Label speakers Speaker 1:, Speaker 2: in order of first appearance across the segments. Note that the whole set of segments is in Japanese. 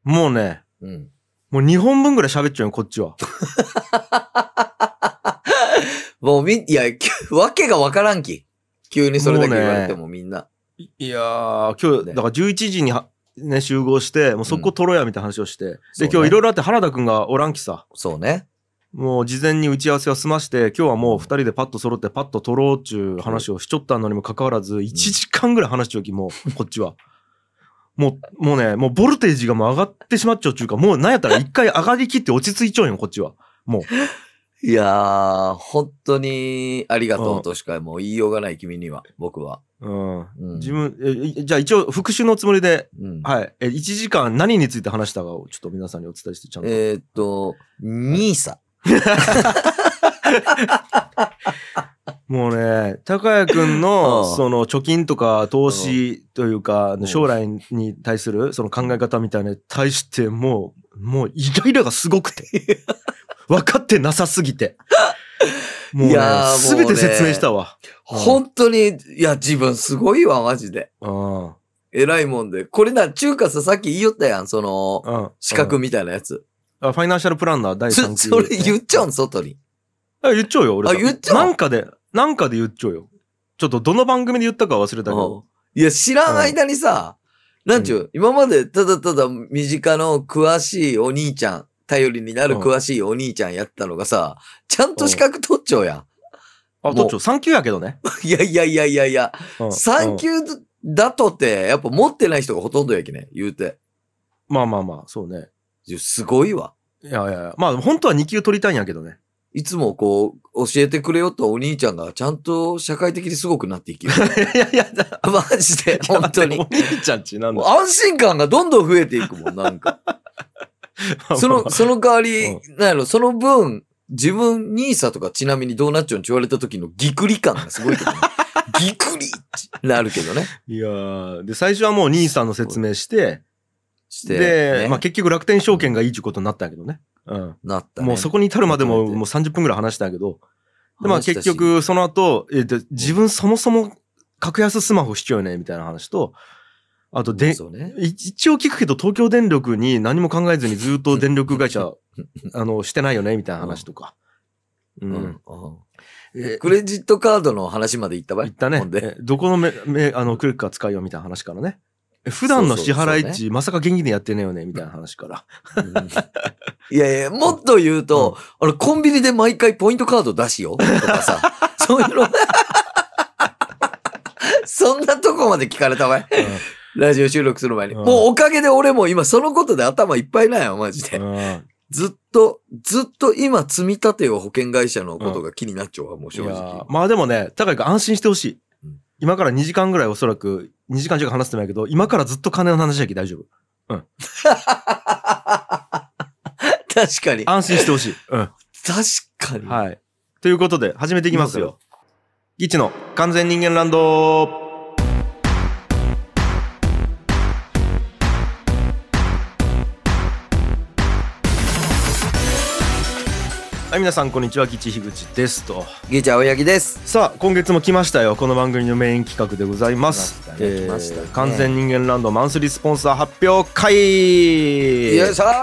Speaker 1: もうね、もう2本分ぐらい喋っちゃうよ、こっちは。
Speaker 2: もういや、わけがわからんき。急にそれだけ言われてもみんな。
Speaker 1: いやー、今日、だから11時にね、集合して、もうそこ取ろうやみたいな話をして。で、今日いろいろあって原田くんがおらんきさ。
Speaker 2: そうね。
Speaker 1: もう事前に打ち合わせを済まして、今日はもう2人でパッと揃ってパッと取ろうっちゅう話をしちょったのにもかかわらず、1時間ぐらい話しちゃうき、もう、こっちは。もうね、もうボルテージがもう上がってしまっちゃうっちゅうか、もうなんやったら一回上がりきって落ち着いちゃうよ、こっちは。もう。
Speaker 2: いやー、本当にありがとうとしかもう言いようがない君には、僕は。
Speaker 1: 自分、じゃあ一応復習のつもりで、はい。1時間何について話したかをちょっと皆さんにお伝えしてちゃんと。
Speaker 2: ニーサ。
Speaker 1: もうね、高谷くんの、その貯金とか投資というか、将来に対するその考え方みたいなに対して、もうイライラがすごくて。分かってなさすぎて。もうね、すべて説明したわ。
Speaker 2: 本当に、いや、自分すごいわ、マジで。偉いもんで。これな、中華さっき言いよったやん、その、資格みたいなやつ。
Speaker 1: ファイナンシャルプランナー第3期。
Speaker 2: それ言っちゃうん、外に。
Speaker 1: 言っちゃうよ、俺。
Speaker 2: 言っちゃう
Speaker 1: なんかで言っちゃうよ。ちょっとどの番組で言ったか忘れたけど。
Speaker 2: いや、知らん間にさ、なんちゅう、今までただただ身近の詳しいお兄ちゃん、頼りになる詳しいお兄ちゃんやったのがさ、ちゃんと資格取っちゃうやん。
Speaker 1: 取っちゃう。3級やけどね。
Speaker 2: いや、3級だとって、やっぱ持ってない人がほとんどやきね、言うて。
Speaker 1: まあ、そうね。
Speaker 2: すごいわ。
Speaker 1: いや、まあ本当は2級取りたいんやけどね。
Speaker 2: いつもこう、教えてくれよったお兄ちゃんがちゃんと社会的にすごくなっていきよ。
Speaker 1: いや、
Speaker 2: マジで、本当に。
Speaker 1: お兄ちゃんちなんだ。
Speaker 2: 安心感がどんどん増えていくもん、なんか。その代わり、なんやろ、その分、自分、ニーサとかちなみにどうなっちゃうんって言われた時のギクリ感がすごいけどね。ギクリってなるけどね。
Speaker 1: いやー、で、最初はもうニーサの説明して、
Speaker 2: で、
Speaker 1: まあ結局楽天証券がいいってことになったんやけどね。
Speaker 2: なったね。
Speaker 1: もうそこに至るまでもう30分ぐらい話したんやけど、で、まあ結局その後、自分そもそも格安スマホしちゃうよね、みたいな話と、あと一応聞くけど東京電力に何も考えずにずっと電力会社、してないよね、みたいな話とか。
Speaker 2: クレジットカードの話まで言ったばい。
Speaker 1: 言ったね。どこのクレジットカー使うよ、みたいな話からね。普段の支払い値、まさか現金でやってねえよね、みたいな話から。
Speaker 2: いや、もっと言うと、コンビニで毎回ポイントカード出しよとかさ、そういうの、そんなとこまで聞かれたわい。ラジオ収録する前に。もうおかげで俺も今そのことで頭いっぱいなんよ、マジで。ずっと今積み立てを保険会社のことが気になっちゃうわ、もう正直。
Speaker 1: まあでもね、高井君安心してほしい。今から2時間ぐらいおそらく、2時間近く話してないけど、今からずっと金の話だけ大丈夫。
Speaker 2: 確かに。
Speaker 1: 安心してほしい。確
Speaker 2: かに。
Speaker 1: はい。ということで、始めていきますよ。ギチの完全人間ランド。はい、皆さんこんにちは、ギチ樋口ですと。
Speaker 2: ギチ青柳です。
Speaker 1: さあ、今月も来ましたよ。この番組のメイン企画でございます。
Speaker 2: 来ましたね。
Speaker 1: 完全人間ランドマンスリースポンサー発表会。
Speaker 2: よいしょー。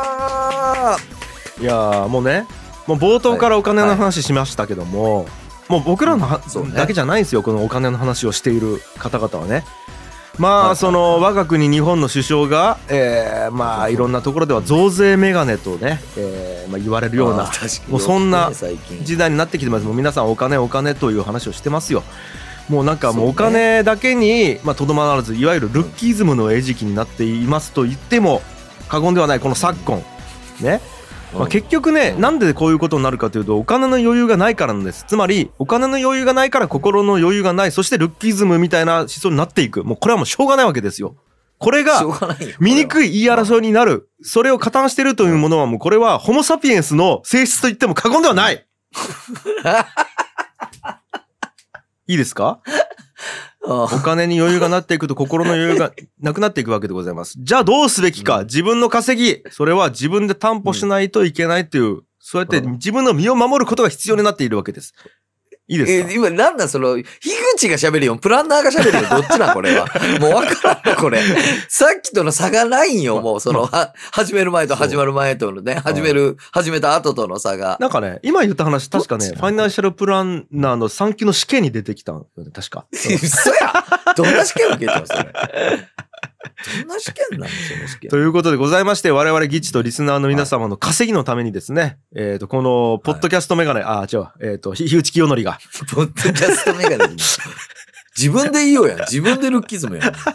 Speaker 1: いやー、もうね、もう冒頭からお金の話しましたけども、もう僕らのだけじゃないんですよ、このお金の話をしている方々はね。まあその我が国日本の首相がまあいろんなところでは増税メガネとねまあ言われるようなもうそんな時代になってきてます。もう皆さんお金という話をしてますよ。もうなんかもうお金だけにまあとどまらず、いわゆるルッキズムの餌食になっていますと言っても過言ではないこの昨今ね。まあ、結局ね、なんでこういうことになるかというと、お金の余裕がないからなんです。つまりお金の余裕がないから心の余裕がない、そしてルッキズムみたいな思想になっていく。もうこれはもうしょうがないわけですよ。これが醜い言い争いになる、それを加担しているというものはもうこれはホモサピエンスの性質と言っても過言ではない。いいですか？お金に余裕がなっていくと心の余裕がなくなっていくわけでございます。じゃあどうすべきか、自分の稼ぎ、それは自分で担保しないといけないという、そうやって自分の身を守ることが必要になっているわけです。 いいですか？
Speaker 2: 今なんだその、樋口が喋るよ、プランナーが喋るよ、どっちなんこれは。もうわからんのこれ。さっきとの差がないんよ、もうその、始める前と始まる前とのね、始めた後との差が。
Speaker 1: なんかね、今言った話、確かね、ファイナンシャルプランナーの3級の試験に出てきたんよね、確か。
Speaker 2: 嘘やどんな試験受けたのそれ。どんな試験なのその試験。
Speaker 1: ということでございまして、我々ギチとリスナーの皆様の稼ぎのためにですね、この、ポッドキャストメガネ、違う、樋口清則が。
Speaker 2: ポッドキャストメガネ自分で言おうやん。自分でルッキズムやん。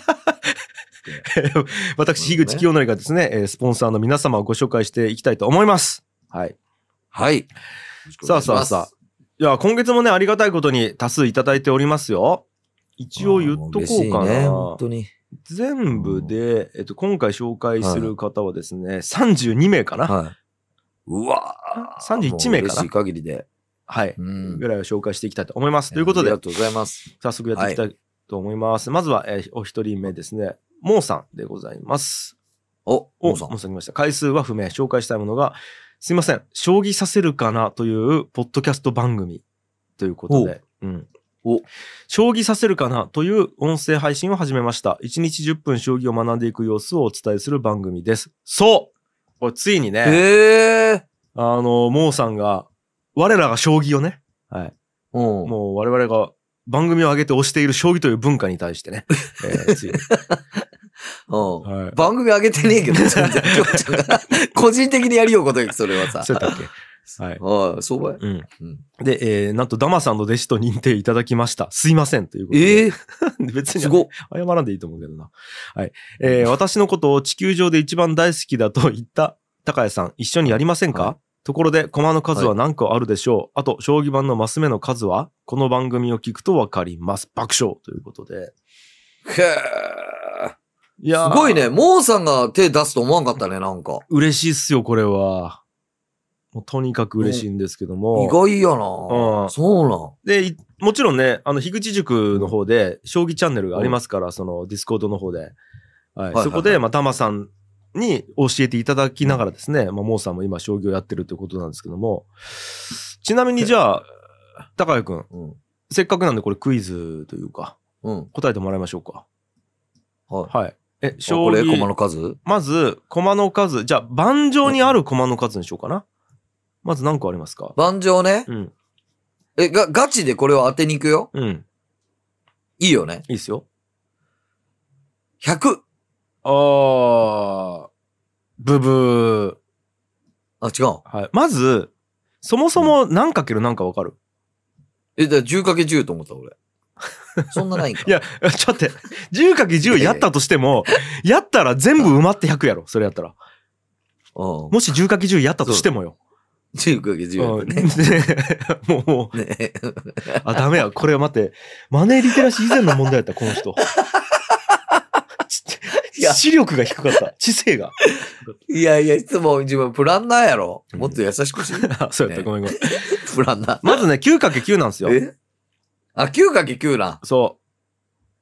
Speaker 1: 私、樋口清則がですね、スポンサーの皆様をご紹介していきたいと思います。はい。
Speaker 2: はい。
Speaker 1: さあ。いや、今月もね、ありがたいことに多数いただいておりますよ。一応言っとこうかな。
Speaker 2: ね、本当に。
Speaker 1: 全部で、今回紹介する方はですね、32名かな。
Speaker 2: はい。うわ
Speaker 1: ぁ。31名かな。
Speaker 2: 嬉しい限りで。
Speaker 1: はい。ぐらいを紹介していきたいと思います。ということで。
Speaker 2: ありがとうございます。
Speaker 1: 早速やっていきたいと思います。まずは、お一人目ですね。モーさんでございます。
Speaker 2: モーさん
Speaker 1: 来ました。回数は不明。紹介したいものが、すいません。将棋させるかなというポッドキャスト番組ということで。将棋させるかなという音声配信を始めました。1日10分将棋を学んでいく様子をお伝えする番組です。そうこれついにね、モーさんが、我らが将棋をね、はい。もう我々が番組を上げて推している将棋という文化に対してね、ついに。
Speaker 2: はい、番組上げてねえけど、全然。個人的にやりようことよ、それはさ。
Speaker 1: そうだっけ。はい。
Speaker 2: そうばい。
Speaker 1: で、なんとダマさんの弟子と認定いただきました。すいませんということで。別に謝らんでいいと思うけどな。はい。私のことを地球上で一番大好きだと言った高谷さん、一緒にやりませんか？はい、ところで、駒の数は何個あるでしょう？あと、将棋盤のマス目の数はこの番組を聞くとわかります。爆笑ということで。
Speaker 2: へー。いやすごいね。モーさんが手出すと思わんかったね、なんか。
Speaker 1: 嬉しいっすよ、これは。もうとにかく嬉しいんですけども。
Speaker 2: 意外やな。そうなん。
Speaker 1: で、もちろんね、樋口塾の方で、将棋チャンネルがありますから、そのディスコードの方で。はい。そこで、ダマさんに教えていただきながらですね、モーさんも今将棋をやってるということなんですけども。ちなみにじゃあ、高谷くん、せっかくなんでこれクイズというか、答えてもらいましょうか。はい。
Speaker 2: 将棋。これ、駒の数？
Speaker 1: まず、駒の数。じゃあ、盤上にある駒の数にしようかな。まず何個ありますか？
Speaker 2: 盤上ね。ガチでこれを当てに行くよ。いいよね。
Speaker 1: いいっすよ。
Speaker 2: 100。
Speaker 1: ブブ
Speaker 2: ー。違う。
Speaker 1: はい。まず、そもそも何かける何かわかる？
Speaker 2: だから 10×10 と思った俺。そんなないんか。
Speaker 1: いや、ちょっと待って。10×10 やったとしても、やったら全部埋まって100やろ。それやったら。もし 10×10 やったとしてもよ。
Speaker 2: 10×10 ね。
Speaker 1: もう、ね、ダメや。これは待って。マネーリテラシー以前の問題やった、この人。視力が低かった。知性が。
Speaker 2: いや、いつも自分プランナーやろ。もっと優しくし。
Speaker 1: そうやった、ごめん。
Speaker 2: プランナー。
Speaker 1: まずね、9×9 なんですよ。
Speaker 2: 9×9 なん。
Speaker 1: そう。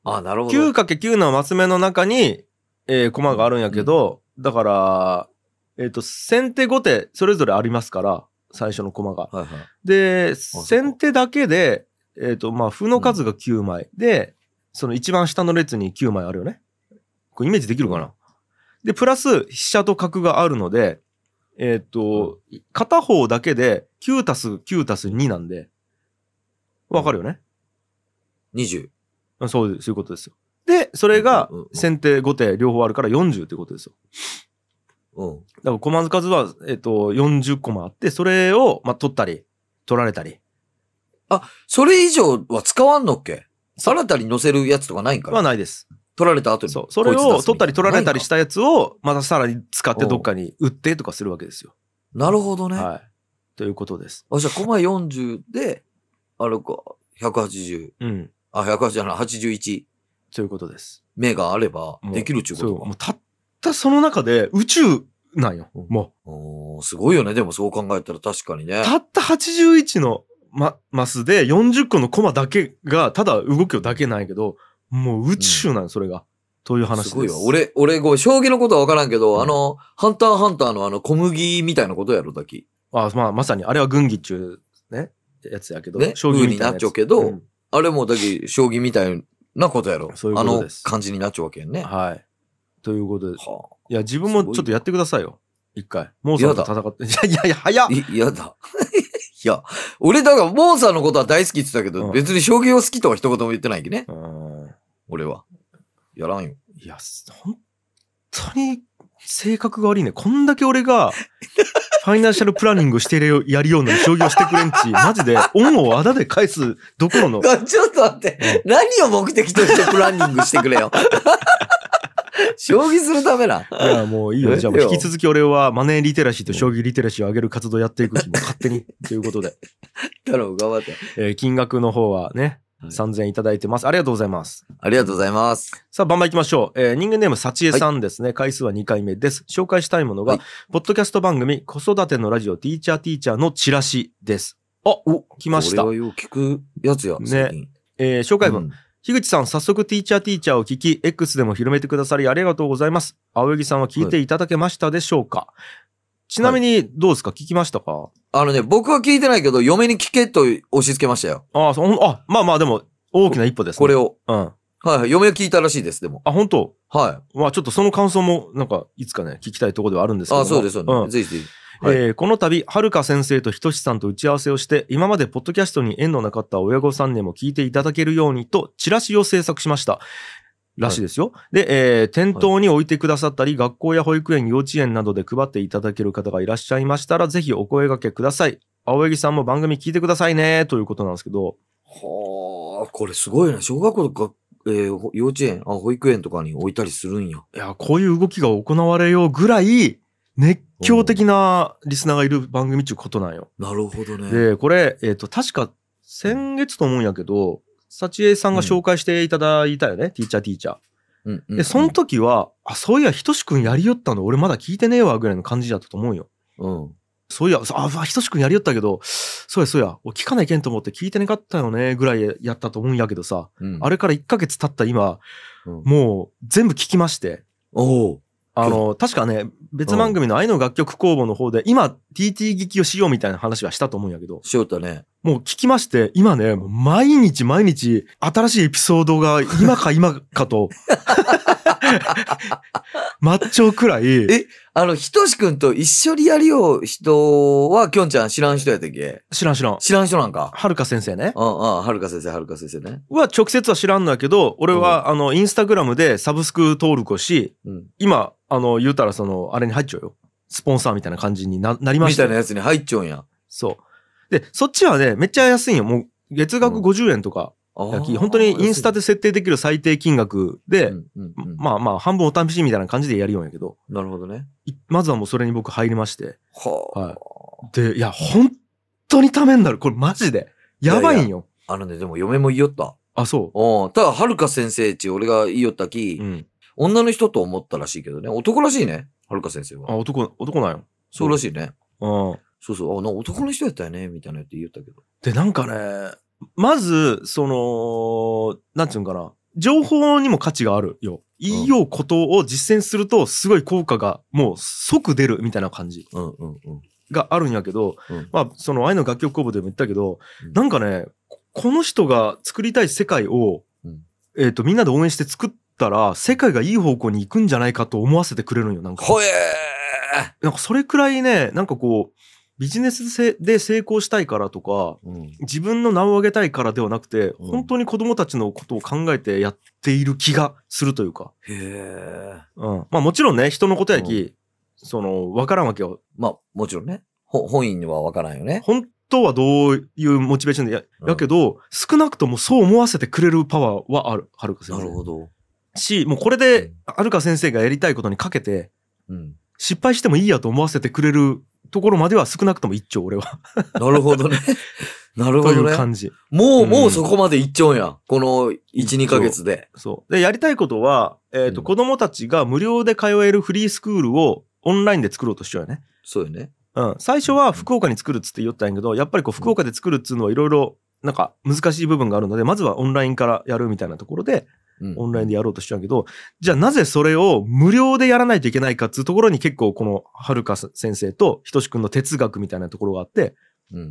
Speaker 1: なるほど。9×9 のマス目の中に、コマがあるんやけど、だから、先手後手それぞれありますから、最初のコマが。で、先手だけで、歩の数が9枚。で、その一番下の列に9枚あるよね。これイメージできるかな？で、プラス飛車と角があるので、片方だけで9たす9たす2なんで、わかるよね？
Speaker 2: 20。
Speaker 1: そういうことですよ。で、それが先手後手両方あるから40ってことですよ。だから駒の数は、40コマあって、それを、取ったり、取られたり。
Speaker 2: それ以上は使わんのっけ？さらたり乗せるやつとかないんかな？
Speaker 1: はないです。
Speaker 2: 取られた後に。
Speaker 1: そう。それを取ったり取られたりしたやつを、またさらに使ってどっかに売ってとかするわけですよ。
Speaker 2: なるほどね。
Speaker 1: はい。ということです。
Speaker 2: じゃあ、コマ40で、あれか、180。180じゃない、81。
Speaker 1: ということです。
Speaker 2: 目があれば、できるっちゅうことか。
Speaker 1: もうたったその中で宇宙なんよ。も
Speaker 2: う。すごいよね。でもそう考えたら確かにね。
Speaker 1: たった81のマスで40個のコマだけが、ただ動くだけないけど、もう宇宙なんよ、それが。という話です。
Speaker 2: すごいわ。俺、将棋のことはわからんけど、ハンターハンターの小麦みたいなことやろ、だき。
Speaker 1: まさに、あれは軍技中、ね。 やつやけど、
Speaker 2: ね、
Speaker 1: 将棋みたいなやつ
Speaker 2: 風になっちゃうけど、
Speaker 1: うん
Speaker 2: あれもだけ将棋みたいなことやろ。
Speaker 1: そういうことです
Speaker 2: 感じになっちゃうわけやんね。
Speaker 1: はい。ということで。
Speaker 2: はあ、
Speaker 1: いや、自分もちょっとやってくださいよ。一回。モーさんと戦って。いや、早っ
Speaker 2: やだ。いや、俺だから、モンさんのことは大好きって言ってたけど、
Speaker 1: うん
Speaker 2: 別に将棋を好きとは一言も言ってないけどね。
Speaker 1: うん
Speaker 2: 俺は。やらんよ。
Speaker 1: いや、本当に性格が悪いね。こんだけ俺が、ファイナンシャルプランニングしてやるような将棋をしてくれんち、マジで恩をあだで返すどころの。
Speaker 2: ちょっと待って、何を目的としてプランニングしてくれよ。将棋するためな。
Speaker 1: いや、もういいよ。じゃあもう引き続き俺はマネーリテラシーと将棋リテラシーを上げる活動をやっていく気も勝手に。ということで。
Speaker 2: 頼む、頑張って。
Speaker 1: 金額の方はね、
Speaker 2: はい
Speaker 1: 3000円いただいてます。ありがとうございます。
Speaker 2: ありがとうございます。
Speaker 1: さあ、バンバン行きましょう。人間ネーム、さちえさんですね。回数は2回目です。紹介したいものが、
Speaker 2: はい
Speaker 1: ポッドキャスト番組、子育てのラジオ、ティーチャーのチラシです。来ました。
Speaker 2: 俺はよく聞くやつや、
Speaker 1: ね
Speaker 2: 最近。
Speaker 1: 紹介文。
Speaker 2: うん
Speaker 1: 樋口さん、早速ティーチャーを聞き、X でも広めてくださりありがとうございます。青柳さんは聞いていただけましたでしょうか、ちなみに、どうですか聞きましたか？
Speaker 2: 僕は聞いてないけど、嫁に聞けと押し付けましたよ。
Speaker 1: まあでも、大きな一歩ですね。
Speaker 2: これを。
Speaker 1: うん。
Speaker 2: はいはい。嫁は聞いたらしいです、でも。
Speaker 1: 本当？
Speaker 2: は
Speaker 1: まあちょっとその感想も、なんか、いつかね、聞きたいところではあるんです
Speaker 2: い。
Speaker 1: けども。
Speaker 2: そうです、そうです。
Speaker 1: うん
Speaker 2: ぜひぜひ。はい
Speaker 1: この度、はるか先生とひとしさんと打ち合わせをして、今までポッドキャストに縁のなかった親御さんにも聞いていただけるようにと、チラシを制作しました。らしいですよ。で、店頭に置いてくださったり、学校や保育園、幼稚園などで配っていただける方がいらっしゃいましたら、ぜひお声掛けください。青柳さんも番組聞いてくださいね、ということなんですけど。
Speaker 2: はあ、これすごいな。小学校とか、幼稚園、保育園とかに置いたりするんや。
Speaker 1: いや、こういう動きが行われようぐらい、熱狂的なリスナーがいる番組っていうことなんよ。
Speaker 2: なるほどね。
Speaker 1: で、これ、確か先月と思うんやけど、幸恵さんが紹介していただいたよね、ティーチャー。
Speaker 2: うんうん、
Speaker 1: で、その時は、そういや、ひとしくんやりよったの俺まだ聞いてねえわ、ぐらいの感じだったと思うよ。
Speaker 2: うん。
Speaker 1: そういや、ひとしくんやりよったけど、そうや、俺聞かないけんと思って聞いてなかったよね、ぐらいやったと思うんやけどさ、
Speaker 2: うん、
Speaker 1: あれから1ヶ月経った今、
Speaker 2: うん、
Speaker 1: もう全部聞きまして、
Speaker 2: お
Speaker 1: 確かね、別番組の愛の楽曲工房の方で、今、TT 聞きをしようみたいな話はしたと思うんやけど。
Speaker 2: しよったね。
Speaker 1: もう聞きまして、今ね、もう毎日、新しいエピソードが今かと、マッチョくらい。
Speaker 2: ひとしくんと一緒にやりよう人は、きょんちゃん知らん人やったっけ？
Speaker 1: 知らん。
Speaker 2: 知らん人なんか。
Speaker 1: はるか先生ね。
Speaker 2: はるか先生ね。
Speaker 1: は直接は知らんのやけど、俺は、インスタグラムでサブスク登録をし、今、言うたらあれに入っちゃうよ。スポンサーみたいな感じになりました。
Speaker 2: みたいなやつに入っちゃうんや。
Speaker 1: そう。で、そっちはね、めっちゃ安いんよ。もう、月額50円とか。本当にインスタで設定できる最低金額で、まあ、半分お試しみたいな感じでやるようやけど。
Speaker 2: なるほどね。
Speaker 1: まずはもうそれに僕入りまして。
Speaker 2: はい。
Speaker 1: で、いや、本当にためになる。これマジで。やばいんよ。
Speaker 2: でも嫁も言いよった。
Speaker 1: そう。
Speaker 2: ただ、はるか先生ち、俺が言いよったき、女の人と思ったらしいけどね。男らしいね。はるか先生は。
Speaker 1: 男なんよ。
Speaker 2: そうらしいね。
Speaker 1: そう。
Speaker 2: 男の人やったよね、みたいなって言ったけど。
Speaker 1: で、なんかね、まず、なんつうんかな。情報にも価値があるよ。言いようことを実践すると、すごい効果がもう即出るみたいな感じ。があるんやけど、まあ、愛の楽曲工房でも言ったけど、なんかね、この人が作りたい世界を、みんなで応援して作ったら、世界がいい方向に行くんじゃないかと思わせてくれるんよ、なんか。なんかそれくらいね、なんかこう、ビジネスで成功したいからとか、自分の名を上げたいからではなくて、本当に子供たちのことを考えてやっている気がするというか。まあもちろんね、人のことやき、わからんわけよ。
Speaker 2: まあもちろんね。本人にはわからんよね。
Speaker 1: 本当はどういうモチベーションでやけど、少なくともそう思わせてくれるパワーはある、はるか先生。
Speaker 2: なるほど。
Speaker 1: もうこれで、はるか先生がやりたいことにかけて、失敗してもいいやと思わせてくれるところまでは少なくとも一丁、俺は。
Speaker 2: なるほどね。なるほどね。
Speaker 1: という感じ。
Speaker 2: もうそこまで一丁や。この1、2ヶ月で。
Speaker 1: そう。で、やりたいことは、子供たちが無料で通えるフリースクールをオンラインで作ろうとしちゃうよね。
Speaker 2: そうよね。
Speaker 1: 最初は福岡に作るっつって言ったんやけど、やっぱり福岡で作るっつうのはいろいろ、なんか難しい部分があるので、まずはオンラインからやるみたいなところで、オンラインでやろうとしちゃうけど、じゃあなぜそれを無料でやらないといけないかっていうところに結構このはるか先生とひとしくんの哲学みたいなところがあって、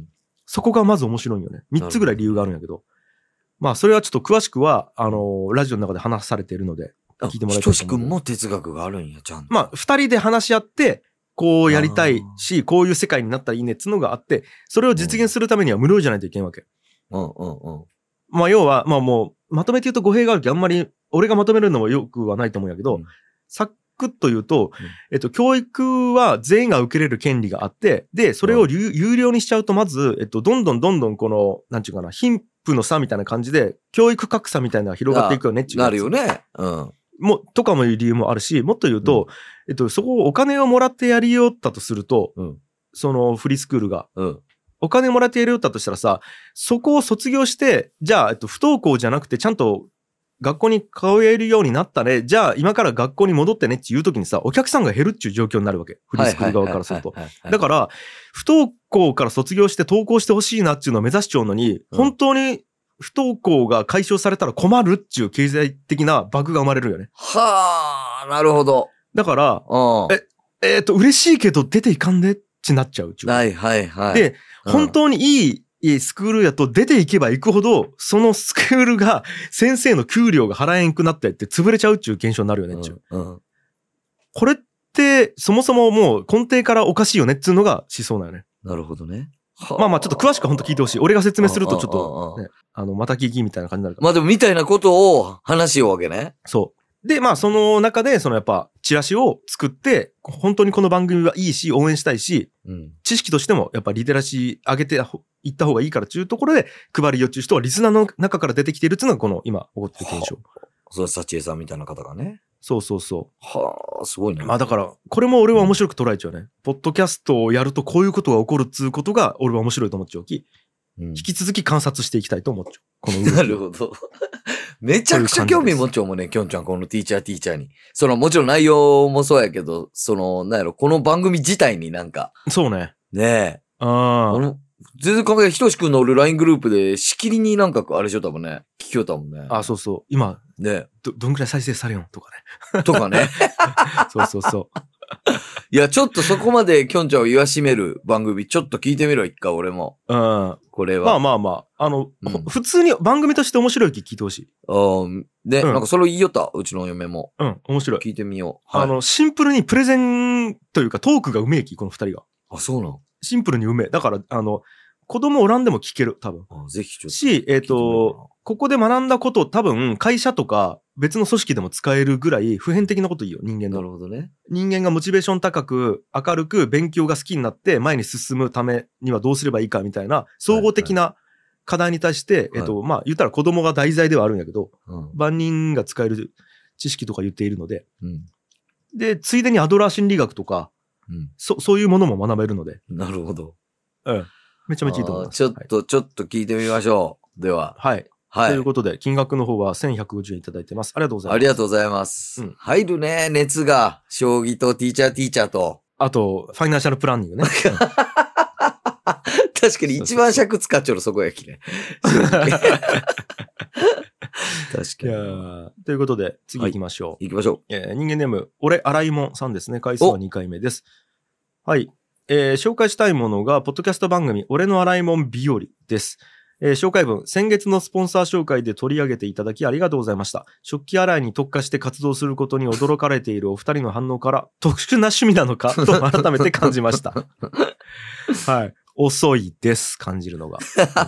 Speaker 1: そこがまず面白いよね。3つぐらい理由があるんやけど。まあそれはちょっと詳しくは、ラジオの中で話されているので、聞いてもらいたいと思う。
Speaker 2: ひとしくんも哲学があるんや、ちゃんと。
Speaker 1: まあ2人で話し合って、こうやりたいし、こういう世界になったらいいねっつうのがあって、それを実現するためには無料じゃないといけんわけ。まあ要は、まあもう、まとめて言うと語弊があるけど、あんまり俺がまとめるのもよくはないと思うんやけど、サクッと言うと、教育は全員が受けれる権利があって、で、それを有料にしちゃうと、まず、どんどんこの、なんちゅうかな、貧富の差みたいな感じで、教育格差みたいなのが広がっていくよねっていう。
Speaker 2: なるよね。
Speaker 1: とかもいう理由もあるし、もっと言うと、そこをお金をもらってやりよったとすると、そのフリースクールが、お金もらってやりよったとしたらさ、そこを卒業して、じゃあ、不登校じゃなくてちゃんと学校に通えるようになったね。じゃあ、今から学校に戻ってねっていう時にさ、お客さんが減るっていう状況になるわけ。フリースクール側からすると。だから、不登校から卒業して登校してほしいなっていうのを目指しちゃうのに、本当に不登校が解消されたら困るっていう経済的なバグが生まれるよね。
Speaker 2: はあ、なるほど。
Speaker 1: だから、嬉しいけど出ていかんでってなっちゃう。で、本当にいいスクールやと出ていけばいくほど、そのスクールが先生の給料が払えんくなったりって潰れちゃうっていう現象になるよねっていう。これってそもそももう根底からおかしいよねっていうのが思想なよね。
Speaker 2: なるほどね。
Speaker 1: まあちょっと詳しく本当聞いてほしい。俺が説明するとちょっと、ね、また聞きみたいな感じになるから。
Speaker 2: まあでもみたいなことを話しようわけね。
Speaker 1: そう。で、まあその中で、やっぱチラシを作って、本当にこの番組はいいし、応援したいし、知識としてもやっぱリテラシー上げていった方がいいからっていうところで、配りよっていう人はリスナーの中から出てきているっていうのがこの今起こってる現象。
Speaker 2: それ幸恵さんみたいな方がね。
Speaker 1: そう。
Speaker 2: はあ、すごいね。
Speaker 1: まあだから、これも俺は面白く捉えちゃうね。ポッドキャストをやるとこういうことが起こるっつうことが俺は面白いと思っちゃうき、引き続き観察していきたいと思っちゃう。この
Speaker 2: なるほど。めちゃくちゃ興味持っちゃうもんね、きょんちゃん、このティーチャーに。もちろん内容もそうやけど、なんやろ、この番組自体になんか。
Speaker 1: そうね。
Speaker 2: ねえ。全然考え、ひとしくんの俺 LINE グループで、しきりになんか、あれしよったもんね。聞きよったもんね。
Speaker 1: そう。今、
Speaker 2: ね
Speaker 1: どんくらい再生されよんとか
Speaker 2: ね。とかね。
Speaker 1: そう。
Speaker 2: いや、ちょっとそこまできょんちゃんを言わしめる番組、ちょっと聞いてみろ、一回俺も。これは。
Speaker 1: まあ。普通に番組として面白い気聞いてほしい。
Speaker 2: で、なんかそれを言いよった、うちの嫁も。
Speaker 1: 面白い。
Speaker 2: 聞いてみよう。
Speaker 1: シンプルにプレゼンというかトークがうめえき、この二人が。
Speaker 2: そうなの？
Speaker 1: シンプルにうめえ。だから、子供おらんでも聞ける、多分。
Speaker 2: ぜひちょっと。
Speaker 1: し、ここで学んだこと多分、会社とか別の組織でも使えるぐらい普遍的なこといいよ、人間の。
Speaker 2: なるほどね。
Speaker 1: 人間がモチベーション高く、明るく、勉強が好きになって前に進むためにはどうすればいいかみたいな、総合的な課題に対して、まあ、言ったら子供が題材ではあるんやけど、万人が使える知識とか言っているので、で、ついでにアドラー心理学とか、そういうものも学べるので。
Speaker 2: なるほど。
Speaker 1: めちゃめちゃいいと思います。
Speaker 2: ちょっと聞いてみましょう。では。
Speaker 1: はい。ということで、金額の方は1150円いただいてます。ありがとうございます。
Speaker 2: ありがとうございます。入るね、熱が。将棋とティーチャーと。
Speaker 1: あと、ファイナンシャルプランニングね。
Speaker 2: 確かに一番尺使っちゃうのそこやきね。確かに。
Speaker 1: ということで、次行きましょう。
Speaker 2: 行きましょ
Speaker 1: う。人間ネーム、俺、洗いもんさんですね。回数は2回目です。はい。紹介したいものが、ポッドキャスト番組、俺の洗いもん日和です。紹介文、先月のスポンサー紹介で取り上げていただきありがとうございました。食器洗いに特化して活動することに驚かれているお二人の反応から、特殊な趣味なのかと改めて感じました。はい。遅いです、感じるのが。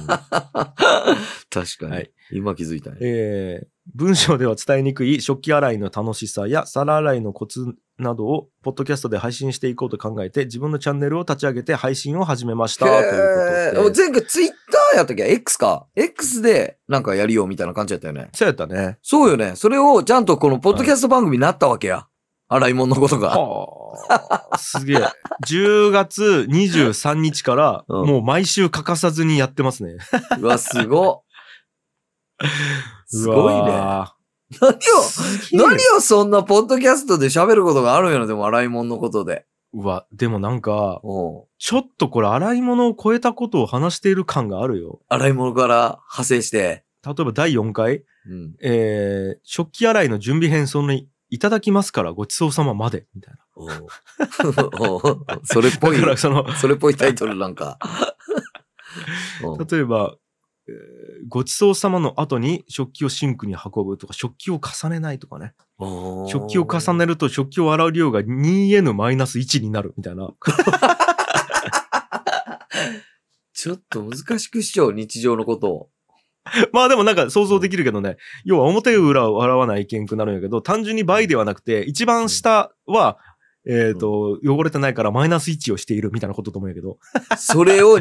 Speaker 2: 確かに。はい、今気づいた
Speaker 1: ね。文章では伝えにくい食器洗いの楽しさや皿洗いのコツなどをポッドキャストで配信していこうと考えて自分のチャンネルを立ち上げて配信を始めましたということで。
Speaker 2: 前回ツイッターやったっけ ?X か。X でなんかやりようみたいな感じやったよね。
Speaker 1: そうやったね。
Speaker 2: そうよね。それをちゃんとこのポッドキャスト番組になったわけや。洗い物のことが。
Speaker 1: すげえ。10月23日からもう毎週欠かさずにやってますね。
Speaker 2: うわ、すごすごいね。何をそんなポッドキャストで喋ることがあるんやろ、でも洗い物のことで。
Speaker 1: うわ、でもなんか、ちょっとこれ洗い物を超えたことを話している感があるよ。
Speaker 2: 洗い物から派生して。
Speaker 1: 例えば第4回、食器洗いの準備編そのいただきますからごちそうさままで、みたいな。
Speaker 2: それっぽい。それっぽいタイトルなんか。 うん
Speaker 1: 例えば、ごちそうさまの後に食器をシンクに運ぶとか、食器を重ねないとかね。食器を重ねると食器を洗う量が 2n-1 になるみたいな。
Speaker 2: ちょっと難しくしよう、日常のことを。
Speaker 1: まあでもなんか想像できるけどね、要は表裏を洗わないけんくなるんやけど、単純に倍ではなくて、一番下は、汚れてないから-1をしているみたいなことと思うんやけど。
Speaker 2: それを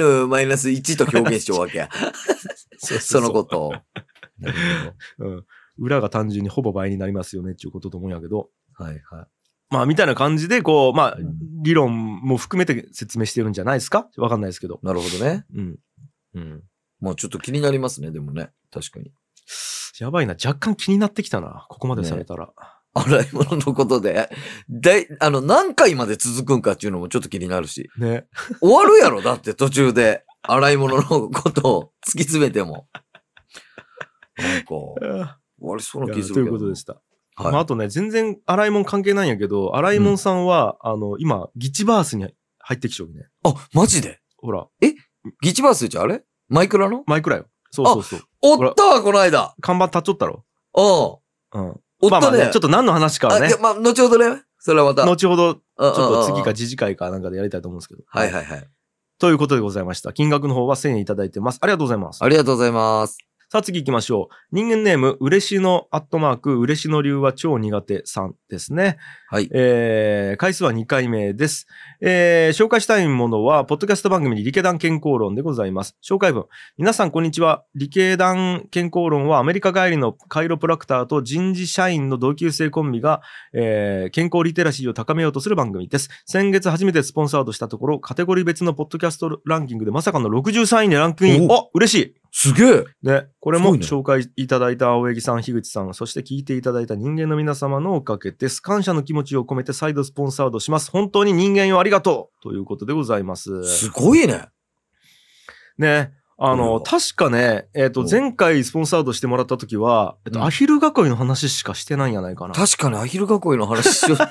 Speaker 2: 2n-1 と表現しようわけや。そのことを。なる
Speaker 1: うん。裏が単純にほぼ倍になりますよねっていうことと思うんやけど。
Speaker 2: ほど。はいはい。
Speaker 1: まあみたいな感じで、こう、まあ、理論も含めて説明してるんじゃないですか？わかんないですけど。
Speaker 2: なるほどね。
Speaker 1: うん。うん。
Speaker 2: まあちょっと気になりますね、でもね。確かに。
Speaker 1: やばいな。若干気になってきたな。ここまでされたら。
Speaker 2: 洗い物のことで。何回まで続くんかっていうのもちょっと気になるし。
Speaker 1: ね。
Speaker 2: 終わるやろ、だって途中で。洗い物のことを突き詰めても。なんか、終わりそうな気するけど。
Speaker 1: ということでした。
Speaker 2: はい。
Speaker 1: まあ、あとね、全然洗い物関係ないんやけど、洗い物さんは、今、ギチバースに入ってきちゃうね。
Speaker 2: あ、マジで？
Speaker 1: ほら。
Speaker 2: ギチバースってあれマイクラの？
Speaker 1: マイクラよ。そうそうそう。
Speaker 2: おったわ、この間。
Speaker 1: 看板立っちゃったろ。
Speaker 2: うん。
Speaker 1: うん。
Speaker 2: おったね。
Speaker 1: まあまあね、ちょっと何の話かはね。
Speaker 2: まあ、後ほどね。それはまた。
Speaker 1: 後ほど、ちょっと次
Speaker 2: か
Speaker 1: か次回かなんかでやりたいと思うんですけど。
Speaker 2: はいはいはい。
Speaker 1: ということでございました。金額の方は1000円いただいてます。ありがとうございます。
Speaker 2: ありがとうございます。
Speaker 1: さあ次行きましょう。人間ネーム、嬉しの嬉しの流は超苦手さんですね。
Speaker 2: はい。
Speaker 1: 回数は2回目です。紹介したいものは、ポッドキャスト番組に理系団健康論でございます。紹介文。皆さんこんにちは。理系団健康論はアメリカ帰りのカイロプラクターと人事社員の同級生コンビが、健康リテラシーを高めようとする番組です。先月初めてスポンサードしたところ、カテゴリー別のポッドキャストランキングでまさかの63位にランクイン。お、嬉しい。
Speaker 2: すげえ。
Speaker 1: で、これも紹介いただいた青柳さん、樋口さん、そして聞いていただいた人間の皆様のおかげです。感謝の気持ちを込めて再度スポンサードします。本当に人間よありがとうということでございます。
Speaker 2: すごいね。
Speaker 1: ね、確かね、前回スポンサードしてもらった時は、アヒル囲いの話しかしてないんやないかな。
Speaker 2: 確かにアヒル囲いの話しよう。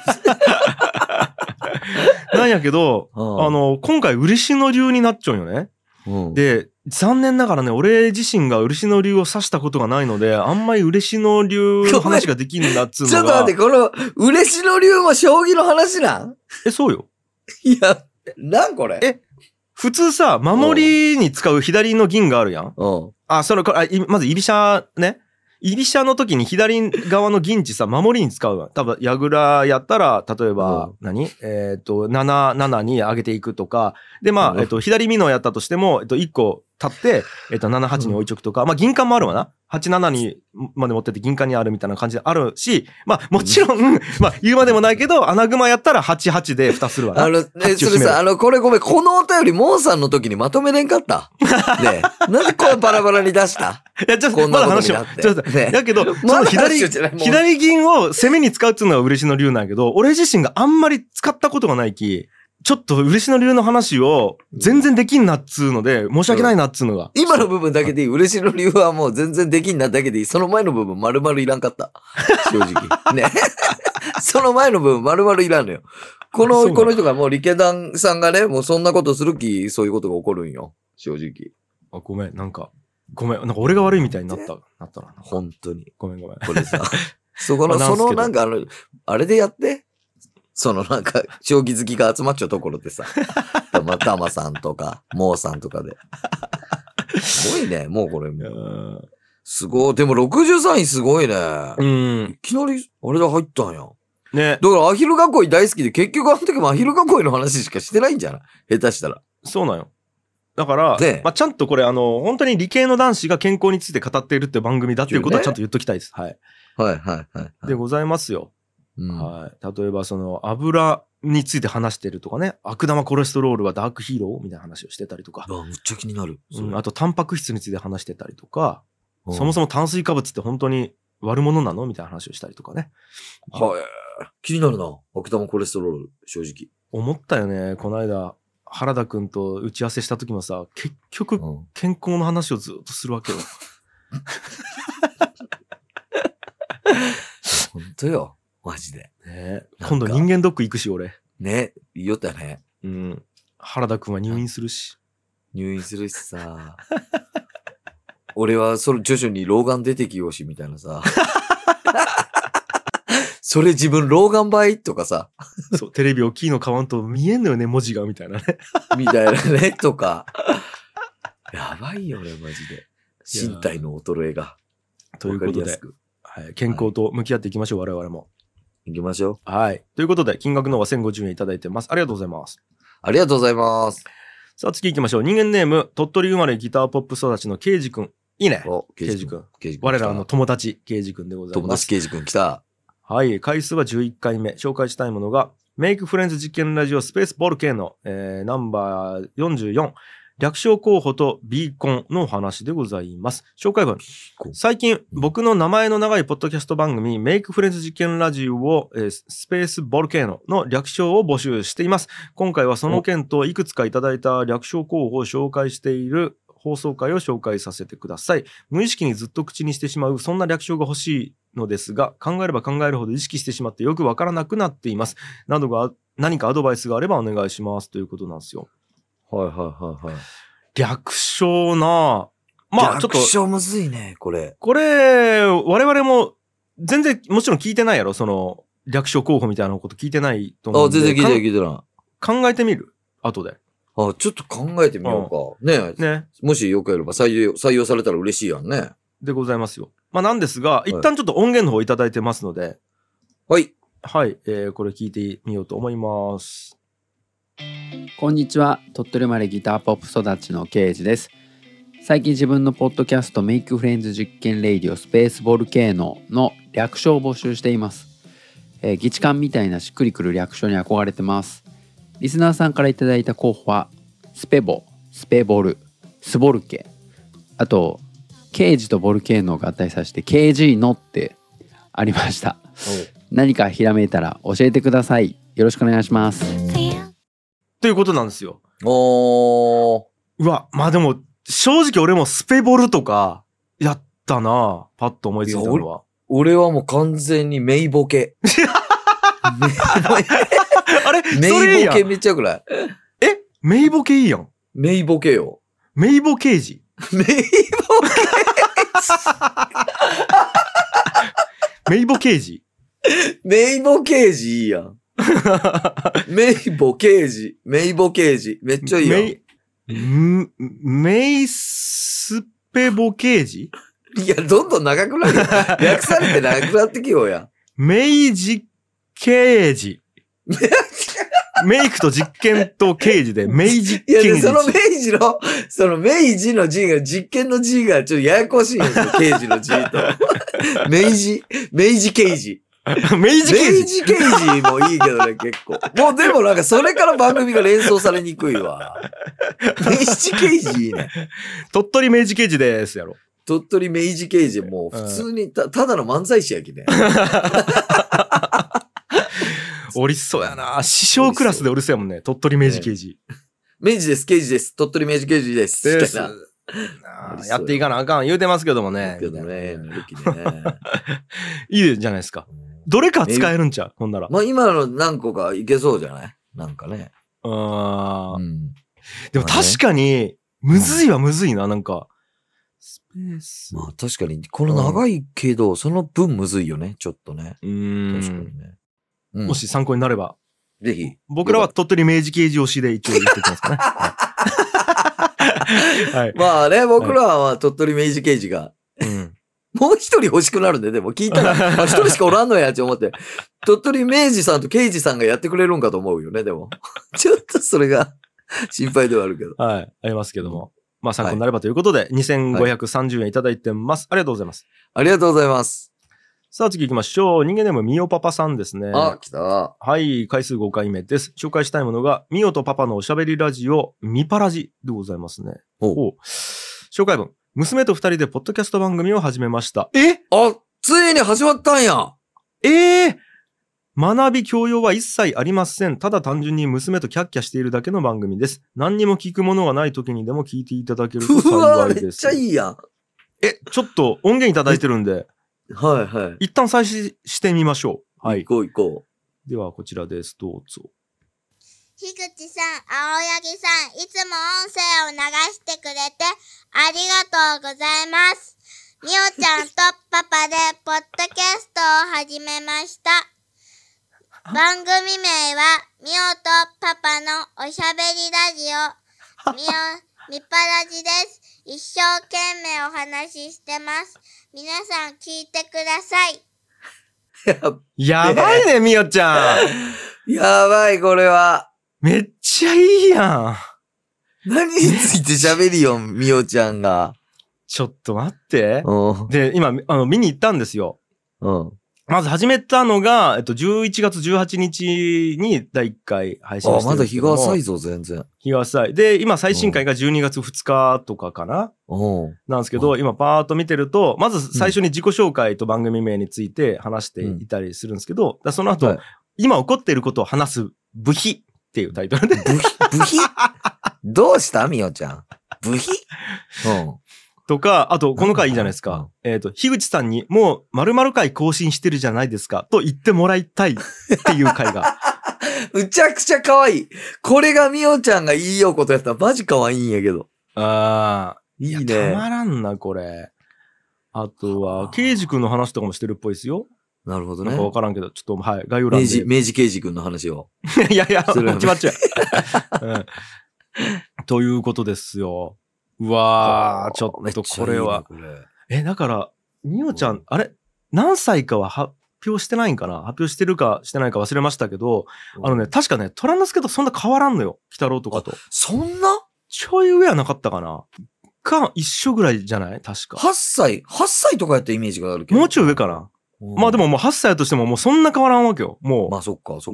Speaker 1: なんやけど、今回嬉野流になっちゃうよね。で、残念ながらね、俺自身が嬉野流を指したことがないので、あんまり嬉野流の話ができんなっつうのが。
Speaker 2: ちょっと待って、この嬉野流も将棋の話なん？
Speaker 1: そうよ。
Speaker 2: いや、なんこれ？
Speaker 1: 普通さ、守りに使う左の銀があるやん。まず居飛車ね。居飛車の時に左側の銀地さ、守りに使うわ。多分、矢倉やったら、例えば、7に上げていくとか。で、まあ、左美濃やったとしても、1個立って、7、8に置いちょくとか。まあ、銀冠もあるわな。8、7にまで持ってって銀冠にあるみたいな感じであるし、まあ、もちろん、まあ、言うまでもないけど、穴熊やったら8、8で蓋するわな。
Speaker 2: それさ、これごめん、このお便り、モーさんの時にまとめれんかったねえ。なんでこうバラバラに出した
Speaker 1: いや、ちょっと、まだ話を。ちょっと、だけど、その左銀を攻めに使うっていうのが嬉野流なんやけど、俺自身があんまり使ったことがないき、ちょっと嬉野流の話を全然できんなっつうので、申し訳ないなっつうのが。
Speaker 2: 今の部分だけでいい。嬉野流はもう全然できんなだけでいい。その前の部分丸々いらんかった。正直。ね。その前の部分丸々いらんのよ。この人がもう理系団さんがね、もうそんなことする気、そういうことが起こるんよ。正直。
Speaker 1: ごめん、なんか俺が悪いみたいになったな。
Speaker 2: 本当に。
Speaker 1: ごめん。
Speaker 2: これさ、なんかあれでやって。なんか、将棋好きが集まっちゃうところでさ、ダマさんとか、モーさんとかで。すごいね、もうこれも。すごい。でも63位すごいね。いきなり、あれで入ったんや。ね。だからアヒル囲い大好きで、結局あの時もアヒル囲いの話しかしてないんじゃない？下手したら。そうなんよ。だから、まあ、ちゃんとこれ本当に理系の男子が健康について語っているっていう番組だっていうことはちゃんと言っときたいです。はい。はい。でございますよ。はい。例えば油について話してるとかね、悪玉コレステロールはダークヒーローみたいな話をしてたりとか。めっちゃ気になる。あとタンパク質について話してたりとか、そもそも炭水化物って本当に悪者なのみたいな話をしたりとかね。はい。気になるな。悪玉コレステロール、正直。思ったよね。この間、原田くんと打ち合わせした時もさ、結局健康の話をずっとするわけよ。本当よ。マジで。ね、今度人間ドック行くし、俺。ね、言いよったよね。原田くんは入院するし。 入院するしさ。俺はその徐々に老眼出てきようし、みたいなさ。それ自分老眼ばいとかさ。
Speaker 1: そう、テレビ大きいの買わんと見えんのよね、文字が、みたいなね。
Speaker 2: みたいなね、とか。やばいよね、マジで。身体の衰えが。
Speaker 1: ということで、はい、健康と向き合っていきましょう、我々も。
Speaker 2: 行きましょ
Speaker 1: う。はい。ということで、金額の方は1050円いただいてます。ありがとうございます。
Speaker 2: ありがとうございます。
Speaker 1: さあ、次行きましょう。人間ネーム、鳥取生まれギターポップ育ちのケイジ君。いいね。ケイジ君。我らの友達、ケイジ君でございます。
Speaker 2: 友達ケイジ君来た。
Speaker 1: はい。回数は11回目。紹介したいものが、メイクフレンズ実験ラジオスペースボルケーノ、ナンバー44。略称候補とビーコンのお話でございます。紹介文。最近、僕の名前の長いポッドキャスト番組、メイクフレンズ実験ラジオを、スペースボルケーノの略称を募集しています。今回はその件といくつかいただいた略称候補を紹介している放送回を紹介させてください。無意識にずっと口にしてしまう、そんな略称が欲しいのですが、考えれば考えるほど意識してしまってよくわからなくなっています。何かアドバイスがあればお願いしますということなんですよ。
Speaker 2: はいはいはいはい。
Speaker 1: 略称なまあちょっと。
Speaker 2: 略称むずいね、これ。
Speaker 1: これ、我々も全然もちろん聞いてないやろ、その略称候補みたいなこと聞いてないと思うんで。
Speaker 2: 全然聞いてない。
Speaker 1: 考えてみる後で。
Speaker 2: ちょっと考えてみようか。ね。もしよくやれば採用されたら嬉しいやんね。
Speaker 1: でございますよ。まあなんですが、一旦ちょっと音源の方いただいてますので。
Speaker 2: はい。
Speaker 1: はい。これ聞いてみようと思います。
Speaker 3: こんにちは。鳥取生まれギターポップ育ちのケイジです。最近自分のポッドキャストメイクフレンズ実験レイディオスペースボルケーノの略称を募集しています。議事官みたいなしっくりくる略称に憧れてます。リスナーさんからいただいた候補はスペボ、スペボル、スボルケ、あとケイジとボルケーノを合体させて KG のってありました。何かひらめいたら教えてください。よろしくお願いします。
Speaker 1: ということなんですよ。
Speaker 2: う
Speaker 1: わ、まあでも正直俺もスペボルとかやったな。パッと思いついたのは。
Speaker 2: 俺はもう完全にメイボケ。
Speaker 1: あれ
Speaker 2: メイボケめっちゃよくない？
Speaker 1: メイボケいいやん。
Speaker 2: メイボケよ。
Speaker 1: メイボケージ。
Speaker 2: メイボケ
Speaker 1: メイボケージ。
Speaker 2: メイボケージいいやん。メイボケージ。メイボケージ。めっちゃいいやん。
Speaker 1: メイスペボケージ？
Speaker 2: いや、どんどん長くなるよ。略されて長くなってきようや。
Speaker 1: メイジケージ。メイクと実験と刑事で、メイジ刑事。
Speaker 2: いや、そのメイジの字が、実験の字がちょっとややこしいんですよ。刑事の字と。メイジ刑事。
Speaker 1: メイジ刑事。
Speaker 2: メイジ刑事もいいけどね、結構。もうでもなんかそれから番組が連想されにくいわ。メイジ刑事いいね。
Speaker 1: 鳥取メイジ刑事ですやろ。
Speaker 2: 鳥取メイジ刑事もう普通にただの漫才師やきね。
Speaker 1: おりそうやな。師匠クラスでおりそうやもんね。鳥取明治刑事。
Speaker 2: 明治です、刑事です。鳥取明治刑事です。
Speaker 1: です。やっていかなあかん言うてますけどもね。いいじゃないですか。どれか使えるんちゃうほんなら。
Speaker 2: まあ今の何個かいけそうじゃないなんかね。
Speaker 1: でも確かに、むずいはむずいな、なんか。スペース。
Speaker 2: まあ確かに、この長いけど、その分むずいよね、ちょっとね。確かにね。
Speaker 1: もし参考になれば。
Speaker 2: ぜひ。
Speaker 1: 僕らは鳥取明治刑事推しで一応言ってきますかね。はい、
Speaker 2: まあね、僕らは鳥取明治刑事が。もう一人欲しくなるんで、でも聞いたら、一人しかおらんのやって思って。鳥取明治さんと刑事さんがやってくれるんかと思うよね、でも。ちょっとそれが心配ではあるけど。
Speaker 1: はい、ありますけども。まあ参考になればということで、2530円いただいてます。ありがとうございます。
Speaker 2: ありがとうございます。
Speaker 1: さあ次行きましょう。人間ネームみおパパさんですね。
Speaker 2: 来た。
Speaker 1: はい、回数5回目です。紹介したいものが、みおとパパのおしゃべりラジオ、みパラジでございますね。紹介文。娘と2人でポッドキャスト番組を始めました。
Speaker 2: ついに始まったんや。
Speaker 1: 学び教養は一切ありません。ただ単純に娘とキャッキャしているだけの番組です。何にも聞くものがない時にでも聞いていただけると幸いです。
Speaker 2: めっちゃいいやん。
Speaker 1: ちょっと音源いただいてるんで。
Speaker 2: はいはい。
Speaker 1: 一旦再生してみましょう。はい。
Speaker 2: 行こう。
Speaker 1: ではこちらです。どうぞ。
Speaker 4: 樋口さん、青柳さん、いつも音声を流してくれてありがとうございます。みおちゃんとパパでポッドキャストを始めました。番組名はみおとパパのおしゃべりラジオ。みぱらじです。一生懸命お話ししてます。皆さん聞いてください。
Speaker 1: やばいね、みおちゃ
Speaker 2: ん。やばい、これは。
Speaker 1: めっちゃいいや
Speaker 2: ん。何について喋りよ、みおちゃんが。
Speaker 1: ちょっと待って。で、今、見に行ったんですよ。まず始めたのが、11月18日に第1回配信してるんですけども。
Speaker 2: まだ日が浅いぞ、全然。
Speaker 1: 日が浅い。で、今最新回が12月2日とかかななんですけど、今パーッと見てると、まず最初に自己紹介と番組名について話していたりするんですけど、その後、今起こっていることを話す部費っていうタイトルで。
Speaker 2: 部費どうしたみおちゃん。部費
Speaker 1: とか、あと、この回いいじゃないですか。樋口さんにもう〇〇回更新してるじゃないですかと言ってもらいたいっていう回が。
Speaker 2: むちゃくちゃ可愛い。これがみおちゃんがいいよことやったらマジ可愛いんやけど。
Speaker 1: いいね。たまらんな、これ。あとは、刑事くんの話とかもしてるっぽいですよ。
Speaker 2: なるほどね。
Speaker 1: なんかわからんけど、ちょっと、はい、概要欄で。
Speaker 2: 明治刑事くんの話を。
Speaker 1: いやいや、決まっちゃう。ということですよ。うわー、ちょっとこれは。だから、みおちゃん、あれ何歳かは発表してないんかな？発表してるかしてないか忘れましたけど、確かね、虎之助とそんな変わらんのよ。鬼太郎とかと。
Speaker 2: そんな？
Speaker 1: ちょい上はなかったかな？一緒ぐらいじゃない確か。
Speaker 2: 8歳とかやったイメージがあるけど。
Speaker 1: もうちょい上かな？まあでももう8歳としてももうそんな変わらんわけよ。もう。
Speaker 2: まあそっか。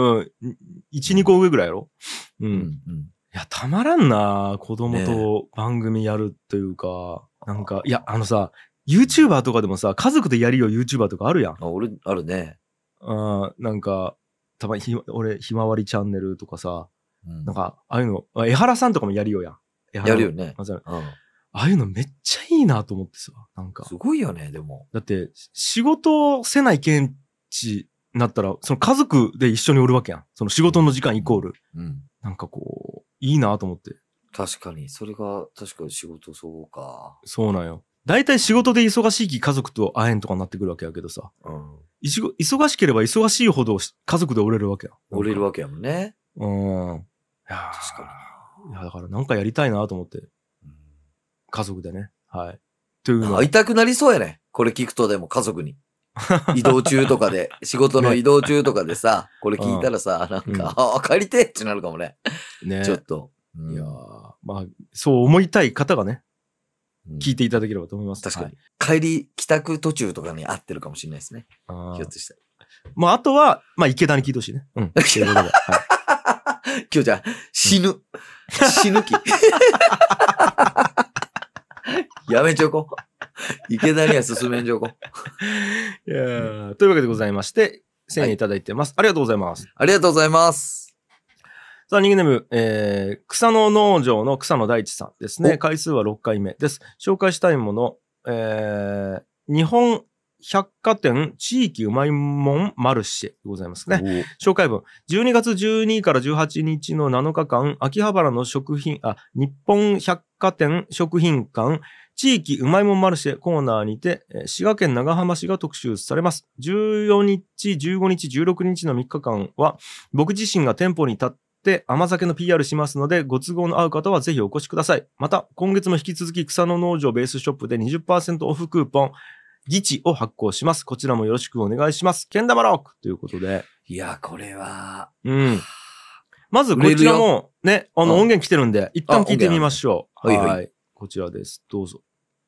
Speaker 1: 1、2個上ぐらいやろ？いや、たまらんな、子供と番組やるというか、なんか、いや、YouTuber とかでもさ、家族でやりよ YouTuber とかあるやん。
Speaker 2: あるね。
Speaker 1: なんか、たまに俺、ひまわりチャンネルとかさ、なんか、ああいうの、江原さんとかもやりよやん。
Speaker 2: やるよね。
Speaker 1: ああいうのめっちゃいいなと思ってさ、なんか。
Speaker 2: すごいよね、でも。
Speaker 1: だって、仕事せないけんちになったら、その家族で一緒におるわけやん。その仕事の時間イコール。なんかこう、いいなと思って。
Speaker 2: 確かに。それが、確かに仕事そうか。
Speaker 1: そうなんよ。大体仕事で忙しい日家族と会えんとかになってくるわけやけどさ。忙しければ忙しいほど家族でおれるわけや。
Speaker 2: おれるわけやもんね。
Speaker 1: いや確かに。いや、だからなんかやりたいなと思って。家族でね。はい。というの。
Speaker 2: 会いたくなりそうやね。これ聞くとでも家族に。移動中とかで、仕事の移動中とかでさ、これ聞いたらさ、なんか、帰りてってなるかもね。ちょっと。
Speaker 1: いやまあ、そう思いたい方がね、聞いていただければと思います。
Speaker 2: 確かに。帰宅途中とかに合ってるかもしれないですね。ひょっとしたら。
Speaker 1: まあ、あとは、まあ、池田に聞いてほしいね。ということで。今
Speaker 2: 日じゃ死ぬ気。やめちょこ。池田には進めんじょこ。
Speaker 1: いやというわけでございまして、1000円いただいてます。ありがとうございます。
Speaker 2: ありがとうございます。
Speaker 1: さあ、人間ネーム、草野農場の草野大地さんですね。回数は6回目です。紹介したいもの、日本百貨店地域うまいもんマルシェでございますね。紹介文。12月12から18日の7日間、秋葉原の日本百貨店食品館地域うまいもんマルシェコーナーにて、滋賀県長浜市が特集されます。14日、15日、16日の3日間は、僕自身が店舗に立って甘酒の PR しますので、ご都合の合う方はぜひお越しください。また、今月も引き続き草野農場ベースショップで 20% オフクーポン、ギチを発行します。こちらもよろしくお願いします。けん玉ロックということで。
Speaker 2: いや、これは。
Speaker 1: まずこちらもね、音源来てるんで、一旦聞いてみましょう。はい。こちらです。どうぞ。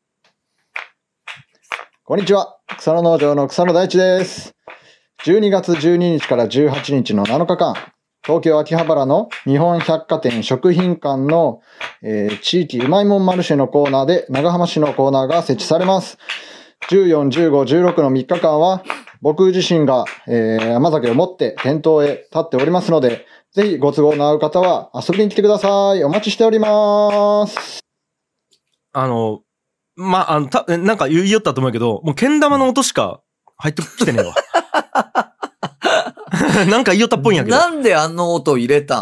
Speaker 5: こんにちは。草野農場の草野大地です。12月12日から18日の7日間、東京秋葉原の日本百貨店食品館の、地域うまいもんマルシェのコーナーで長浜市のコーナーが設置されます。14、15、16の3日間は僕自身が、甘酒を持って店頭へ立っておりますので、ぜひご都合の合う方は遊びに来てください。お待ちしております。
Speaker 1: なんか言いよったと思うけど、もうけん玉の音しか入ってきてねえわ。なんか言いよったっぽいんやけど。
Speaker 2: なんであの音入れたん？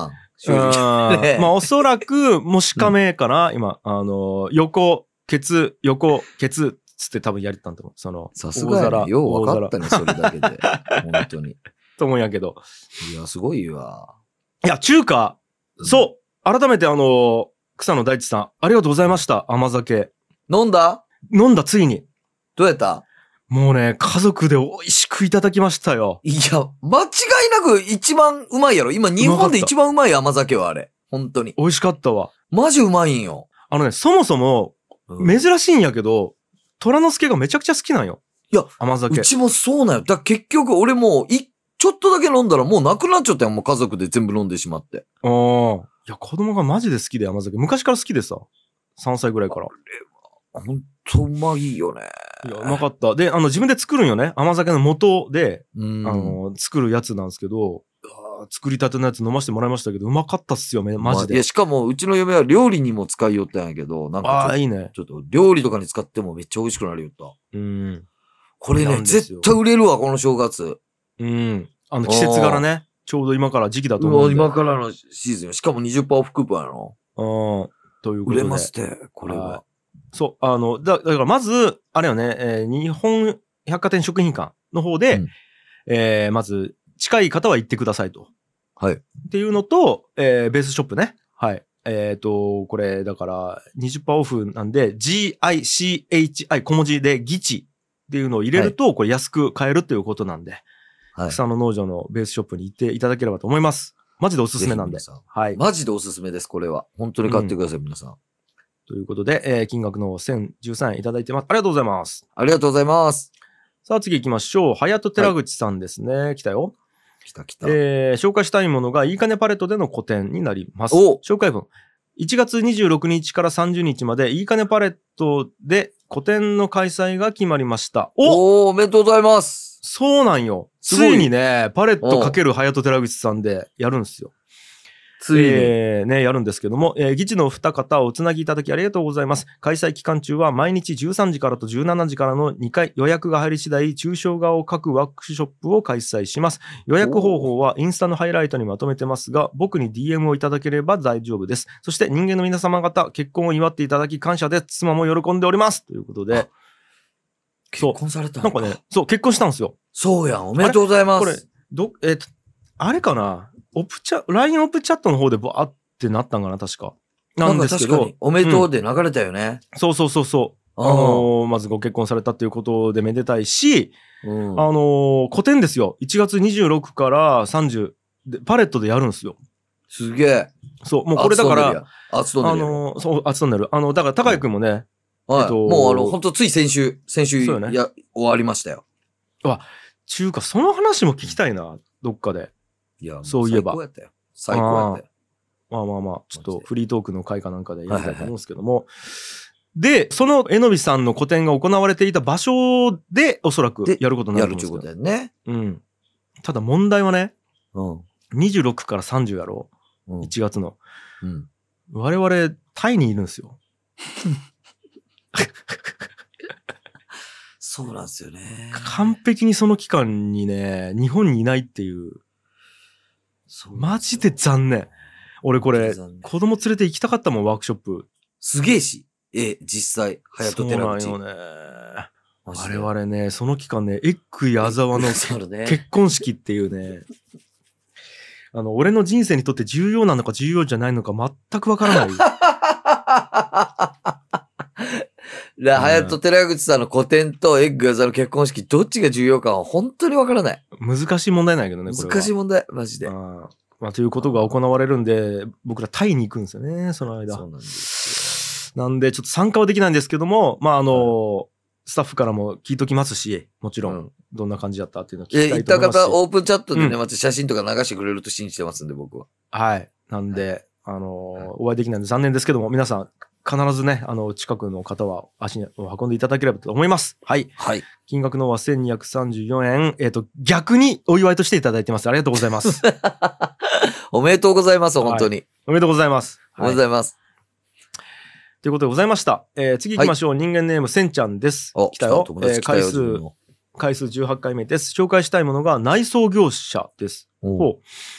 Speaker 2: 正直。ね
Speaker 1: まあおそらく、もしかめかな、今、横、ケツ、つって多分やりたんだと思う。その、
Speaker 2: さすがやね。よう分かったね、それだけで。本当に。
Speaker 1: と思うんやけど。
Speaker 2: いや、すごいわ。
Speaker 1: いや、中華、そう改めて草野大地さん、ありがとうございました。甘酒。
Speaker 2: 飲んだ
Speaker 1: ついに。
Speaker 2: どうやった？
Speaker 1: もうね、家族で美味しくいただきましたよ。
Speaker 2: いや、間違いなく一番うまいやろ。今、日本で一番うまい甘酒はあれ。本当に。
Speaker 1: 美味しかったわ。
Speaker 2: マジうまいんよ。
Speaker 1: そもそも、
Speaker 2: うん
Speaker 1: 珍しいんやけど、虎之助がめちゃくちゃ好きなんよ。
Speaker 2: いや、
Speaker 1: 甘酒。
Speaker 2: うちもそうなんよ。だから結局俺もちょっとだけ飲んだらもうなくなっちゃったよ。もう家族で全部飲んでしまって。
Speaker 1: ああ。いや、子供がマジで好きで甘酒。昔から好きでさ。3歳ぐらいから。
Speaker 2: ほんとうまいよね。
Speaker 1: いや、うまかった。で、自分で作るんよね。甘酒の素で、
Speaker 2: うん。
Speaker 1: 作るやつなんですけど、作りたてのやつ飲ませてもらいましたけど、うまかったっすよ、マジで。
Speaker 2: いや、しかもうちの嫁は料理にも使いよったんやけど、なんか
Speaker 1: いいね。
Speaker 2: ちょっと料理とかに使ってもめっちゃ美味しくなるよった。これね、
Speaker 1: なんですよ
Speaker 2: 絶対売れるわ、この正月。
Speaker 1: 季節柄ね。ちょうど今から時期だと思うんで。
Speaker 2: 今からのシーズンよ。しかも20%オフクーポンやろ。
Speaker 1: ということで。
Speaker 2: 売れますって、これは。
Speaker 1: そう、だからまず、あれよね、日本百貨店食品館の方で、まず、近い方は行ってくださいと。
Speaker 2: はい。
Speaker 1: っていうのと、ベースショップね。はい。これ、だから、20%オフなんで、GICHI 小文字でギチっていうのを入れると、これ安く買えるということなんで、
Speaker 2: はい。
Speaker 1: 草野農場のベースショップに行っていただければと思います。マジでおすすめなんで。
Speaker 2: ぜひ皆さん
Speaker 1: はい。
Speaker 2: マジでおすすめです、これは。本当に買ってください、皆さん。
Speaker 1: ということで、金額の1013円いただいてます。ありがとうございます。
Speaker 2: ありがとうございます。
Speaker 1: さあ次行きましょう。はやと寺口さんですね。来たよ。
Speaker 2: 来た来た。
Speaker 1: 紹介したいものが、いいかねパレットでの個展になります。
Speaker 2: お
Speaker 1: 紹介文。1月26日から30日まで、いいかねパレットで個展の開催が決まりました。
Speaker 2: おめでとうございます。
Speaker 1: そうなんよ。
Speaker 2: すごい
Speaker 1: ついにね、パレット×はやと寺口さんでやるんですよ。
Speaker 2: ついに。
Speaker 1: ね、やるんですけども、議事の二方をおつなぎいただきありがとうございます。開催期間中は毎日13時からと17時からの2回予約が入り次第、抽象画を描くワークショップを開催します。予約方法はインスタのハイライトにまとめてますが、僕に DM をいただければ大丈夫です。そして人間の皆様方、結婚を祝っていただき感謝で、妻も喜んでおります。ということで。
Speaker 2: 結婚された
Speaker 1: なんかね、そう、結婚したんですよ。
Speaker 2: そうやん、おめでとうございます。
Speaker 1: これ、あれかなLINE オプチャットの方でバーってなったんかな確か。なんですけど。
Speaker 2: 確かに、おめでとうで流れたよね。
Speaker 1: そう。まずご結婚されたということでめでたいし、個展ですよ。1月26から30で、パレットでやるんですよ。
Speaker 2: すげえ。
Speaker 1: そう、もうこれだから、
Speaker 2: 厚飛んでる。
Speaker 1: そう、厚飛んでる。だから、高井くんもね、
Speaker 2: はい。もうほんとつい先週
Speaker 1: そうよね
Speaker 2: 終わりましたよ。
Speaker 1: 中華、その話も聞きたいな、どっかで。
Speaker 2: いや、
Speaker 1: そういえば
Speaker 2: 最高やったよ。最高やったよ。
Speaker 1: まあ、ちょっとフリートークの会かなんかでやりたいと思うんですけども。で、そのえのびさんの個展が行われていた場所で、おそらくやることになると思うんですけど。
Speaker 2: やるってことだよね。
Speaker 1: ただ問題はね、
Speaker 2: うん。
Speaker 1: 26から30やろう。1月の。我々、タイにいるんですよ。
Speaker 2: そうなんですよね。
Speaker 1: 完璧にその期間にね、日本にいないっていう。マジで残念。俺これ、子供連れて行きたかったもん、ワークショップ。
Speaker 2: すげえし。実際、はやと寺口。
Speaker 1: そうなんよね。我々ね、その期間ね、エッグ矢沢の結婚式っていうね、俺の人生にとって重要なのか重要じゃないのか全くわからない。
Speaker 2: はやと寺口さんの個展とエッグ矢沢の結婚式、どっちが重要かは本当にわからない。
Speaker 1: 難しい問題なんやけどね、これは。
Speaker 2: 難しい問題、マジで。
Speaker 1: ということが行われるんで、僕らタイに行くんですよね、その間。
Speaker 2: そうなんです
Speaker 1: よ。なんで、ちょっと参加はできないんですけども、スタッフからも聞いときますし、もちろん、どんな感じだったっていうのを聞きたいと思いますし。
Speaker 2: 行った方、オープンチャットでね、また写真とか流してくれると信じてますんで、僕は。
Speaker 1: はい。なんで、お会いできないんで残念ですけども、皆さん、必ずね、近くの方は足を運んでいただければと思います。はい。
Speaker 2: はい。
Speaker 1: 金額の方は1234円。逆にお祝いとしていただいてます。ありがとうございます。
Speaker 2: おめでとうございます、本当に。
Speaker 1: おめでとうございます。
Speaker 2: おめでとうございます。
Speaker 1: ということでございました。次行きましょう。人間ネーム、せんちゃんです。来たよ。回数18回目です。紹介したいものが内装業者です。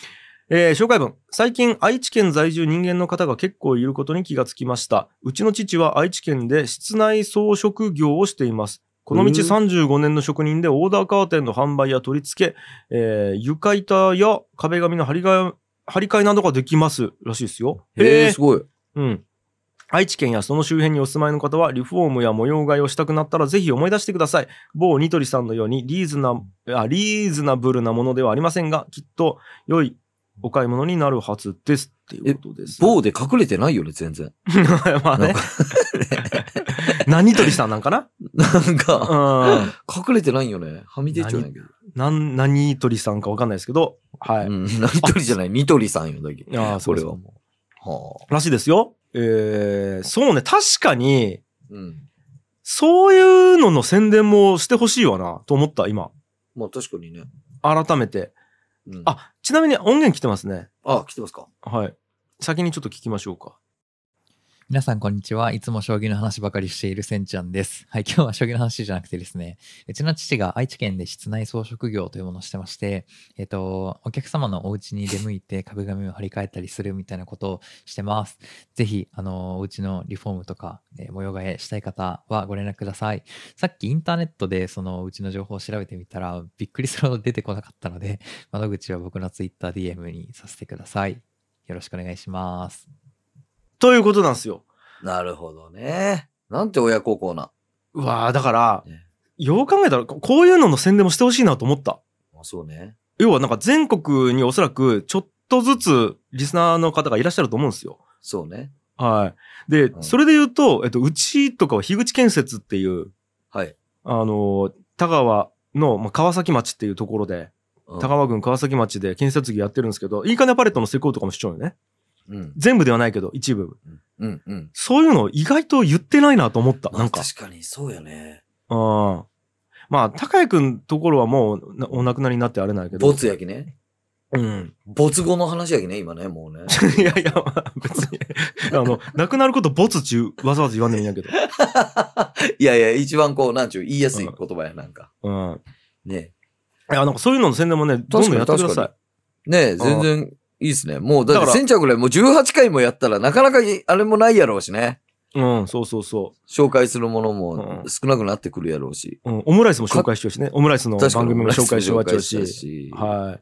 Speaker 1: 紹介文。最近愛知県在住人間の方が結構いることに気がつきました。うちの父は愛知県で室内装飾業をしています。この道35年の職人でオーダーカーテンの販売や取り付け、床板や壁紙の張り替えなどができますらしいですよ。
Speaker 2: すごい。
Speaker 1: うん。愛知県やその周辺にお住まいの方はリフォームや模様替えをしたくなったらぜひ思い出してください。某ニトリさんのようにリーズナブルなものではありませんが、きっと良いお買い物になるはずですっていうことです。
Speaker 2: 某で隠れてないよね、全然。
Speaker 1: まあね。何ニトリさんなんかな
Speaker 2: なんか、隠れてないよね。はみ出ちゃうんやけど。
Speaker 1: 何ニトリさんかわかんないですけど、はい。
Speaker 2: 何ニトリじゃない、ニトリさんよ、だけ。
Speaker 1: ああ、そうですか。
Speaker 2: これはもう。は
Speaker 1: らしいですよ。そうね、確かに、
Speaker 2: うん。
Speaker 1: そういうのの宣伝もしてほしいわな、と思った、今。
Speaker 2: まあ確かにね。
Speaker 1: 改めて。
Speaker 2: うん、
Speaker 1: ちなみに音源来てますね。
Speaker 2: 来てますか。
Speaker 1: はい。先にちょっと聞きましょうか。
Speaker 6: 皆さんこんにちは。いつも将棋の話ばかりしているせんちゃんです。はい、今日は将棋の話じゃなくてですね、うちの父が愛知県で室内装飾業というものをしてまして、お客様のお家に出向いて壁紙を張り替えたりするみたいなことをしてます。ぜひ、お家のリフォームとか、模様替えしたい方はご連絡ください。さっきインターネットでそのうちの情報を調べてみたら、びっくりするほど出てこなかったので、窓口は僕の TwitterDM にさせてください。よろしくお願いします。
Speaker 1: ということなんですよ。
Speaker 2: なるほどね。なんて親孝行な。
Speaker 1: うわぁ、だから、よう考えたら、こういうのの宣伝もしてほしいなと思った。
Speaker 2: そうね。
Speaker 1: 要はなんか全国におそらくちょっとずつリスナーの方がいらっしゃると思うんですよ。
Speaker 2: そうね。
Speaker 1: はい。で、それで言うと、うちとかは樋口建設っていう、
Speaker 2: はい。
Speaker 1: 田川の、川崎町っていうところで、田川郡川崎町で建設業やってるんですけど、いいかねパレットの施工とかもしちゃうよね。
Speaker 2: うん、
Speaker 1: 全部ではないけど、一部。
Speaker 2: うんうん、
Speaker 1: そういうの意外と言ってないなと思った。なんか。
Speaker 2: 確かにそうよね。
Speaker 1: まあ、高谷くんところはもうお亡くなりになってあれないけど。
Speaker 2: 没やきね。
Speaker 1: うん。
Speaker 2: 没後の話やきね、今ね、もうね。
Speaker 1: いやいや、別に。亡くなること没中わざわざ言わんでもいいんやけど。
Speaker 2: いやいや、一番こう、なんちゅう、言いやすい言葉や、なんか。ね。
Speaker 1: いや、なんかそういうのの宣伝もね、どんどんやってください。
Speaker 2: ね、全然。いいですね。もう、だって、せんちゃんぐらいもう18回もやったら、なかなかあれもないやろうしね。
Speaker 1: うん、そうそうそう。
Speaker 2: 紹介するものも少なくなってくるやろうし。
Speaker 1: オムライスも紹介しようしね。オムライスの番組も紹介しようし。はい。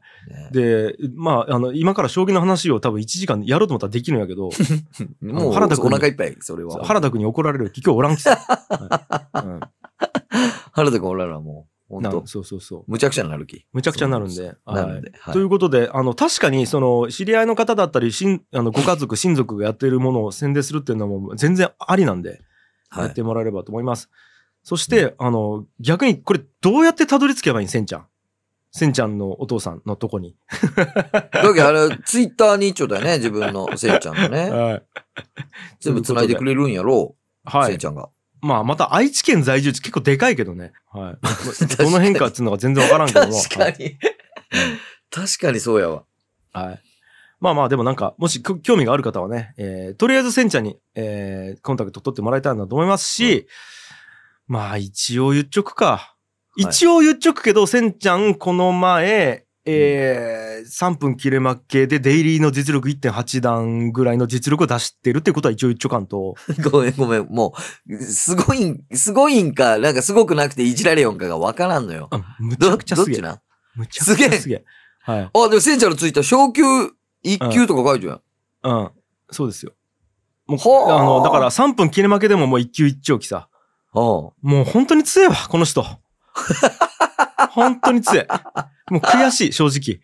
Speaker 1: で、まあ、今から将棋の話を多分1時間やろうと思ったらできるんやけど。
Speaker 2: もう、原田君お腹いっぱい、それは。
Speaker 1: 原田君に怒られる。今日おらんきさ。
Speaker 2: 原田君おらんらもう。
Speaker 1: そうそうそう。
Speaker 2: むちゃくちゃになるき。
Speaker 1: むちゃくちゃになるんで。ということで、確かに、知り合いの方だったり、ご家族、親族がやっているものを宣伝するっていうのも全然ありなんで、やってもらえればと思います。そして、逆に、これ、どうやってたどり着けばいいんせんちゃん。せんちゃんのお父さんのとこに。
Speaker 2: だけど、あれ、ツイッターに一応だよね、自分のせんちゃんのね。はい。全部繋いでくれるんやろう。はい。せんちゃんが。
Speaker 1: また愛知県在住って結構でかいけどね。はい。どの変化っていうのが全然わからんけども。
Speaker 2: 確かに。確かにそうやわ。
Speaker 1: はい。まあでもなんか、もし興味がある方はね、とりあえずせんちゃんに、コンタクト取ってもらいたいなと思いますし、まあ一応言っちょくか。一応言っちょくけど、せんちゃんこの前、3分切れ負けでデイリーの実力 1.8 段ぐらいの実力を出してるってことは一応言っちょかんと。
Speaker 2: ごめん。もう、すごいんか、なんかすごくなくていじられよんかがわからんのよ。
Speaker 1: むちゃくちゃすげえ。
Speaker 2: どっちな？
Speaker 1: むちゃくちゃすげえ。はい。
Speaker 2: でもせんちゃんのついた昇級1級とか書いてるやん。
Speaker 1: うん。そうですよ。もう、だから3分切れ負けでももう1級1丁きさ。もう本当に強いわ、この人。本当に強い。もう悔しい、正直。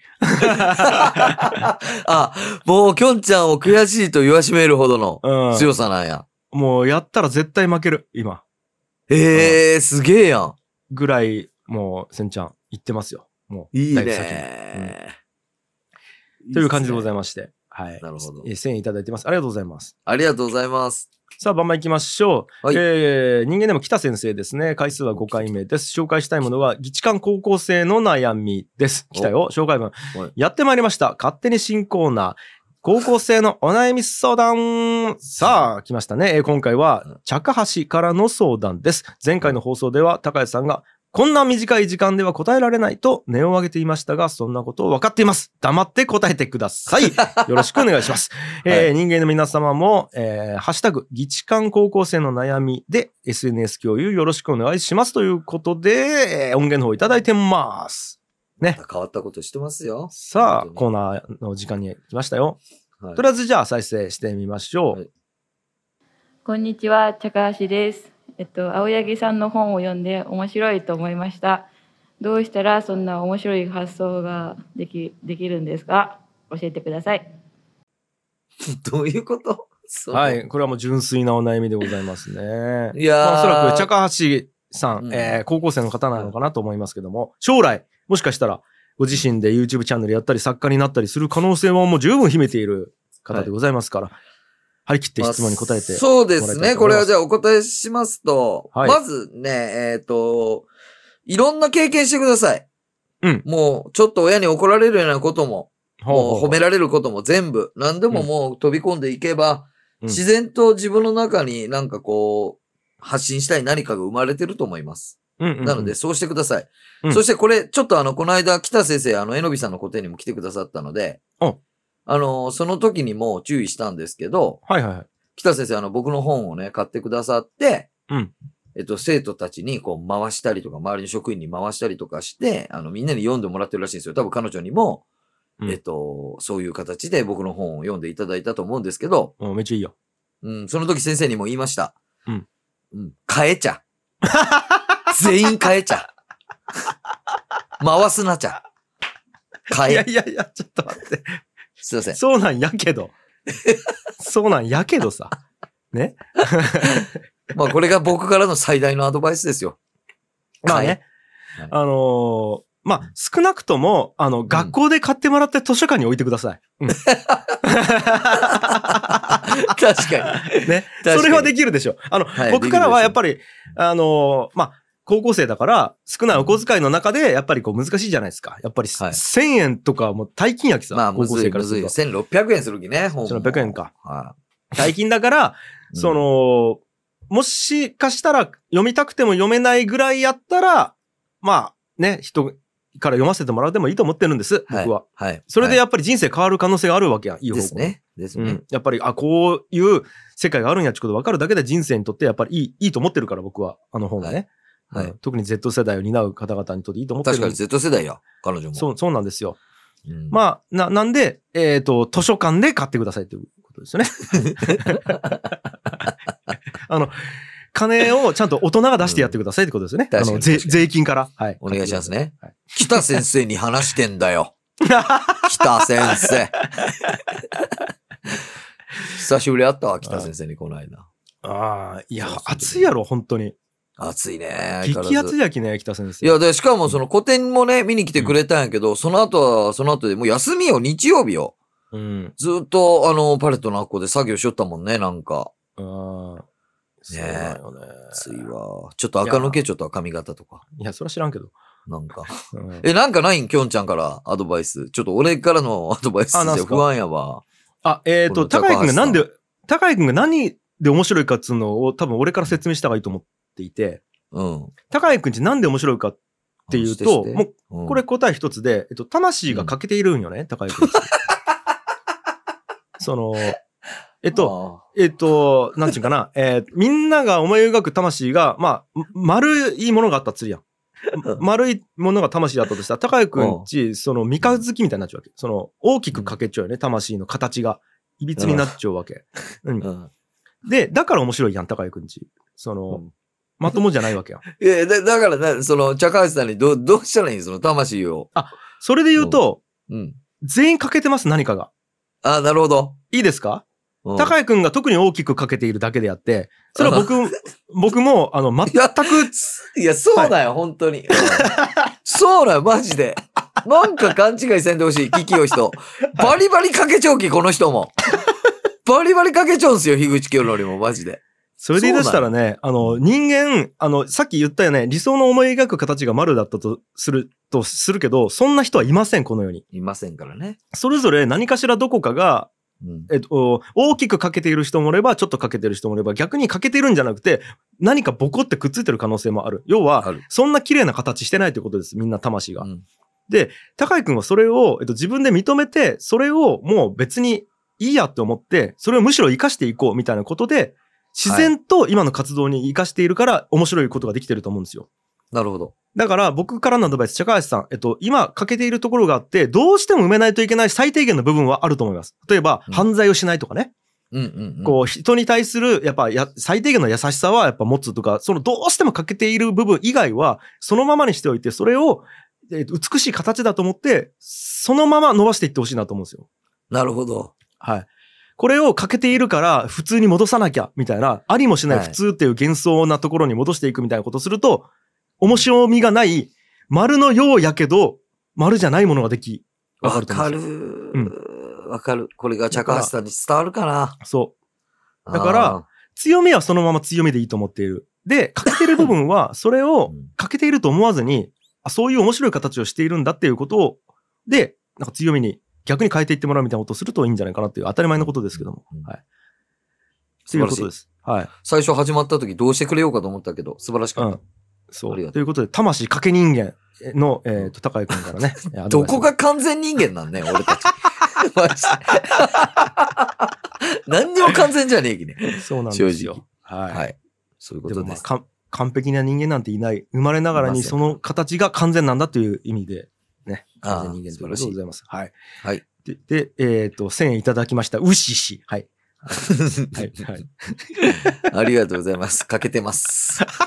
Speaker 2: もうきょんちゃんを悔しいと言わしめるほどの強さなんや。
Speaker 1: もうやったら絶対負ける、今。
Speaker 2: すげえやん。
Speaker 1: ぐらい、もう、せんちゃん、言ってますよ。もう、
Speaker 2: いいね
Speaker 1: という感じでございまして。はい。
Speaker 2: なるほど。
Speaker 1: 1000円いただいてます。ありがとうございます。
Speaker 2: ありがとうございます。
Speaker 1: さあ、番前行きましょう。
Speaker 2: はい、
Speaker 1: 人間でも北先生ですね。回数は5回目です。紹介したいものは、議事官高校生の悩みです。来たよ、紹介文。やってまいりました。勝手に新コーナー。高校生のお悩み相談。さあ、来ましたね。今回は、着橋からの相談です。前回の放送では、高谷さんが、 こんな短い時間では答えられないと音を上げていましたが、そんなことを分かっています。黙って答えてください。よろしくお願いします。人間の皆様も、ハッシュタグ、議事官高校生の悩みで SNS 共有よろしくお願いしますということで、音源の方いただいてます。ね。
Speaker 2: 変わったことしてますよ。
Speaker 1: さあ、コーナーの時間に来ましたよ。はい、とりあえずじゃあ再生してみましょう。はい、
Speaker 7: こんにちは、高橋です。青柳さんの本を読んで面白いと思いました。どうしたらそんな面白い発想ができるんですか？教えてください。
Speaker 2: どういうこと？
Speaker 1: はい、これはもう純粋なお悩みでございますね。
Speaker 2: いやー、
Speaker 1: おそらく高橋さん、高校生の方なのかなと思いますけども、将来もしかしたらご自身で YouTube チャンネルやったり作家になったりする可能性はもう十分秘めている方でございますから。張り切って質問に答えて、
Speaker 2: そうですね。これはじゃあお答えしますと、はい、まずね、いろんな経験してください。
Speaker 1: うん。
Speaker 2: もう、ちょっと親に怒られるようなことも、もう褒められることも全部、何でももう飛び込んでいけば、自然と自分の中になんかこう、発信したい何かが生まれてると思います。なので、そうしてください。そしてこれ、ちょっとこの間、北先生、えのびさんの個展にも来てくださったので、その時にも注意したんですけど、
Speaker 1: はいはいはい。
Speaker 2: 北先生、僕の本をね、買ってくださって、生徒たちにこう回したりとか、周りの職員に回したりとかして、みんなに読んでもらってるらしいんですよ。多分彼女にも、そういう形で僕の本を読んでいただいたと思うんですけど、
Speaker 1: めっちゃいいよ。
Speaker 2: その時先生にも言いました。変えちゃ。全員変えちゃ。回すなちゃ。変え。
Speaker 1: いや、ちょっと待って。
Speaker 2: すいません。
Speaker 1: そうなんやけど。そうなんやけどさ。ね。
Speaker 2: まあこれが僕からの最大のアドバイスですよ。
Speaker 1: まあね。まあ少なくとも、学校で買ってもらって図書館に置いてください。
Speaker 2: 確かに。
Speaker 1: ね。それはできるでしょ。僕からはやっぱり、まあ、高校生だから、少ないお小遣いの中で、やっぱりこう難しいじゃないですか。やっぱり1000円とかもう大金やきさ。
Speaker 2: まあ、
Speaker 1: 高校生からすると。
Speaker 2: 1600円するきね、本
Speaker 1: 1600円か。大金だから、もしかしたら読みたくても読めないぐらいやったら、まあね、人から読ませてもらうでもいいと思ってるんです、僕は。
Speaker 2: はい。
Speaker 1: それでやっぱり人生変わる可能性があるわけや、いい方向。
Speaker 2: ですね。ですね。
Speaker 1: やっぱり、こういう世界があるんやってこと分かるだけで人生にとってやっぱりいいと思ってるから、僕は、本がね。はい。特に Z 世代を担う方々にとっていいと思ってる。
Speaker 2: 確かに Z 世代や、彼女も。
Speaker 1: そうなんですよ。まあ、なんで、図書館で買ってくださいということですよね。金をちゃんと大人が出してやってくださいってことですよね。税金から。はい。
Speaker 2: お願いしますね。北先生に話してんだよ。北先生。久しぶり会ったわ、北先生にこの間。
Speaker 1: いや、暑いやろ、本当に。
Speaker 2: 暑いね。
Speaker 1: 激暑やきね、北先生。
Speaker 2: いや、で、しかもその個展もね、見に来てくれたんやけど、その後でもう休みよ、日曜日よ。ずっと、パレットの学校で作業しよったもんね、なんか。ねえ。暑いわ。ちょっと垢抜けちょっと髪型とか。
Speaker 1: いや、それは知らんけど。
Speaker 2: なんか。なんかないんきょんちゃんからアドバイス。ちょっと俺からのアドバイスじゃ不安やわ。
Speaker 1: 高井くんが何で面白いかっつうのを多分俺から説明した方がいいと思っていて。高井くんちなんで面白いかっていうと、もう、これ答え一つで、魂が欠けているんよね、高井くんち。なんちゅうかな、みんなが思い描く魂が、まあ、丸いものがあったっつるやん。丸いものが魂だったとしたら、高井くんち、三日月みたいになっちゃうわけ。大きく欠けちゃうよね、魂の形が。いびつになっちゃうわけ。で、だから面白いやん、高井くんち。まともじゃないわけやん。
Speaker 2: いや、だからね、高橋さんにどうしたらいいの魂を。
Speaker 1: それで言うと、全員欠けてます、何かが。
Speaker 2: なるほど。
Speaker 1: いいですか？高井くんが特に大きく欠けているだけであって、それは僕も、全く。
Speaker 2: いや、そうだよ、本当に。そうだよ、マジで。なんか勘違いせんでほしい、聞きよ人。バリバリ欠けちゃうき、この人も。バリバリ欠けちゃうんすよ、樋口清則も、マジで。
Speaker 1: それで言い出したらね、人間、さっき言ったよね、理想の思い描く形が丸だったとするけど、そんな人はいません、この世に。
Speaker 2: いませんからね。
Speaker 1: それぞれ何かしらどこかが大きく欠けている人もいれば、ちょっと欠けている人もいれば、逆に欠けているんじゃなくて、何かボコってくっついてる可能性もある。要は、そんな綺麗な形してないということです。みんな魂が。で、高井くんはそれを、自分で認めて、それをもう別にいいやって思って、それをむしろ活かしていこうみたいなことで、自然と今の活動に活かしているから面白いことができてると思うんですよ。
Speaker 2: なるほど。
Speaker 1: だから僕からのアドバイス、高橋さん、今欠けているところがあって、どうしても埋めないといけない最低限の部分はあると思います。例えば、犯罪をしないとかね。こう、人に対する、やっぱ最低限の優しさはやっぱ持つとか、そのどうしても欠けている部分以外は、そのままにしておいて、それを、美しい形だと思って、そのまま伸ばしていってほしいなと思うんですよ。
Speaker 2: なるほど。
Speaker 1: はい。これを欠けているから普通に戻さなきゃみたいな、ありもしない普通っていう幻想なところに戻していくみたいなことをすると、面白みがない丸のようやけど丸じゃないものができ、わかると思うんですよ。
Speaker 2: わかる。これが高橋さんに伝わるかな。
Speaker 1: そう。だから強みはそのまま強みでいいと思っている。で、欠けている部分はそれを欠けていると思わずに、そういう面白い形をしているんだっていうことを、で、なんか強みに逆に変えていってもらうみたいなことをするといいんじゃないかなっていう当たり前のことですけども。はい。ということです。はい。
Speaker 2: 最初始まった時どうしてくれようかと思ったけど、素晴らしかった。
Speaker 1: そう。ということで、魂賭け人間の、高井くんからね。
Speaker 2: どこが完全人間なんね、俺たち。マジで。何にも完全じゃねえきね。
Speaker 1: そうなんですよ。
Speaker 2: はい。そういうことです。
Speaker 1: 完璧な人間なんていない。生まれながらにその形が完全なんだという意味で、ね。完全人間ということでございます。はい。
Speaker 2: はい。
Speaker 1: で、1000円いただきました。ウシシ。はい。はい。はい。
Speaker 2: ありがとうございます。かけてます。か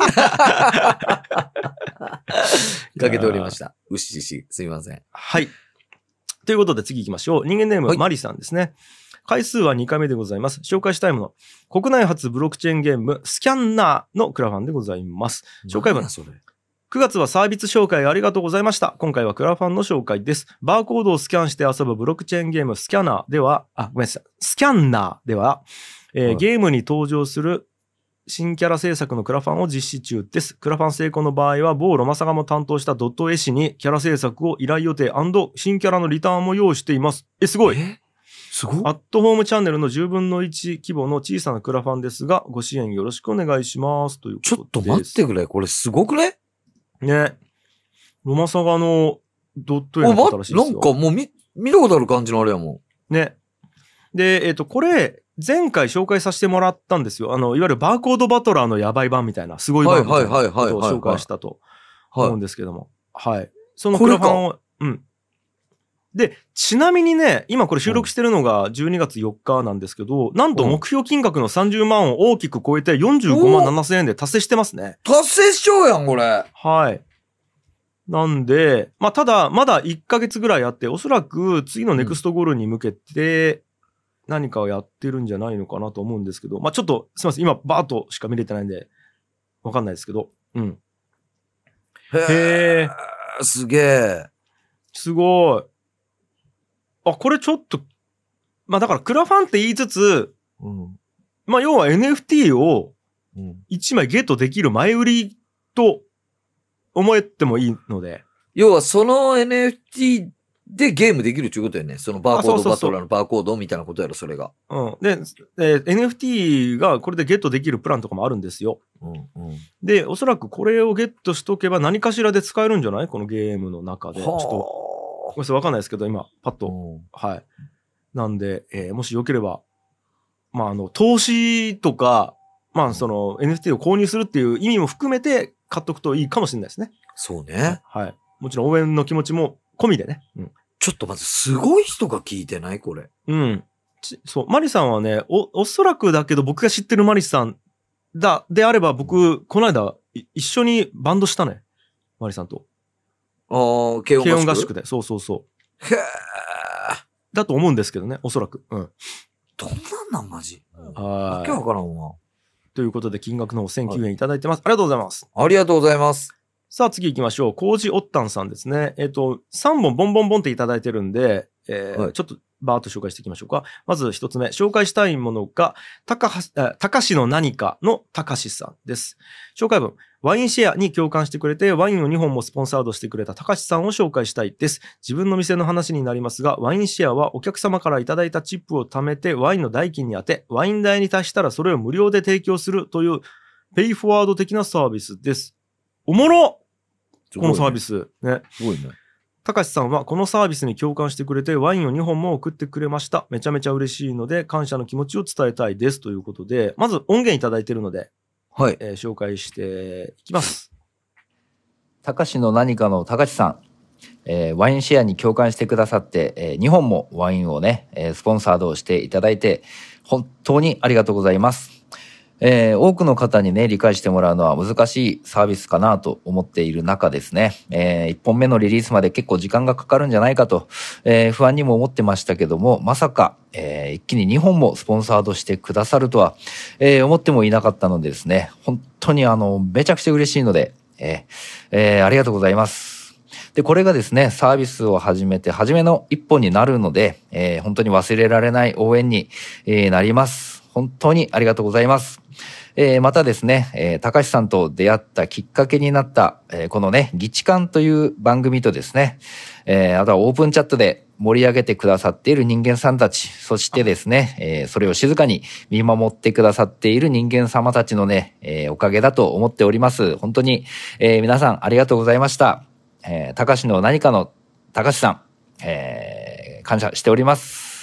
Speaker 2: けておりました。ウシシ。すみません。
Speaker 1: はい。ということで次行きましょう。人間ネーム、マリさんですね。回数は2回目でございます。紹介したいもの。国内初ブロックチェーンゲーム、スキャンナーのクラファンでございます。紹介文。9月はサービス紹介ありがとうございました。今回はクラファンの紹介です。バーコードをスキャンして遊ぶブロックチェーンゲームスキャナーでは、ごめんなさい。スキャンナーでは、ゲームに登場する新キャラ制作のクラファンを実施中です。クラファン成功の場合は、某ロマサガも担当したドット絵師にキャラ制作を依頼予定&新キャラのリターンも用意しています。すごい。
Speaker 2: すごい。
Speaker 1: アットホームチャンネルの10分の1規模の小さなクラファンですが、ご支援よろしくお願いします。ということです。
Speaker 2: ちょっと待ってくれ。これすごくね？
Speaker 1: ね。ロマサガのドット絵の方らしいですよ。
Speaker 2: なんかもう見たことある感じのあれやも
Speaker 1: ん。ね。で、これ、前回紹介させてもらったんですよ。いわゆるバーコードバトラーのやばい版みたいな、すごい版みたいなことを紹介したと思うんですけども。はい。そのクラファンを、で、ちなみにね、今これ収録してるのが12月4日なんですけど、なんと目標金額の30万を大きく超えて45万7000円で達成してますね。
Speaker 2: 達成しちゃうやん、これ。
Speaker 1: はい。なんで、ただ、まだ1ヶ月ぐらいあって、おそらく次のネクストゴールに向けて何かをやってるんじゃないのかなと思うんですけど、ちょっと、すいません、今バーッとしか見れてないんで、わかんないですけど、
Speaker 2: へー。すげえ。
Speaker 1: すごい。これちょっと、だからクラファンって言いつつ、要は NFT を1枚ゲットできる前売りと思えてもいいので。
Speaker 2: 要はその NFT でゲームできるっていうことよね。そのバーコードバトラーのバーコードみたいなことやろ、それが。
Speaker 1: で、NFT がこれでゲットできるプランとかもあるんですよ。で、おそらくこれをゲットしとけば何かしらで使えるんじゃない？このゲームの中で。ちょっと。ごめんなさい、わかんないですけど、今、パッと。はい。なんで、もしよければ、投資とか、その NFT を購入するっていう意味も含めて買っとくといいかもしれないですね。
Speaker 2: そうね。
Speaker 1: はい。もちろん応援の気持ちも込みでね。
Speaker 2: ちょっとまずすごい人が聞いてないこれ。
Speaker 1: そう。マリさんはね、おそらくだけど僕が知ってるマリさんであれば僕、この間、一緒にバンドしたね。マリさんと。
Speaker 2: 軽
Speaker 1: 音合宿で。そう。
Speaker 2: へー。
Speaker 1: だと思うんですけどね、おそらく。
Speaker 2: どんなんマジ。
Speaker 1: わ
Speaker 2: けわからんわ。
Speaker 1: ということで、金額の1009円いただいてます。ありがとうございます。
Speaker 2: ありがとうございます。
Speaker 1: さあ、次行きましょう。コージオッタンさんですね。3本ボンボンボンっていただいてるんで、ちょっとバーっと紹介していきましょうか。まず一つ目、紹介したいものが、たかしの何かのたかしさんです。紹介文。 ワインシェアに共感してくれて、ワインを2本もスポンサードしてくれた高橋さんを紹介したいです。自分の店の話になりますが、ワインシェアはお客様からいただいたチップを貯めてワインの代金に当て、ワイン代に達したらそれを無料で提供するというペイフォワード的なサービスです。おもろこのサービス。ね。
Speaker 2: すごいね。
Speaker 1: 高橋さんはこのサービスに共感してくれてワインを2本も送ってくれました。めちゃめちゃ嬉しいので感謝の気持ちを伝えたいですということで、まず音源いただいているので、
Speaker 2: はい。
Speaker 1: 紹介していきます。
Speaker 8: 高橋の何かの高橋さん、ワインシェアに共感してくださって、2本もワインをね、スポンサードしていただいて本当にありがとうございます。多くの方にね、理解してもらうのは難しいサービスかなと思っている中ですね、1本目のリリースまで結構時間がかかるんじゃないかと、不安にも思ってましたけども、まさか、一気に2本もスポンサードしてくださるとは、思ってもいなかったのでですね、本当にめちゃくちゃ嬉しいので、ありがとうございます。で、これがですね、サービスを始めて初めの一歩になるので、本当に忘れられない応援に、なります。本当にありがとうございます。またですね、高橋さんと出会ったきっかけになった、このね、議事館という番組とですね、あとはオープンチャットで盛り上げてくださっている人間さんたち、そしてですね、それを静かに見守ってくださっている人間様たちのね、おかげだと思っております。本当に、皆さんありがとうございました。高橋の何かの高橋さん、感謝しております。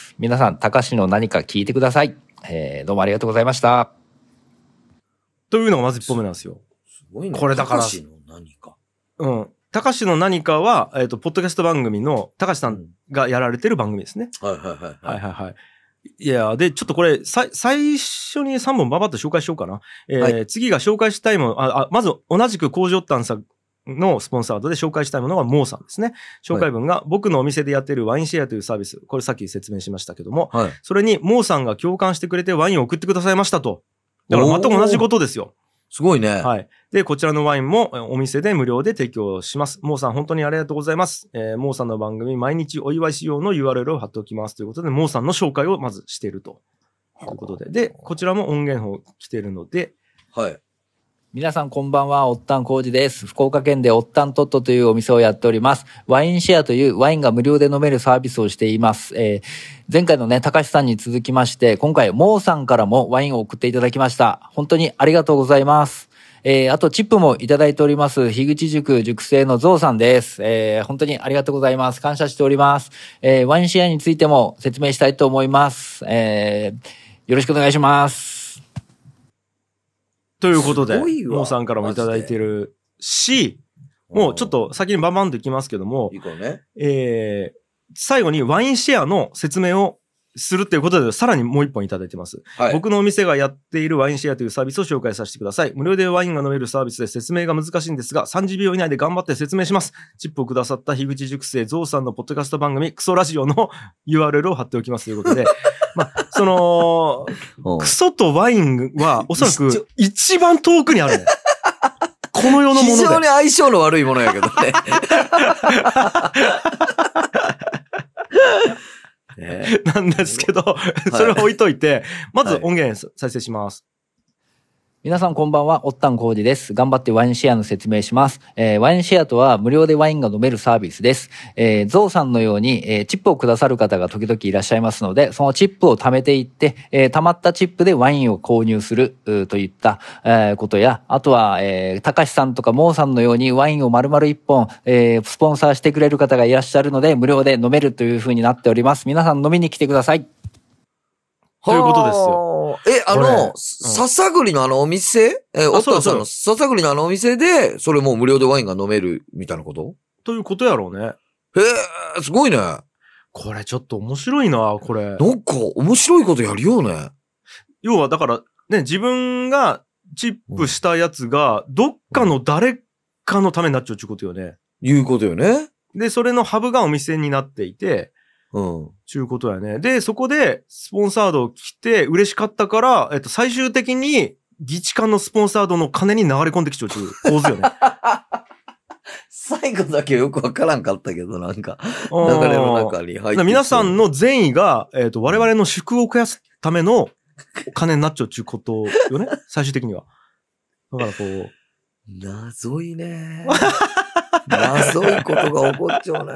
Speaker 8: 皆さん、高橋の何か聞いてください。どうもありがとうございました。
Speaker 1: というのがまず1本目なんですよ。
Speaker 2: すごいね。
Speaker 1: これだから
Speaker 2: 高橋の何か。
Speaker 1: うん。高橋の何かは、ポッドキャスト番組の高橋さんがやられてる番組ですね。
Speaker 2: はいはいはい。
Speaker 1: はいはいはい。いや、で、ちょっとこれ、最初に3本ババッと紹介しようかな。次が紹介したいもの、まず同じく工場タンさんのスポンサードで紹介したいものがモーさんですね。紹介文が、僕のお店でやっているワインシェアというサービス。これさっき説明しましたけども、
Speaker 2: はい。
Speaker 1: それにモーさんが共感してくれてワインを送ってくださいましたと。だから全く同じことですよ。
Speaker 2: すごいね。
Speaker 1: はい。で、こちらのワインもお店で無料で提供します。モーさん本当にありがとうございます。モーさんの番組毎日お祝いしようの URL を貼っておきますということで、モーさんの紹介をまずしているということで。で、こちらも音源を来ているので、
Speaker 2: はい。
Speaker 8: 皆さんこんばんは、おったんこうじです。福岡県でおったんトットというお店をやっております。ワインシェアというワインが無料で飲めるサービスをしています。前回のね、高橋さんに続きまして、今回、モーさんからもワインを送っていただきました。本当にありがとうございます。あと、チップもいただいております。樋口塾塾生のゾウさんです。本当にありがとうございます。感謝しております。ワインシェアについても説明したいと思います。よろしくお願いします。
Speaker 1: ということで、
Speaker 2: すごいわ
Speaker 1: モーさんからもいただいてるし、もうちょっと先にバンバンといきますけども、
Speaker 2: いいかね。
Speaker 1: 最後にワインシェアの説明をするっていうことで、さらにもう一本いただいてます。
Speaker 2: はい。
Speaker 1: 僕のお店がやっているワインシェアというサービスを紹介させてください。無料でワインが飲めるサービスで説明が難しいんですが、30秒以内で頑張って説明します。チップをくださった樋口塾生ゾウさんのポッドキャスト番組、クソラジオの URL を貼っておきますということで、まあ、クソとワインはおそらく一番遠くにあるね。この世のもので。
Speaker 2: 非常に相性の悪いものやけどね。
Speaker 1: なんですけど、それを置いといて、まず音源再生します。
Speaker 8: 皆さんこんばんは、おったんこうじです。頑張ってワインシェアの説明します。ワインシェアとは無料でワインが飲めるサービスです。ゾウさんのように、チップをくださる方が時々いらっしゃいますので、そのチップを貯めていって、貯まったチップでワインを購入するといった、ことや、あとは、高橋さんとかモーさんのようにワインを丸々一本、スポンサーしてくれる方がいらっしゃるので、無料で飲めるという風になっております。皆さん飲みに来てください。
Speaker 1: ということですよ。
Speaker 2: 笹栗のお店おったんさんの笹栗のお店で、それもう無料でワインが飲めるみたいなこと
Speaker 1: ということやろうね。
Speaker 2: へえ、すごいね。
Speaker 1: これちょっと面白いな、これ。
Speaker 2: なんか面白いことやるよね。
Speaker 1: 要はだから、ね、自分がチップしたやつが、どっかの誰かのためになっちゃうっていうことよね。
Speaker 2: いうことよね。
Speaker 1: で、それのハブがお店になっていて、ちゅうことやね。で、そこで、スポンサード来て、嬉しかったから、最終的に、議事館のスポンサードの金に流れ込んできちゃうちゅう構図よね。
Speaker 2: 最後だけよくわからんかったけど、なんか、流れの中に入って。
Speaker 1: 皆さんの善意が、我々の祝福を増やすためのお金になっちゃうちゅうことよね。最終的には。だからこう、
Speaker 2: 謎いね。謎いことが起こっちゃうね。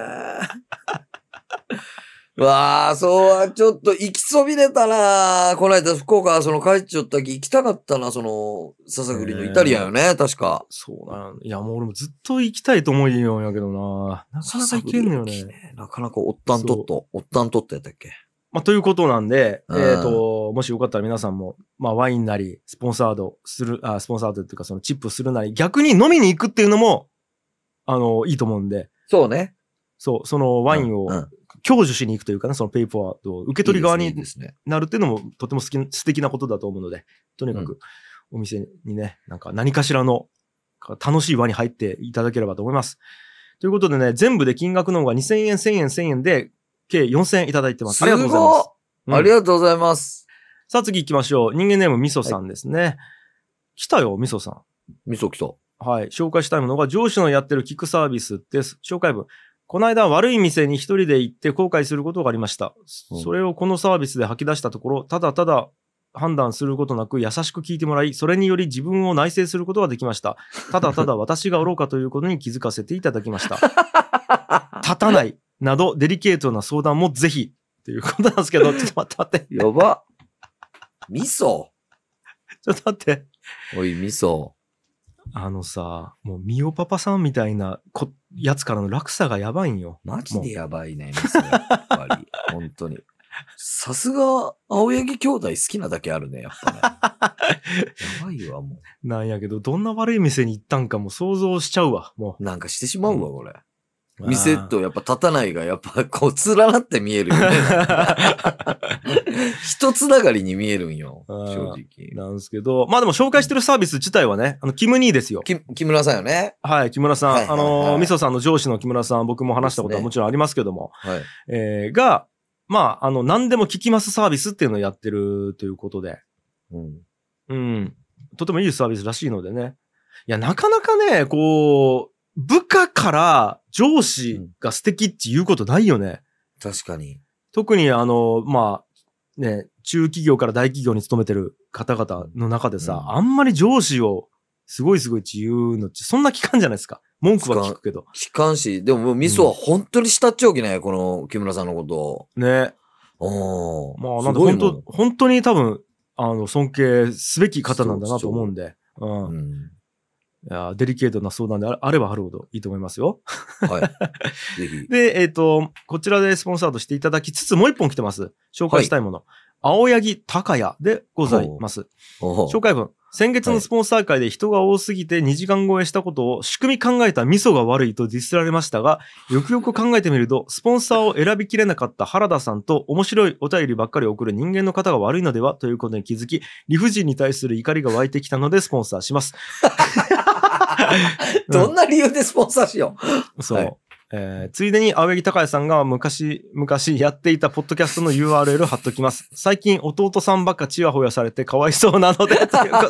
Speaker 2: わあ、そうはちょっと行きそびれたな。この間福岡帰っちゃったき行きたかったな、笹栗のイタリアンよね、確か。
Speaker 1: そうな。いや、もう俺もずっと行きたいと思いよんやけどな。なかなか行けんのよね。
Speaker 2: なかなかおったんとったやったっけ。
Speaker 1: まあ、ということなんで、
Speaker 2: うん
Speaker 1: もしよかったら皆さんも、まあ、ワインなり、スポンサードっていうか、チップするなり、逆に飲みに行くっていうのも、いいと思うんで、
Speaker 2: そうね。
Speaker 1: そう、そのワインを
Speaker 2: うん
Speaker 1: 享受しに行くというかね、そのペイパーを受け取り側に
Speaker 2: いいですね。
Speaker 1: なるっていうのもとても素敵なことだと思うので、とにかくお店にね、なんか何かしらの楽しい輪に入っていただければと思います。ということでね、全部で金額の方が2000円、1000円、1000円で、計4000円いただいてます。ありがとうございます。
Speaker 2: ありがとうございます。
Speaker 1: さあ次行きましょう。人間ネームみそさんですね。来たよ、みそさん。
Speaker 2: 味噌来た。
Speaker 1: はい。紹介したいものが上司のやってる聞くサービスです。紹介文。この間悪い店に一人で行って後悔することがありました。それをこのサービスで吐き出したところ、ただただ判断することなく優しく聞いてもらい、それにより自分を内省することができました。ただただ私が愚かということに気づかせていただきました。立たないなどデリケートな相談もぜひということなんですけど、ちょっと待って。
Speaker 2: やば。味噌。
Speaker 1: ちょっと待って。
Speaker 2: おい、味噌。
Speaker 1: もうミオパパさんみたいなやつからの落差がやばいんよ。
Speaker 2: マジでやばいね、味噌。やっぱり。本当に。さすが、青柳兄弟好きなだけあるね、やっぱね。やばいわ、も
Speaker 1: なんやけど、どんな悪い店に行ったんかも想像しちゃうわ、も
Speaker 2: う。なんかしてしまうわ、これ。
Speaker 1: う。
Speaker 2: 店とやっぱ立たないが、やっぱこう、連なって見えるよね。一つながりに見えるんよ、正直。
Speaker 1: なんですけど、まあでも紹介してるサービス自体はね、キム兄ですよ。
Speaker 2: 木村さんよね。
Speaker 1: はい、木村さん。
Speaker 2: はいはいはい
Speaker 1: みそさんの上司の木村さん、僕も話したことはもちろんありますけども、
Speaker 2: はい。
Speaker 1: が、まあ、何でも聞きますサービスっていうのをやってるということで、とてもいいサービスらしいのでね。いや、なかなかね、こう、部下から上司が素敵っていうことないよね。
Speaker 2: 確かに。
Speaker 1: 特にまあ、ね、中企業から大企業に勤めてる方々の中でさ、あんまり上司をすごいって言うのってそんな聞かんじゃないですか。文句は聞くけど。
Speaker 2: 聞かんし、でももう味噌は本当に慕っちゃうきね、この木村さんのことを。
Speaker 1: ね。まあ、なんで本当に多分、尊敬すべき方なんだなと思うんで。いや、デリケートな相談であればあるほどいいと思いますよ。
Speaker 2: はい。ぜひ。
Speaker 1: で、こちらでスポンサードしていただきつつ、もう一本来てます。紹介したいもの。青柳高也でございます。紹介文。先月のスポンサー会で人が多すぎて2時間超えしたことを仕組み考えた味噌が悪いとディスられましたが、よくよく考えてみると、スポンサーを選びきれなかった原田さんと面白いお便りばっかり送る人間の方が悪いのではということに気づき、理不尽に対する怒りが湧いてきたのでスポンサーします。
Speaker 2: どんな理由でスポンサーしよう。
Speaker 1: そう。ついでに青柳高也さんが昔やっていたポッドキャストの URL 貼っときます。最近弟さんばっかチヤホヤされてかわいそうなので、ということ。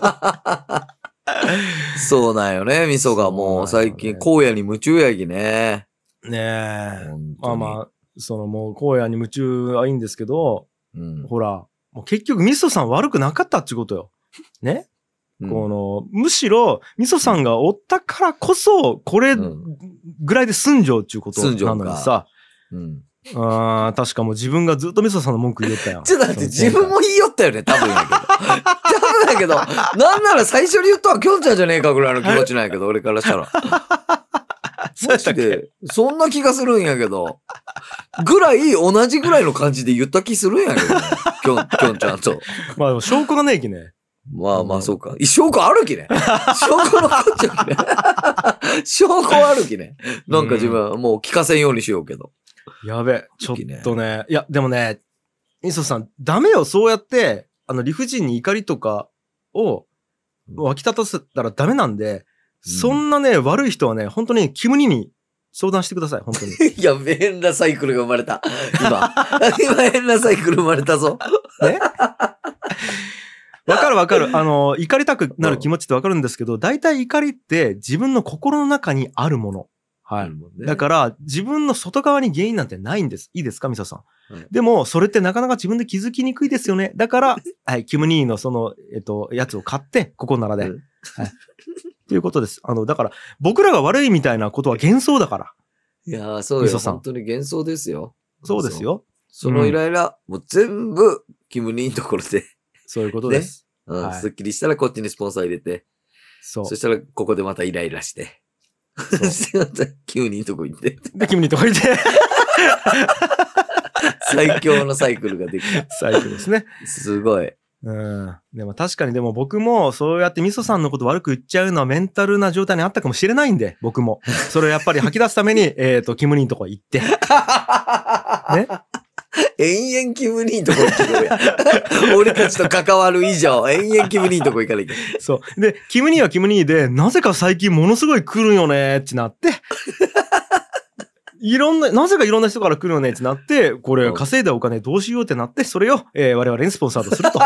Speaker 2: そうなんよね、味噌がもう最近荒野に夢中やきね。
Speaker 1: ねえ。まあまあ、もう荒野に夢中はいいんですけど、ほら、もう結局味噌さん悪くなかったってことよ。ね。むしろ、味噌さんがおったからこそ、これぐらいで済んじゃうっていうことなのにさ。確かもう自分がずっと味噌さんの文句言いよったやん。
Speaker 2: ちょっと待って、自分も言いよったよね、多分やけど。多分やけど、なんなら最初に言ったのはきょんちゃんじゃねえかぐらいの気持ちなんやけど、俺からしたら。マジで、そんな気がするんやけど。同じぐらいの感じで言った気するんやけどね。きょんちゃんと。
Speaker 1: まあでも証拠がねえきね。
Speaker 2: まあまあそうか。証拠あるきね。証拠残っちゃうきね。証拠あるきね。なんか自分はもう聞かせんようにしようけど。
Speaker 1: やべ、ちょっとね。いや、でもね、みそさん、ダメよ。そうやって、理不尽に怒りとかを湧き立たせたらダメなんで、そんなね、悪い人はね、本当にキムニに相談してください。本当に。
Speaker 2: いや、変なサイクルが生まれた。今変なサイクル生まれたぞ。
Speaker 1: ねわかる。怒りたくなる気持ちってわかるんですけど、大体怒りって自分の心の中にあるもの。はい。だから、自分の外側に原因なんてないんです。いいですか、ミサさん。でも、それってなかなか自分で気づきにくいですよね。だから、はい、キムニーのやつを買って、ここならで。はい。っということです。だから、僕らが悪いみたいなことは幻想だから。
Speaker 2: いやー、そうよ。本当に幻想ですよ。
Speaker 1: そうですよ。
Speaker 2: そのイライラ、もう全部、キム・ニーのところで。
Speaker 1: そういうことです。
Speaker 2: ね。はい。すっきりしたらこっちにスポンサー入れて。そしたら、ここでまたイライラして。そしてまた、キム・ニーのとこ行って。
Speaker 1: で、キム・ニーのとこ行って。
Speaker 2: 最強のサイクルができた。
Speaker 1: サイクルですね。
Speaker 2: すごい。
Speaker 1: でも確かに、でも僕もそうやってみそさんのこと悪く言っちゃうのはメンタルな状態にあったかもしれないんで、僕も。それをやっぱり吐き出すために、キム・ニーのとこ行って。ね。
Speaker 2: 延々キム・ニーのとこ行ってるやん。俺たちと関わる以上、延々キム・ニーのとこ行かなきゃいけない。
Speaker 1: そう。で、キム・ニーはキム・ニーで、なぜか最近ものすごい来るよねってなって、なぜかいろんな人から来るよねってなって、これ稼いだお金どうしようってなって、それを、我々にスポンサードすると。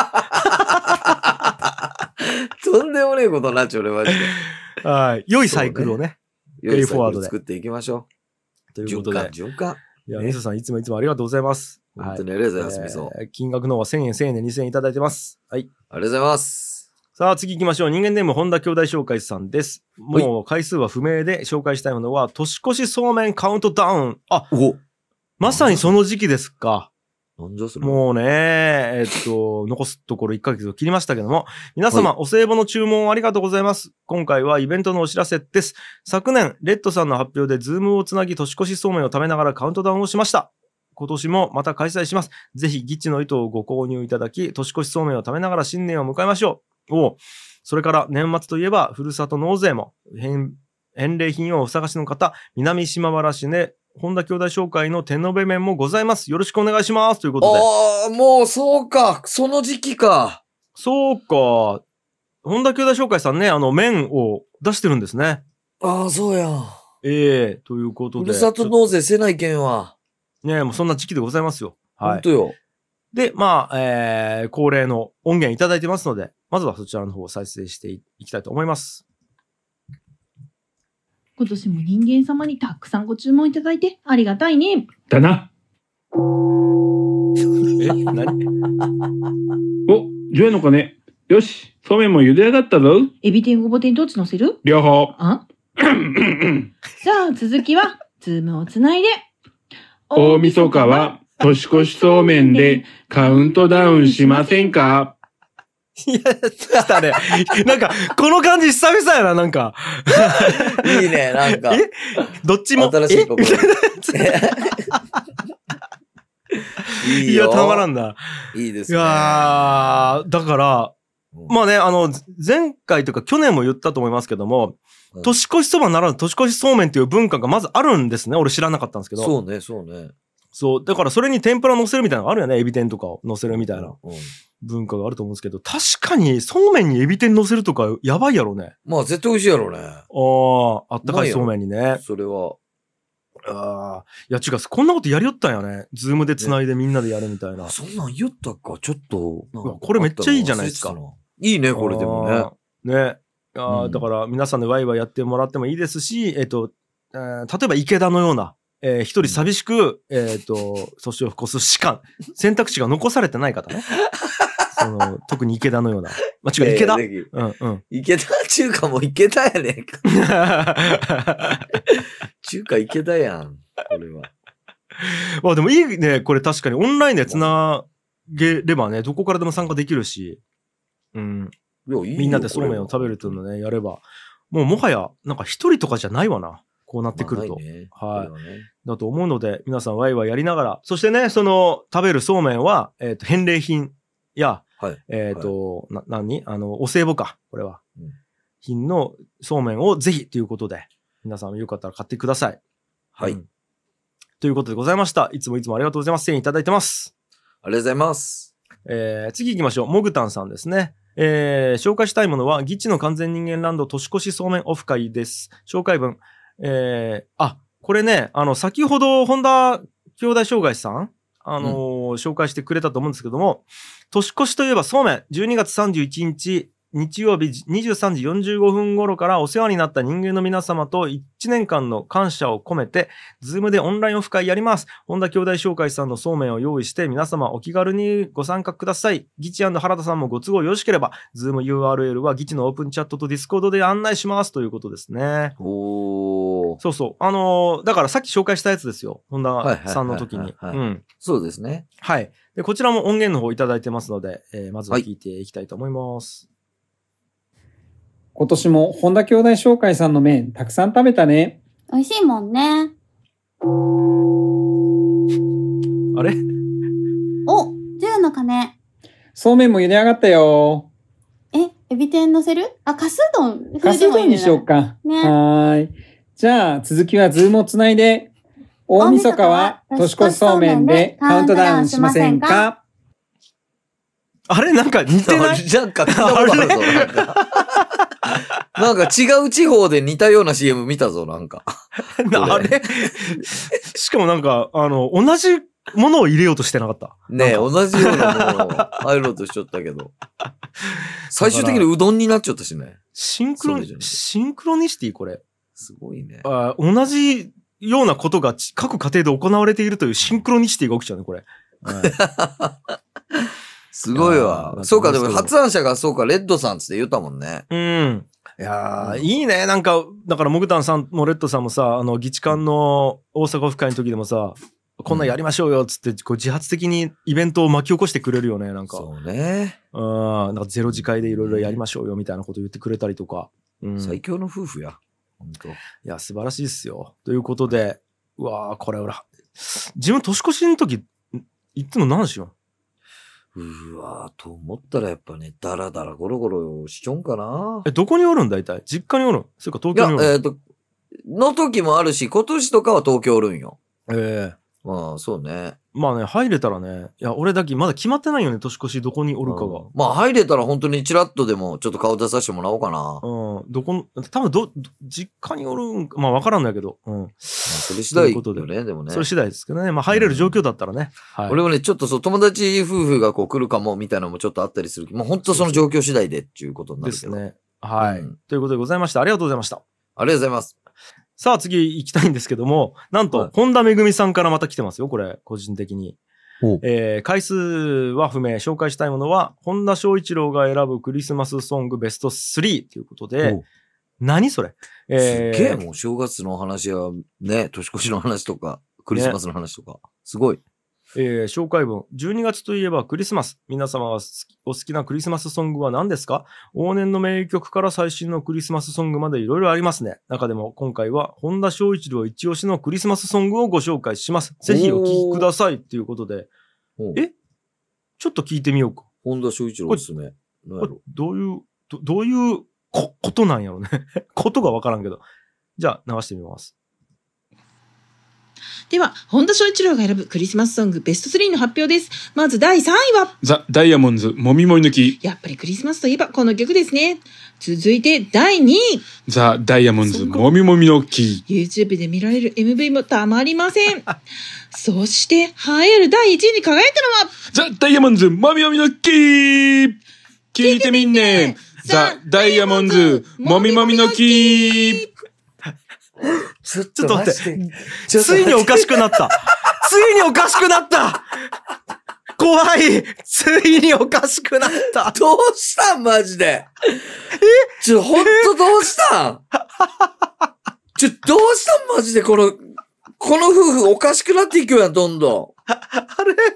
Speaker 2: とんでもねえことになっちゃうね、マジ
Speaker 1: で。はい。良いサイクルをね。
Speaker 2: 良いサイクル作っていきましょ
Speaker 1: う。ということで。
Speaker 2: 循環。
Speaker 1: いや、みそさんいつもありがとうございます。
Speaker 2: 本当にありがとうございます、みそ。
Speaker 1: 金額の方は1000円、1000円で2000円いただいてます。はい。
Speaker 2: ありがとうございます。
Speaker 1: さあ、次行きましょう。人間ネーム、本田兄弟紹介さんです。もう、回数は不明で紹介したいものは、年越しそうめんカウントダウン。まさにその時期ですか。
Speaker 2: なんじゃそれ。
Speaker 1: もうね、残すところ1ヶ月を切りましたけども、皆様、お歳暮の注文ありがとうございます。今回はイベントのお知らせです。昨年、レッドさんの発表でズームをつなぎ年越しそうめんを食べながらカウントダウンをしました。今年もまた開催します。ぜひ、ギッチの糸をご購入いただき、年越しそうめんを食べながら新年を迎えましょう。それから年末といえば、ふるさと納税も、返礼品をお探しの方、南島原市で、本田兄弟紹介の手延べ麺もございます。よろしくお願いします。ということで。
Speaker 2: ああ、もうそうか。その時期か。
Speaker 1: そうか。本田兄弟紹介さんね、麺を出してるんですね。
Speaker 2: ああ、そうや。
Speaker 1: ということで。
Speaker 2: ふるさと納税せないけんは。
Speaker 1: ねもうそんな時期でございますよ。はい。
Speaker 2: 本当よ。
Speaker 1: で、まあ、恒例の音源いただいてますので、まずはそちらの方を再生していきたいと思います。
Speaker 9: 今年も人間様にたくさんご注文いただいてありがたいね。
Speaker 10: だな。
Speaker 1: 何
Speaker 10: お、10円の金。よし、そうめんも茹で上がったぞ。
Speaker 9: エビ天ごぼ天どっち乗せる？
Speaker 10: 両方。
Speaker 9: あじゃあ続きは、ズームをつないで。
Speaker 10: 大晦日は年越しそうめんでカウントダウンしませんか？
Speaker 1: いや、したね。なんか、この感じ久々やな、なんか。
Speaker 2: いいね、なんか。
Speaker 1: どっちも。
Speaker 2: 新しい試み。いいよ。
Speaker 1: いや、たまらんな。
Speaker 2: いいですね。
Speaker 1: いやだから、まあね、前回というか去年も言ったと思いますけども、年越しそばならぬ年越しそうめんっていう文化がまずあるんですね。俺知らなかったんですけど。
Speaker 2: そうね、そうね。
Speaker 1: そう。だからそれに天ぷら乗せるみたいなのがあるよね。エビ天とかを乗せるみたいな文化があると思うんですけど、確かにそうめんにエビ天乗せるとかやばいやろね。
Speaker 2: まあ絶対美味しいやろね。
Speaker 1: あったかいそうめんにね。
Speaker 2: それは。
Speaker 1: いや、違う、こんなことやりよったんやね。ズームで繋いでみんなでやるみたいな。
Speaker 2: そんなん言ったか、ちょっと。
Speaker 1: これめっちゃいいじゃないですか。
Speaker 2: いいね、これでも
Speaker 1: ね。ね。だから皆さんでワイワイやってもらってもいいですし、例えば池田のような、一人寂しく、年を越す選択肢が残されてない方ね。特に池田のような。違う、池田。
Speaker 2: 池田中華も池田やねんか。中華池田やん、これは。
Speaker 1: でもいいね、これ確かにオンラインで繋げればね、どこからでも参加できるし、みんなでそうめんを食べるっていうのね、やれば、もはや、なんか一人とかじゃないわな。こうなってくると。はい。だと思うので、皆さんワイワイやりながら、そしてね、食べるそうめんは、返礼品や、お歳暮か、これは。品のそうめんをぜひということで、皆さんよかったら買ってください。
Speaker 2: はい。
Speaker 1: ということでございました。いつもありがとうございます。1000円いただいてます。
Speaker 2: ありがとうございます。
Speaker 1: 次行きましょう。モグタンさんですね。紹介したいものは、ギッチの完全人間ランド年越しそうめんオフ会です。紹介文。これね、先ほど、本田兄弟障害さん、紹介してくれたと思うんですけども、年越しといえばそうめん、12月31日日曜日23時45分頃からお世話になった人間の皆様と1年間の感謝を込めて、ズームでオンラインオフ会やります。本田兄弟紹介さんのそうめんを用意して、皆様お気軽にご参加ください。ギチ&原田さんもご都合よろしければ、ズーム URL はギチのオープンチャットとディスコードで案内しますということですね。
Speaker 2: おー。
Speaker 1: そうそう。だからさっき紹介したやつですよ。本田さんの時に。
Speaker 2: そうですね。
Speaker 1: はい。で、こちらも音源の方いただいてますので、まずは聞いていきたいと思います。
Speaker 11: 今年も本田兄弟紹介さんの麺たくさん食べたね。
Speaker 4: 美味しいもんね。
Speaker 1: あれ
Speaker 4: お、10の鐘。
Speaker 11: そうめんも茹で上がったよ。
Speaker 4: エビ天乗せる？あ、かすうどん。
Speaker 11: かすうどんにしようか。
Speaker 4: ね。
Speaker 11: はーい。じゃあ続きはズームをつないで。大晦日は年越しそうめんでカウントダウンしませんか？
Speaker 1: あれなんか似てない？
Speaker 2: なんか聞いたことあるぞ。なんか違う地方で似たような CM 見たぞ、なんか。
Speaker 1: あれしかもなんか、同じものを入れようとしてなかった。
Speaker 2: ねえ、同じようなものを入ろうとしちゃったけど。最終的にうどんになっちゃったしね。
Speaker 1: シンクロニシティこれ。
Speaker 2: すごいね。
Speaker 1: 同じようなことが各家庭で行われているというシンクロニシティが起きちゃうね、これ。
Speaker 2: すごいわ。そうか、でも発案者がそうか、レッドさんつって言ったもんね。
Speaker 1: うん。いやー、いいね。なんか、だから、モグタンさんもレッドさんもさ、議事館の大阪オフ会の時でもさ、こんなんやりましょうよ、つって、こう自発的にイベントを巻き起こしてくれるよね、なんか。
Speaker 2: そうね。
Speaker 1: なんかゼロ次会でいろいろやりましょうよ、みたいなこと言ってくれたりとか。
Speaker 2: 最強の夫婦や。本当。
Speaker 1: いや、素晴らしいっすよ。ということで、うわー、これ俺、自分年越しの時、いつも何しよ
Speaker 2: うわー、と思ったらやっぱね、だらだらゴロゴロしちょんかな。
Speaker 1: どこにおるんだいたい？実家におるん？それか東京におるん？
Speaker 2: いや、の時もあるし、今年とかは東京おるんよ。まあ、そうね。
Speaker 1: まあね、入れたらね。いや、俺だけまだ決まってないよね、年越しどこにおるかが。
Speaker 2: まあ、入れたら本当にチラッとでもちょっと顔出させてもらおうかな。
Speaker 1: 多分実家におるんか、まあわからんだけど。
Speaker 2: それ次第よね、でもね。
Speaker 1: それ次第ですけどね。まあ入れる状況だったらね。
Speaker 2: 俺もね、ちょっとそう、友達夫婦がこう来るかもみたいなのもちょっとあったりする。もう本当その状況次第でっていうことになるけど。
Speaker 1: ですね。はい。ということでございました。ありがとうございました。
Speaker 2: ありがとうございます。
Speaker 1: さあ次行きたいんですけども、なんと、本田めぐみさんからまた来てますよ、これ、個人的に。回数は不明、紹介したいものは、本田翔一郎が選ぶクリスマスソングベスト3ということで、何それ？
Speaker 2: すっげえ、もう正月の話や、ね、年越しの話とか、クリスマスの話とか、すごい。
Speaker 1: 紹介文。12月といえばクリスマス。皆様がお好きなクリスマスソングは何ですか？往年の名曲から最新のクリスマスソングまでいろいろありますね。中でも今回は本田翔一郎一押しのクリスマスソングをご紹介します。ぜひお聴きくださいっていうことで。ちょっと聞いてみようか。
Speaker 2: 本田翔一郎ですね。
Speaker 1: どういうことなんやろね。ことがわからんけど。じゃあ流してみます。
Speaker 9: では、本田翔一郎が選ぶクリスマスソングベスト3の発表です。まず第3位は、
Speaker 10: ザ・ダイヤモンズ、もみもみ抜き。
Speaker 9: やっぱりクリスマスといえばこの曲ですね。続いて第2位。
Speaker 10: ザ・ダイヤモンズ、もみもみ抜き。
Speaker 9: YouTube で見られる MV もたまりません。そして、栄える第1位に輝いたのは、
Speaker 10: ザ・ダイヤモンズ、もみもみ抜き。聞いてみんね。ザ・ダイヤモンズ、もみもみ抜き。
Speaker 1: ちょっと待って。ついにおかしくなった。ついにおかしくなった怖いついにおかしくなった
Speaker 2: どうしたんマジでほんとどうしたんどうしたんマジでこの夫婦おかしくなっていくやん、どんどん。
Speaker 1: あれ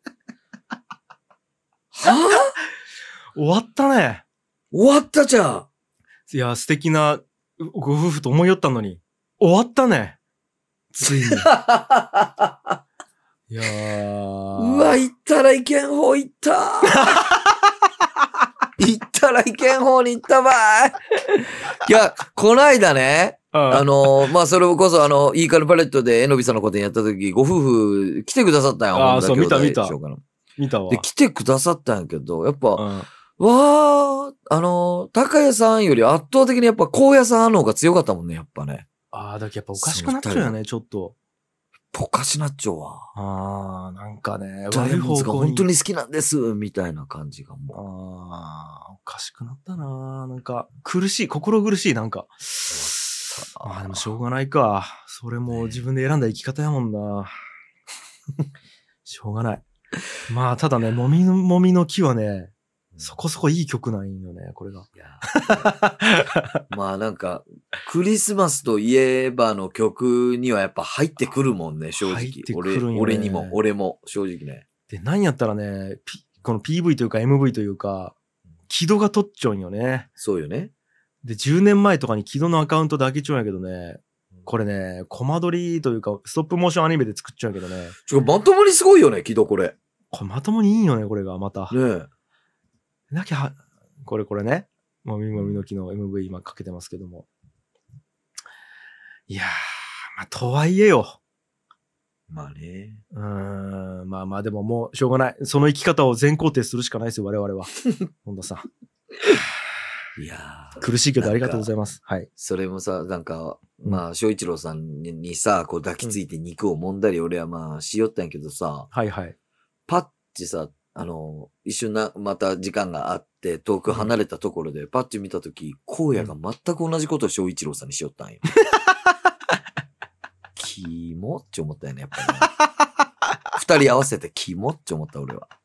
Speaker 2: は
Speaker 1: 終わったね。
Speaker 2: 終わったじゃん。
Speaker 1: いや、素敵なご夫婦と思いよったのに。終わったね。ついに。いやー。
Speaker 2: うわ、行ったらいけん方行った。行ったらいけん方に行ったばい。いや、こないだね。まあ、それこそイーカルパレットでえのびさんのことやった時、ご夫婦来てくださったよ。
Speaker 1: そう、見た。見たわ。
Speaker 2: で、来てくださったんやけど、やっぱ、わー、高谷さんより圧倒的にやっぱ高野さんの方が強かったもんね、やっぱね。
Speaker 1: だけどやっぱおかしくなっちゃうよね、ちょっと。
Speaker 2: おかしなっちゃうわ。
Speaker 1: なんかね、
Speaker 2: ダイヤモンズが本当に好きなんです、みたいな感じがもう。
Speaker 1: おかしくなったな。なんか苦しい、心苦しい、なんか。まあでもしょうがないか。それも自分で選んだ生き方やもんな。しょうがない。まあただね、もみもみの木はね、そこそこいい曲なんよね、これが。
Speaker 2: いやまあなんか、クリスマスといえばの曲にはやっぱ入ってくるもんね、正直。
Speaker 1: 入ってくるんよね
Speaker 2: 俺にも、俺も、正直ね。
Speaker 1: で、なんやったらね、この PV というか MV というか、木戸が撮っちょんよね。
Speaker 2: そうよね。
Speaker 1: で、10年前とかに木戸のアカウントで開けちゃうんやけどね、これね、コマ撮りというか、ストップモーションアニメで作っちゃうんやけどね。
Speaker 2: まともにすごいよね、木戸これ。
Speaker 1: これまともにいいよね、これが、また。
Speaker 2: ねえ。
Speaker 1: だけは、これね、もみもみの木の MV 今かけてますけども。いやー、まあ、とはいえよ。
Speaker 2: まあね。
Speaker 1: まあまあでももうしょうがない。その生き方を全肯定するしかないですよ、我々は。本田さん。
Speaker 2: いやー。
Speaker 1: 苦しいけどありがとうございます。はい。
Speaker 2: それもさ、なんか、まあ、翔一郎さんにさ、こう抱きついて肉を揉んだり、俺はまあ、しよったんやけどさ、
Speaker 1: はいはい。
Speaker 2: パッチさ、一瞬また時間があって、遠く離れたところで、パッチ見たとき、荒野が全く同じことを翔一郎さんにしよったんよ。キモって思ったよね、やっぱり、ね。二人合わせてキモって思った、俺は。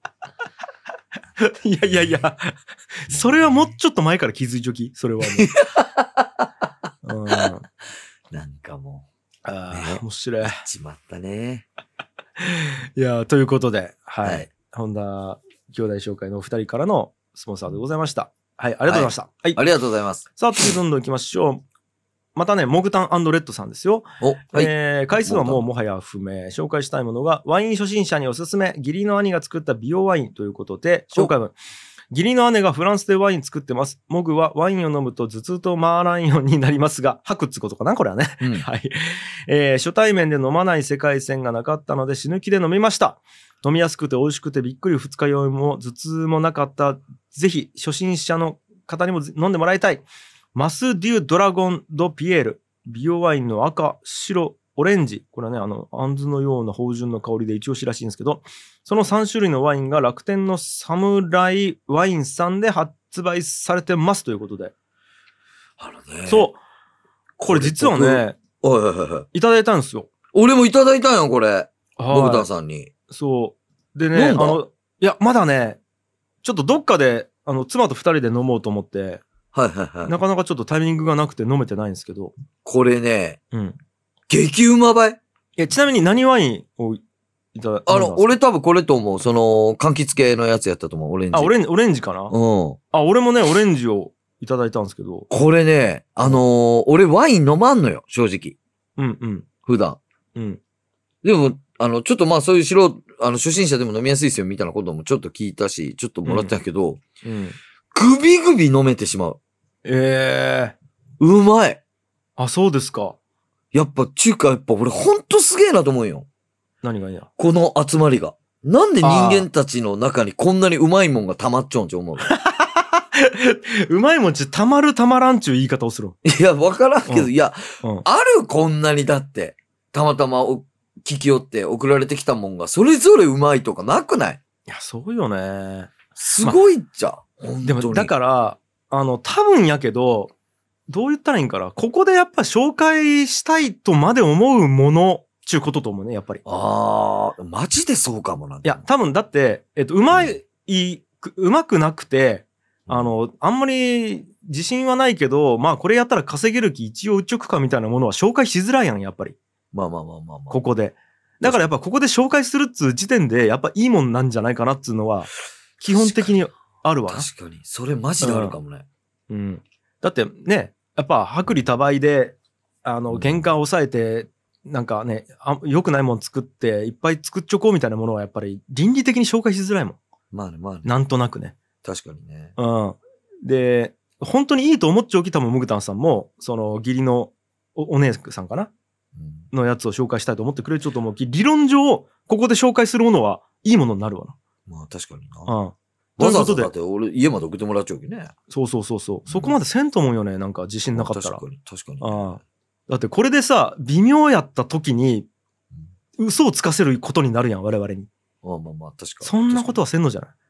Speaker 1: いや、それはもうちょっと前から気づいちょき、それはもう。
Speaker 2: なんかも
Speaker 1: う。面白い。
Speaker 2: ちまったね。
Speaker 1: いや、ということで、はい。本田兄弟紹介のお二人からのスポンサーでございました。はい、ありがとうございました。はい。
Speaker 2: ありがとうございます。
Speaker 1: さあ、次どんどん行きましょう。またね、モグタン&レッドさんですよ。
Speaker 2: はい。
Speaker 1: 回数はもはや不明。紹介したいものが、ワイン初心者におすすめ、義理の兄が作った美容ワインということで、紹介文。義理の姉がフランスでワイン作ってます。モグはワインを飲むと頭痛と回らんようになりますが、吐くっつことかなこれはね。はい。初対面で飲まない世界線がなかったので死ぬ気で飲みました。飲みやすくて美味しくてびっくり二日酔いも頭痛もなかった。ぜひ初心者の方にも飲んでもらいたい。マスデュドラゴンドピエール。美容ワインの赤、白、オレンジ。これはね、あんずのような芳醇の香りで一押しらしいんですけど、その3種類のワインが楽天のサムライワインさんで発売されてますということで。そう。これ実はね、いただいたんですよ。
Speaker 2: 俺もいただいたんよ、これ。ボブタンさんに。
Speaker 1: そう。でね、いや、まだね、ちょっとどっかで、妻と2人で飲もうと思って、なかなかちょっとタイミングがなくて飲めてないんですけど。
Speaker 2: これね、激うまばい。
Speaker 1: ちなみに何ワインをいただいた
Speaker 2: 俺多分これと思う。その、柑橘系のやつやったと思う。オレンジ。
Speaker 1: オレンジかな俺もね、オレンジをいただいたんですけど。
Speaker 2: これね、俺ワイン飲まんのよ、正直。普段。でも、ちょっとまあそういう初心者でも飲みやすいですよみたいなこともちょっと聞いたし、ちょっともらったけど、グビグビ飲めてしまう。うまい。
Speaker 1: あ、そうですか。
Speaker 2: やっぱ俺ほんとすげえなと思うよ。
Speaker 1: 何がいいな。
Speaker 2: この集まりが。なんで人間たちの中にこんなにうまいもんが溜まっちゃうんち思うの
Speaker 1: うまいもんち溜まる溜まらんちゅう言い方をする。
Speaker 2: いや、わからんけど、いや、あるこんなにだって、たまたま聞き寄って送られてきたもんが、それぞれうまいとかなくない？
Speaker 1: いや、そうよね。
Speaker 2: すごいじゃん。
Speaker 1: でも、だから、多分やけど、どう言ったらいいんかな。ここでやっぱ紹介したいとまで思うもの、ちゅうことと思うね、やっぱり。
Speaker 2: マジでそうかもな。
Speaker 1: いや、多分だって、うまくなくて、あんまり自信はないけど、まあこれやったら稼げる気一応打っちょくかみたいなものは紹介しづらいやん、やっぱり。
Speaker 2: まあ。
Speaker 1: ここで。だからやっぱここで紹介するっつう時点で、やっぱいいもんなんじゃないかなっつうのは、基本的にあるわな。
Speaker 2: 確かに。それマジであるかもね。
Speaker 1: だってね、やっぱ薄利多売で、原価を抑えて、なんかね、良くないもん作って、いっぱい作っちょこうみたいなものはやっぱり倫理的に紹介しづらいもん。
Speaker 2: まあね。
Speaker 1: なんとなくね。
Speaker 2: 確かにね。
Speaker 1: で、本当にいいと思っちゃうき多分ムグタンさんも、その義理のお姉さんかな、のやつを紹介したいと思ってくれるちょっと思うき、理論上、ここで紹介するものはいいものになるわな。
Speaker 2: まあ確かにな。
Speaker 1: わ
Speaker 2: ざわざだって俺家まで送ってもらっちゃうけどね。
Speaker 1: そう。そこまでせんと思うよね。なんか自信なかったら。
Speaker 2: 確かに。
Speaker 1: だってこれでさ、微妙やった時に、嘘をつかせることになるやん、我々に。
Speaker 2: まあ、確かに。
Speaker 1: そんなことはせんのじゃない。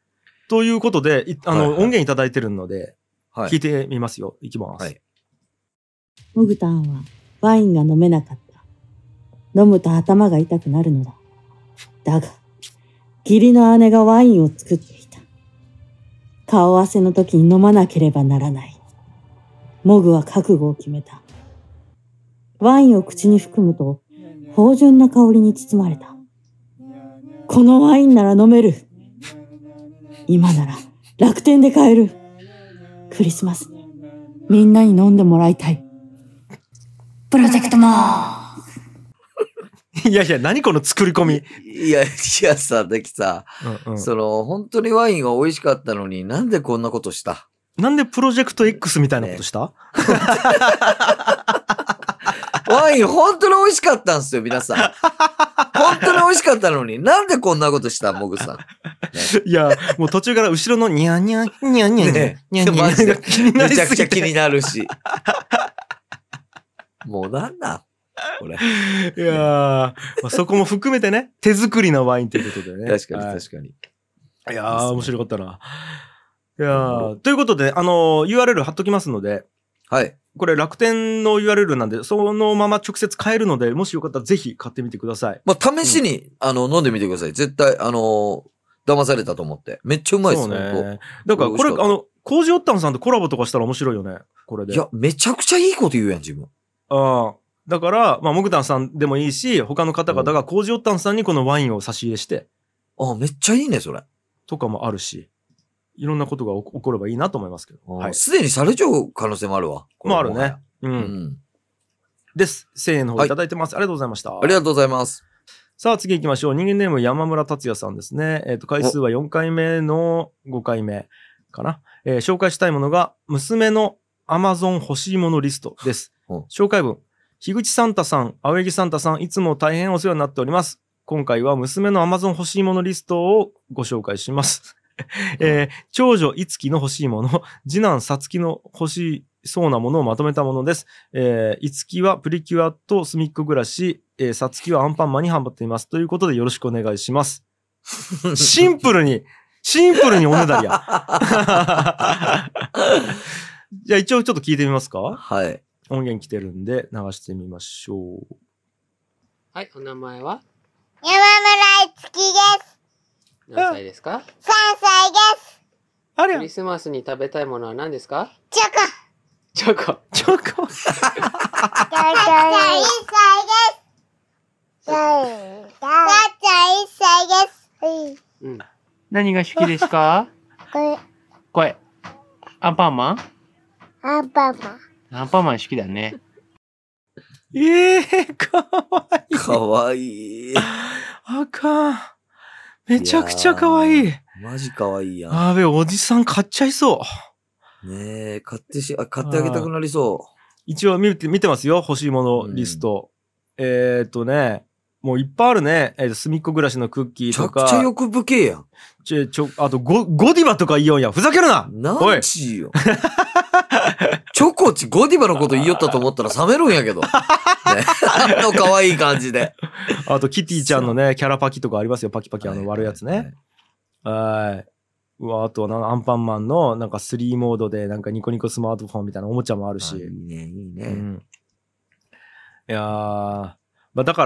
Speaker 1: ということで、
Speaker 2: はいはい
Speaker 1: 音源いただいてるので、
Speaker 2: はい
Speaker 1: 聞いてみますよ。いきます。
Speaker 2: はい
Speaker 12: モグタンはワインが飲めなかった。飲むと頭が痛くなるのだ。だが、義理の姉がワインを作っていた。顔合わせの時に飲まなければならない。モグは覚悟を決めた。ワインを口に含むと、芳醇な香りに包まれた。このワインなら飲める。今なら楽天で買える。クリスマスにみんなに飲んでもらいたい。プロジェクトも
Speaker 1: いやいや、何この作り込み。
Speaker 2: いやさ、だきさ、本当にワインは美味しかったのになんでこんなことした？
Speaker 1: なんでプロジェクト X みたいなことした？
Speaker 2: ワイン本当に美味しかったんですよ、皆さん。本当に美味しかったのに、なんでこんなことしたモグさん。
Speaker 1: いや、もう途中から後ろのニャニャニャニャニャニャニャ
Speaker 2: マジで
Speaker 1: め
Speaker 2: めちゃくちゃ気になるし。もうなんなんこれ。
Speaker 1: いやー、まあ、そこも含めてね、手作りのワインということでね。
Speaker 2: 確かに
Speaker 1: はい
Speaker 2: 確かに。
Speaker 1: いやー、面白かったな。いやー、ということで、URL 貼っときますので、
Speaker 2: はい。
Speaker 1: これ楽天の URL なんで、そのまま直接買えるので、もしよかったらぜひ買ってみてください。
Speaker 2: まあ、試しに、飲んでみてください。絶対、騙されたと思って。めっちゃうまいです
Speaker 1: そう
Speaker 2: ね。
Speaker 1: ね。だからこれ、コージオッタンさんとコラボとかしたら面白いよね。これで。
Speaker 2: いや、めちゃくちゃいいこと言うやん、自分。
Speaker 1: ああ。だから、まあ、モグタンさんでもいいし、他の方々がコージオッタンさんにこのワインを差し入れして。
Speaker 2: ああ、めっちゃいいね、それ。
Speaker 1: とかもあるし。いろんなことが起こればいいなと思いますけど。はい。
Speaker 2: すでにされちゃう可能性もあるわ。
Speaker 1: まああるね。うん。です。1000円の方いただいてます。ありがとうございました。
Speaker 2: ありがとうございます。
Speaker 1: さあ次行きましょう。人間ネーム山村達也さんですね。回数は4回目の5回目かな。紹介したいものが、娘の Amazon 欲しいものリストです。紹介文。樋口サンタさん、青柳サンタさん、いつも大変お世話になっております。今回は娘の Amazon 欲しいものリストをご紹介します。長女いつきの欲しいもの、次男さつきの欲しそうなものをまとめたものです。いつきはプリキュアとすみっこ暮らし、さつきはアンパンマンにハマっています。ということでよろしくお願いします。シンプルにおねだりや。じゃあ一応ちょっと聞いてみますか？
Speaker 2: はい。
Speaker 1: 音源来てるんで流してみましょう。
Speaker 13: はい、お名前は
Speaker 4: 山村いつきです。
Speaker 13: 何歳ですか？
Speaker 4: 3歳です。
Speaker 1: あれ
Speaker 13: クリスマスに食べたいものは何ですか？
Speaker 4: チョコ。
Speaker 13: チョコ。
Speaker 1: チョコ。
Speaker 4: 1歳です。3歳です。
Speaker 13: うん。何が好きですか？これ。アンパンマン？
Speaker 4: アンパンマン。
Speaker 13: アンパンマン好きだね。
Speaker 1: かわいい。
Speaker 2: かわいい。
Speaker 1: あかん。めちゃくちゃかわいい。
Speaker 2: マジかわいいやん。
Speaker 1: あべ、おじさん買っちゃいそう。
Speaker 2: ねえ、買ってあげたくなりそう。
Speaker 1: 一応見てますよ。欲しいものリスト。もういっぱいあるね。すみっこ暮らしのクッキーとか。
Speaker 2: めちゃくちゃ欲深えやん。
Speaker 1: あとゴディバとか言いよんや。ふざけるな。
Speaker 2: なんちよ。チョコチゴディバのこと言いよったと思ったら冷めるんやけど。ね、可愛い感じで。
Speaker 1: あとキティちゃんのね、キャラパキとかありますよ。パキパキ割るやつね。はい。うわ、あとはアンパンマンのなんか3モードでなんかニコニコスマートフォンみたいなおもちゃもあるし。い
Speaker 2: いね、いいね。
Speaker 1: うん、いやー、まあ、だから、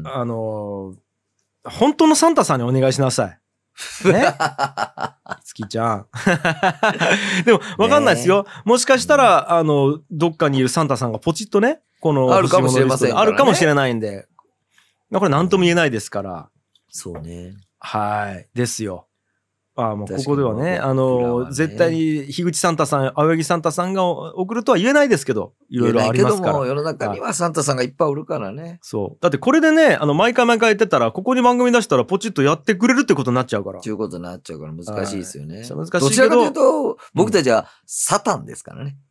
Speaker 1: 本当のサンタさんにお願いしなさい。ね月ちゃん。でも、わかんないですよ。もしかしたら、どっかにいるサンタさんがポチッとね、この、
Speaker 2: あるかもしれませんからね。
Speaker 1: あるかもしれないんで。これ何とも言えないですから。
Speaker 2: そうね。
Speaker 1: はい。ですよ。もうここではね、絶対に樋口サンタさん、青柳サンタさんが送るとは言えないですけど、いろいろありますから。
Speaker 2: けども、世の中にはサンタさんがいっぱいおるからね。
Speaker 1: そう。だってこれでね、毎回言ってたら、ここに番組出したらポチッとやってくれるってことになっちゃうから。
Speaker 2: ということになっちゃうから難しいですよね。
Speaker 1: 難しいけど。
Speaker 2: どちらかというと、僕たちはサタンですからね。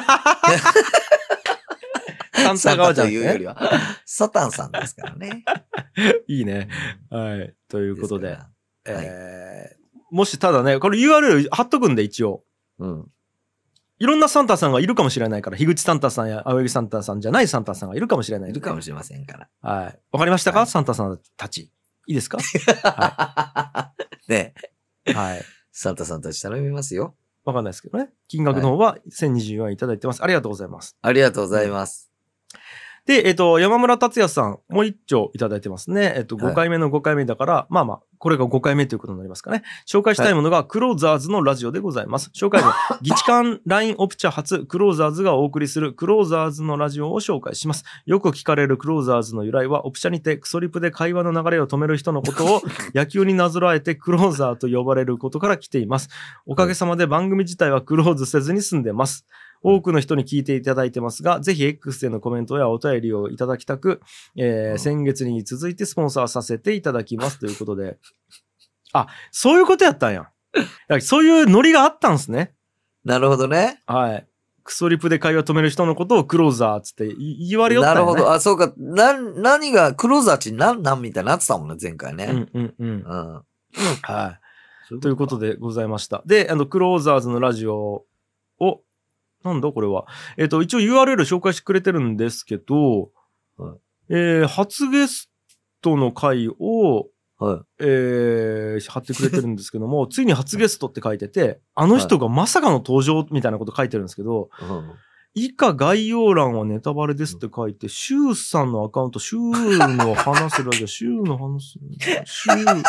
Speaker 1: サンタ側じゃなくて、
Speaker 2: というよりは、サタンさんですからね。
Speaker 1: いいね。はい。ということで。もしただね、これ URL 貼っとくんで一応。
Speaker 2: うん。
Speaker 1: いろんなサンタさんがいるかもしれないから、樋口サンタさんや青柳サンタさんじゃないサンタさんがいるかもしれない。
Speaker 2: いるかもしれませんから。
Speaker 1: はい。わかりましたか、サンタさんたち。いいですか？
Speaker 2: ね
Speaker 1: はい。
Speaker 2: サンタさんたち頼みますよ。
Speaker 1: わかんないですけどね。金額の方は1024円いただいてます。ありがとうございます。
Speaker 2: ありがとうございます。
Speaker 1: で、山村達也さん、もう一丁いただいてますね。5回目の5回目だから、まあまあ、これが5回目ということになりますかね。紹介したいものが、クローザーズのラジオでございます。紹介文、議事館 LINE オプチャ初、クローザーズがお送りするクローザーズのラジオを紹介します。よく聞かれるクローザーズの由来は、オプチャにてクソリプで会話の流れを止める人のことを野球になぞらえてクローザーと呼ばれることから来ています。おかげさまで番組自体はクローズせずに済んでます。多くの人に聞いていただいてますが、ぜひ X でのコメントやお便りをいただきたく、先月に続いてスポンサーさせていただきますということで。あ、そういうことやったんや。そういうノリがあったんですね。
Speaker 2: なるほどね。
Speaker 1: はい。クソリプで会話止める人のことをクローザーっつって言われよったんやね。
Speaker 2: なるほど。あ、そうか。何が、クローザーちなんみたいになってたもんね、前回ね。
Speaker 1: はい。ということでございました。で、クローザーズのラジオを、なんだこれは。一応 URL 紹介してくれてるんですけど、初ゲストの回を、貼ってくれてるんですけども、ついに初ゲストって書いてて、あの人がまさかの登場みたいなこと書いてるんですけど、以下概要欄はネタバレですって書いて、シュウさんのアカウント、シュウの話すラジオ、シュウの話す、シュウ、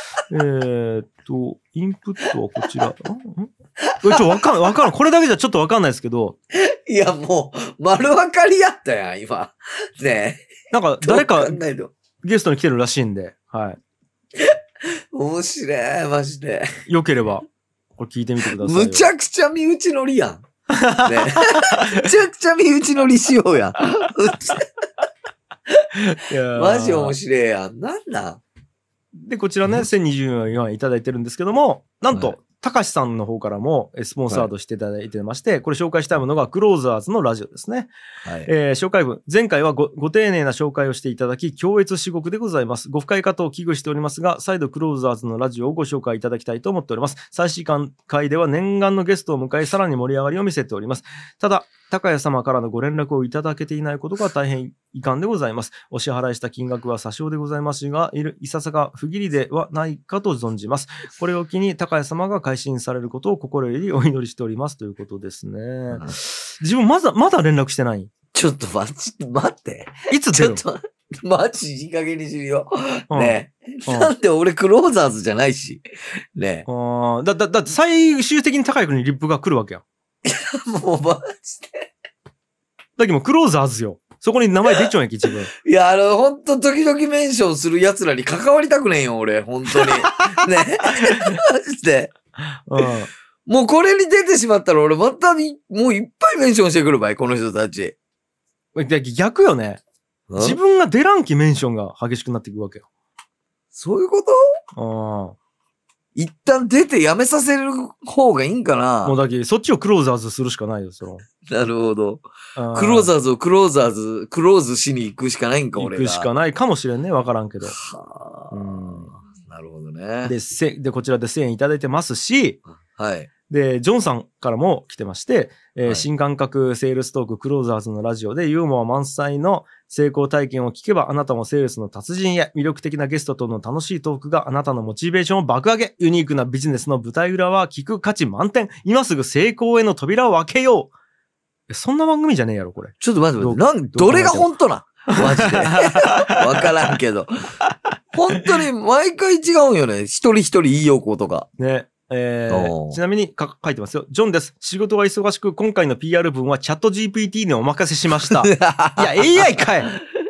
Speaker 1: インプットはこちら。わかんない。これだけじゃちょっとわかんないですけど。
Speaker 2: いや、もう、丸分かりやったやん、今。ねえ。
Speaker 1: なんか、誰か、ゲストに来てるらしいんで、はい。
Speaker 2: 面白い、マジで。
Speaker 1: よければ、これ聞いてみてください。
Speaker 2: むちゃくちゃ身内乗りやん。ね、むちゃくちゃ身内乗りしようやん。マジ面白いやん。なんなん。
Speaker 1: で、こちらね、1024円いただいてるんですけども、なんと、たかしさんの方からもスポンサードしていただいてまして、これ紹介したいものがクローザーズのラジオですね。紹介文。前回はご丁寧な紹介をしていただき、強越至極でございます。ご不快かと危惧しておりますが、再度クローザーズのラジオをご紹介いただきたいと思っております。最新回では念願のゲストを迎え、さらに盛り上がりを見せております。ただ、高谷様からのご連絡をいただけていないことが大変遺憾でございます。お支払いした金額は詐称でございますが、いささか不義理ではないかと存じます。これを機に高谷様が改心されることを心よりお祈りしておりますということですね。自分まだ連絡してない。
Speaker 2: ちょっと待って。
Speaker 1: いつ出るの？
Speaker 2: ちょっと、マジいい加減にしるよ。ねえ。なんで俺クローザーズじゃないし。ねえ。
Speaker 1: だって最終的に高谷君にリップが来るわけやん。
Speaker 2: もうマジで。
Speaker 1: だけどもクローザーズよ。そこに名前出ちゃうんやき、自分。
Speaker 2: いや、ほんと時々メンションする奴らに関わりたくねえよ、俺。ほんとに。ね。マジで。もうこれに出てしまったら俺またもういっぱいメンションしてくるばい、この人たち。
Speaker 1: 逆よね。自分が出らんきメンションが激しくなっていくわけよ。
Speaker 2: そういうこと？一旦出てやめさせる方がいいんかな。
Speaker 1: もうだけそっちをクローザーズするしかないよ、
Speaker 2: なるほど。クローザーズをクローズしに行くしかないんか、俺が。
Speaker 1: 行くしかないかもしれんね。わからんけど。
Speaker 2: なるほどね。
Speaker 1: で、こちらで1000円いただいてますし、
Speaker 2: はい。
Speaker 1: で、ジョンさんからも来てまして、新感覚セールストーククローザーズのラジオでユーモア満載の成功体験を聞けばあなたもセールスの達人へ、魅力的なゲストとの楽しいトークがあなたのモチベーションを爆上げ、ユニークなビジネスの舞台裏は聞く価値満点、今すぐ成功への扉を開けよう。そんな番組じゃねえやろ、これ。
Speaker 2: ちょっと待って、どれが本当なマジで。わからんけど。本当に毎回違うんよね。一人一人いいよことか。
Speaker 1: ね。ちなみに書いてますよ。ジョンです。仕事が忙しく、今回の PR 文はチャット GPT にお任せしました。いや、AI かい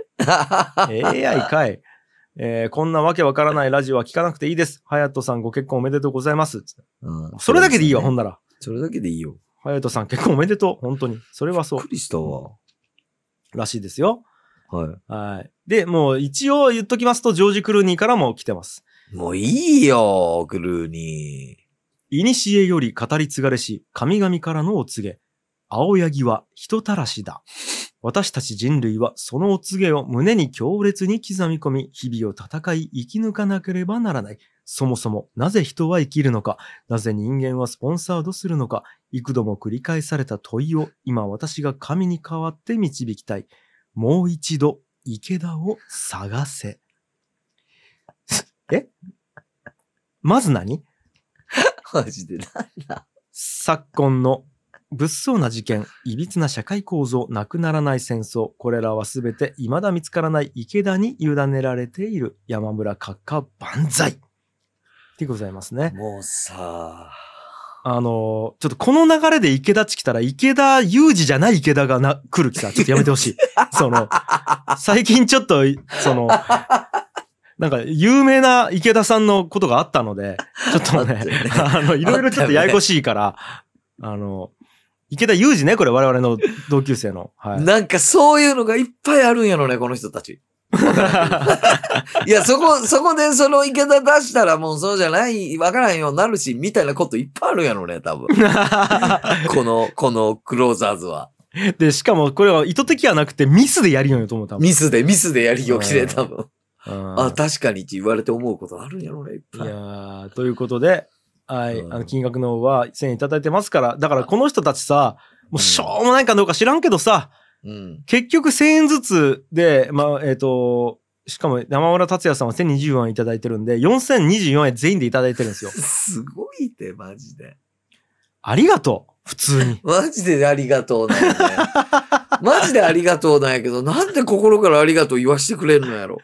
Speaker 1: AI かい、こんなわけわからないラジオは聞かなくていいです。ハヤトさんご結婚おめでとうございます。それだけでいいよ、ほんなら。
Speaker 2: それだけでいいよ。
Speaker 1: ハヤトさん結婚おめでとう。本当に。それはそう。
Speaker 2: びっくりしたわ。
Speaker 1: らしいですよ。
Speaker 2: はい。
Speaker 1: で、もう一応言っときますと、ジョージ・クルーニーからも来てます。
Speaker 2: もういいよ、クルーニー。
Speaker 1: いにしえより語り継がれし、神々からのお告げ。青柳は人たらしだ。私たち人類はそのお告げを胸に強烈に刻み込み、日々を戦い生き抜かなければならない。そもそもなぜ人は生きるのか、なぜ人間はスポンサードするのか、幾度も繰り返された問いを今私が神に代わって導きたい。もう一度池田を探せ。まず何
Speaker 2: マジでなんだ。
Speaker 1: 昨今の物騒な事件、いびつな社会構造、なくならない戦争、これらはすべて未だ見つからない池田に委ねられている。山村閣下万歳でございますね。
Speaker 2: もうさ、
Speaker 1: ちょっとこの流れで池田っち来たら、池田裕二じゃない池田が来る気さ、ちょっとやめてほしい。最近ちょっと、なんか有名な池田さんのことがあったので、ちょっとね、いろいろちょっとややこしいから、池田裕二ね、これ我々の同級生の。はい。
Speaker 2: なんかそういうのがいっぱいあるんやろね、この人たち。いや、そこでその池田出したらもうそうじゃない、わからんようになるし、みたいなこといっぱいあるんやろね、多分。このクローザーズは。
Speaker 1: で、しかもこれは意図的はなくてミスでやりようよと思う、多分。
Speaker 2: ミスでやりよきで、多分。あ、確かにって言われて思うことあるんやろね、いっぱい。
Speaker 1: いやー、ということで、はい、金額の方は1000円いただいてますから、だからこの人たちさ、もうしょうもないかどうか知らんけどさ、結局1000円ずつで、しかも山村達也さんは1024円いただいてるんで、4024円全員でいただいてるんですよ。
Speaker 2: すごいって、マジで。
Speaker 1: ありがとう、普通に。
Speaker 2: マジでありがとうなんやね。マジでありがとうなんやけど、なんで心からありがとう言わしてくれるのやろ。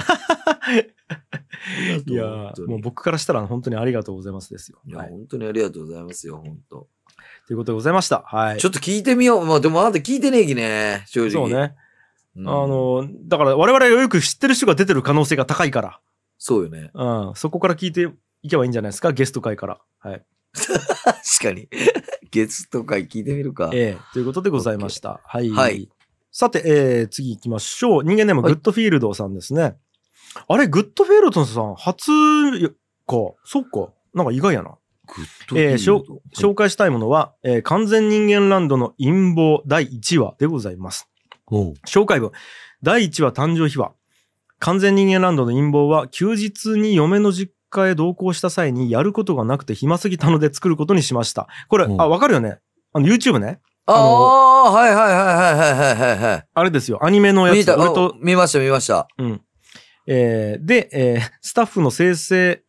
Speaker 1: いやー、もう僕からしたら本当にありがとうございますですよ。
Speaker 2: いや、本当にありがとうございますよ、本当。
Speaker 1: ということでございました。はい。
Speaker 2: ちょっと聞いてみよう。まあでもあなた聞いてねえきね、正直。
Speaker 1: そうね。だから我々がよく知ってる人が出てる可能性が高いから。
Speaker 2: そうよね。
Speaker 1: そこから聞いていけばいいんじゃないですか、ゲスト会から。はい。
Speaker 2: 確かに。ゲスト会聞いてみるか。
Speaker 1: ということでございました。はい。はい。さて、次行きましょう。人間ネーム、グッドフィールドさんですね。あれ、グッドフィールドさん、初か。そっか。なんか意外やな。紹介したいものは、完全人間ランドの陰謀第1話でございます。紹介文。第1話誕生秘話。完全人間ランドの陰謀は、休日に嫁の実家へ同行した際にやることがなくて暇すぎたので作ることにしました。これ、わかるよね。YouTube ね。
Speaker 2: はいはい。
Speaker 1: あれですよ。アニメのやつ。
Speaker 2: 見ました。
Speaker 1: うん。で、スタッフの生成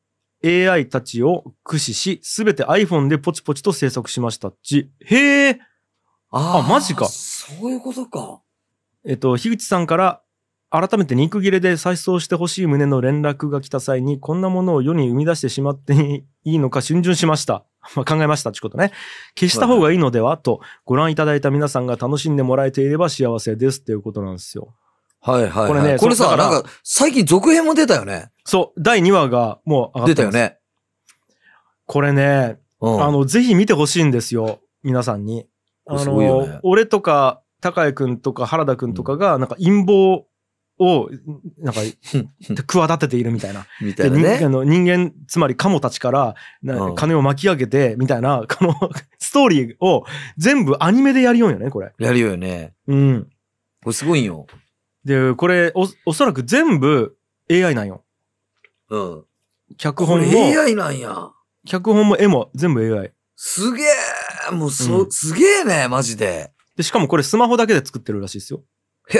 Speaker 1: AI たちを駆使し、すべて iPhone でポチポチと制作しましたっち。へえ。マジか。
Speaker 2: そういうことか。
Speaker 1: 樋口さんから改めて肉切れで再送してほしい旨の連絡が来た際に、こんなものを世に生み出してしまっていいのか逡巡しました。考えましたってことね。消した方がいいのではとご覧いただいた皆さんが楽しんでもらえていれば幸せですっていうことなんですよ。
Speaker 2: はいはい。
Speaker 1: これね、
Speaker 2: これさ、なんか最近続編も出たよね。
Speaker 1: そう、第2話がもう上がってます。
Speaker 2: 出たよね。
Speaker 1: これね、ぜひ見てほしいんですよ、皆さんに。
Speaker 2: すごいよね。
Speaker 1: 俺とか、高谷くんとか原田くんとかが、なんか陰謀を、なんか、企てているみたいな。
Speaker 2: みたいなね。
Speaker 1: 人間、つまりカモたちから、金を巻き上げて、みたいな、このストーリーを全部アニメでやりようよね、これ。
Speaker 2: やりようよね。
Speaker 1: うん。
Speaker 2: これすごいよ。
Speaker 1: で、これ、おそらく全部 AI なんよ。
Speaker 2: うん。
Speaker 1: 脚本も。
Speaker 2: AI なんや。
Speaker 1: 脚本も絵も全部 AI。
Speaker 2: すげえもうすげえね、マジで。
Speaker 1: で、しかもこれスマホだけで作ってるらしいですよ。
Speaker 2: へえ。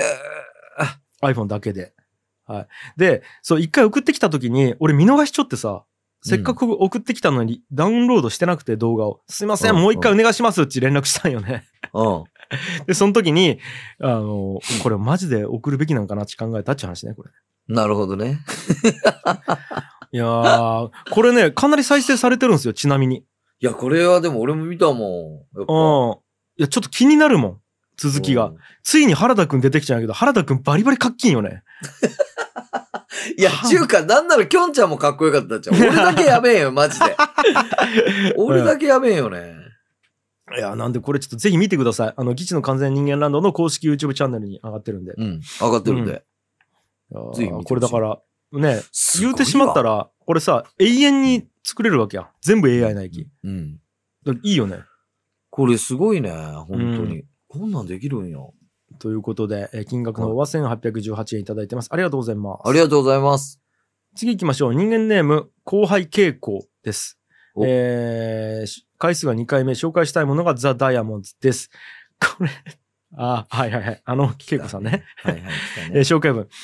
Speaker 1: iPhone だけで。はい。で、そう、一回送ってきた時に、俺見逃しちょってさ、せっかく送ってきたのにダウンロードしてなくて動画を。すいません、もう一回お願いしますって連絡したんよね。で、その時に、これマジで送るべきなんかなって考えたって話ね、これ。
Speaker 2: なるほどね。
Speaker 1: いやー、これね、かなり再生されてるんですよ、ちなみに。
Speaker 2: いや、これはでも俺も見たもん。やっぱ。
Speaker 1: いや、ちょっと気になるもん。続きが。ついに原田くん出てきちゃうけど、原田くんバリバリかっきんよね。
Speaker 2: いや、中華なんならきょんちゃんもかっこよかったじゃん。俺だけやべえよ、マジで。俺だけやべえよね。
Speaker 1: いや、なんでこれちょっとぜひ見てください。基地の完全人間ランドの公式 YouTube チャンネルに上がってるんで。
Speaker 2: うん、上がってるんで。
Speaker 1: ぜひこれだから、ね、言うてしまったら、これさ、永遠に作れるわけや。全部 AI な駅。
Speaker 2: うん。
Speaker 1: いいよね。
Speaker 2: これすごいね、本当に。こんなんできるんや。
Speaker 1: ということで、金額の方は1818円いただいてます。ありがとうございます。
Speaker 2: ありがとうございます。
Speaker 1: 次行きましょう。人間ネーム、後輩傾向です。回数が2回目、紹介したいものがザ・ダイヤモンズです。これ、はい。傾向さんね。はいはい。紹介文。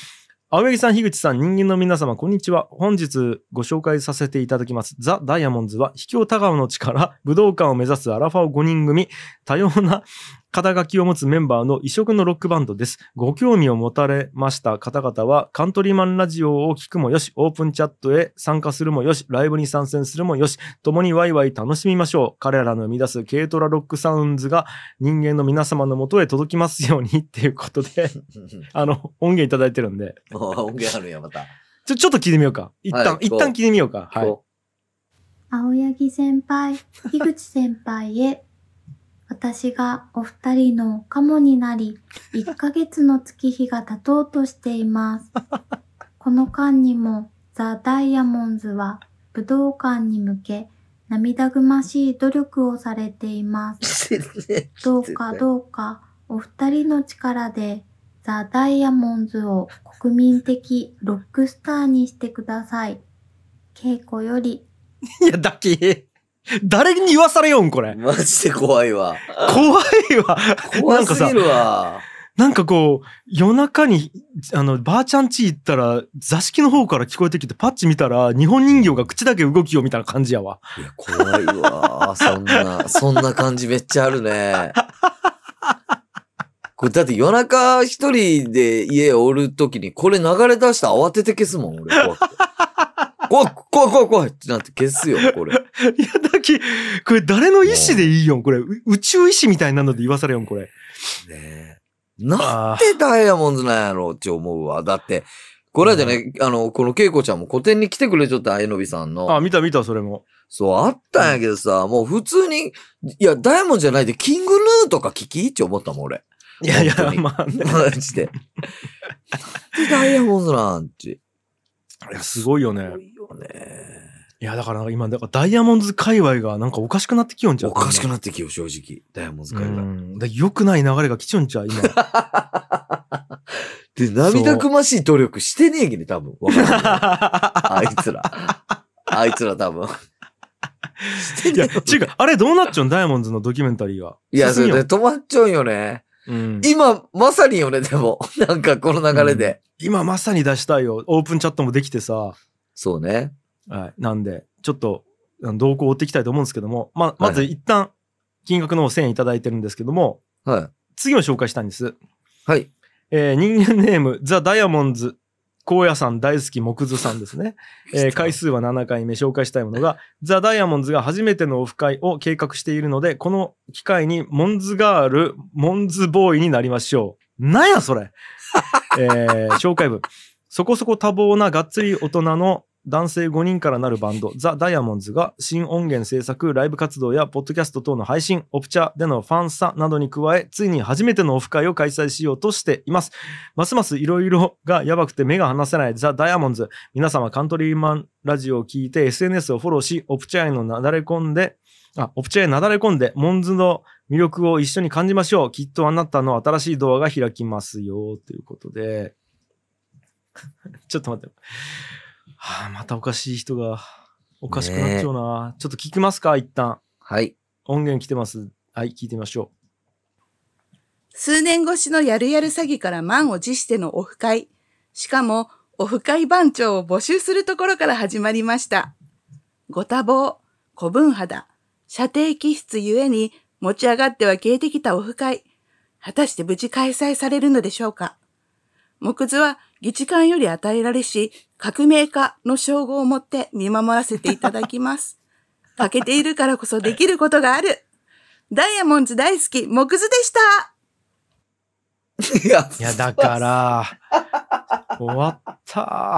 Speaker 1: 青柳さん、樋口さん、人間の皆様、こんにちは。本日ご紹介させていただきます。ザ・ダイヤモンズは、秘境田川の地から武道館を目指すアラファオ5人組、多様な肩書きを持つメンバーの異色のロックバンドです。ご興味を持たれました方々は、カントリーマンラジオを聞くもよし、オープンチャットへ参加するもよし、ライブに参戦するもよし、共にワイワイ楽しみましょう。彼らの生み出す軽トラロックサウンズが人間の皆様のもとへ届きますようにっていうことで、音源いただいてるんで。
Speaker 2: 音源あるんや、また。
Speaker 1: ちょっと聞いてみようか。一旦聞いてみようか。はい。
Speaker 14: 青柳先輩、樋口先輩へ。私がお二人のカモになり、1ヶ月の月日が経とうとしています。この間にも、ザ・ダイヤモンズは武道館に向け、涙ぐましい努力をされています。どうか、お二人の力で、ザ・ダイヤモンズを国民的ロックスターにしてください。稽古より。
Speaker 1: いや、誰に言わされよん、これ。
Speaker 2: マジで怖いわ。
Speaker 1: 怖いわ。
Speaker 2: 怖すぎるわ。
Speaker 1: なんかこう、夜中に、ばあちゃん家行ったら、座敷の方から聞こえてきて、パッチ見たら、日本人形が口だけ動きよみたいな感じやわ。
Speaker 2: いや、怖いわ。そんな感じめっちゃあるね。これだって夜中一人で家おるときに、これ流れ出したら慌てて消すもん、俺。怖いってなって消すよ、これ。いや、
Speaker 1: これ誰の意思でいいよん、これ。宇宙意志みたいなので言わされよん、これ。
Speaker 2: ねえ。なんでダイヤモンドなんやろって思うわ。だって、これでね、このケイコちゃんも個展に来てくれちゃった、あえのびさんの。
Speaker 1: 見た、それも。
Speaker 2: そう、あったんやけどさ、もう普通に、いや、ダイヤモンドじゃないで、キングヌーとか聞きって思ったもん、俺。
Speaker 1: いや、まあね。
Speaker 2: マジで。ダイヤモンドなんて。
Speaker 1: いや、すごいよね。いや、だから今、ダイヤモンド界隈がなんかおかしくなってきよんちゃう。
Speaker 2: おかしくなってきよ、正直。ダイヤモンド界隈。
Speaker 1: 良くない流れが来ちょんちゃう、今。
Speaker 2: で、涙ぐましい努力してねえけど、多分。あいつら多分。
Speaker 1: いや、違う、あれどうなっちゃうん、ダイヤモンドのドキュメンタリーは。
Speaker 2: いや、それで止まっちゃうよね。今、まさによね、でも。なんか、この流れで。
Speaker 1: 今、まさに出したいよ。オープンチャットもできてさ。
Speaker 2: そうね。
Speaker 1: はい。なんで、ちょっと、動向を追っていきたいと思うんですけども、まず一旦、金額の1000円いただいてるんですけども、次を紹介したいんです。
Speaker 2: はい。
Speaker 1: 人間ネーム、ザ・ダイヤモンズ、荒野さん大好き木図さんですね。回数は7回目紹介したいものが、ザ・ダイヤモンズが初めてのオフ会を計画しているので、この機会にモンズガール、モンズボーイになりましょう。なんやそれ。紹介文。そこそこ多忙ながっつり大人の男性5人からなるバンド、ザ・ダイヤモンズが新音源制作、ライブ活動やポッドキャスト等の配信、オプチャでのファンサなどに加え、ついに初めてのオフ会を開催しようとしています。ますますいろいろがやばくて目が離せないザ・ダイヤモンズ。皆様カントリーマンラジオを聞いて SNS をフォローし、オプチャへなだれ込んで、モンズの魅力を一緒に感じましょう。きっとあなたの新しいドアが開きますよ。ということで。ちょっと待って。またおかしい人がおかしくなっちゃうな。ちょっと聞きますか、一旦。
Speaker 2: はい。
Speaker 1: 音源来てます。はい、聞いてみましょ
Speaker 15: う。数年越しのやるやる詐欺から満を持してのオフ会。しかも、オフ会番長を募集するところから始まりました。ご多忙、古文肌、射程気質ゆえに持ち上がっては消えてきたオフ会。果たして無事開催されるのでしょうか。木図は議事官より与えられし、革命家の称号を持って見守らせていただきます。欠けているからこそできることがある。ダイヤモンズ大好き、木図でした。
Speaker 1: いや、だから、終わった。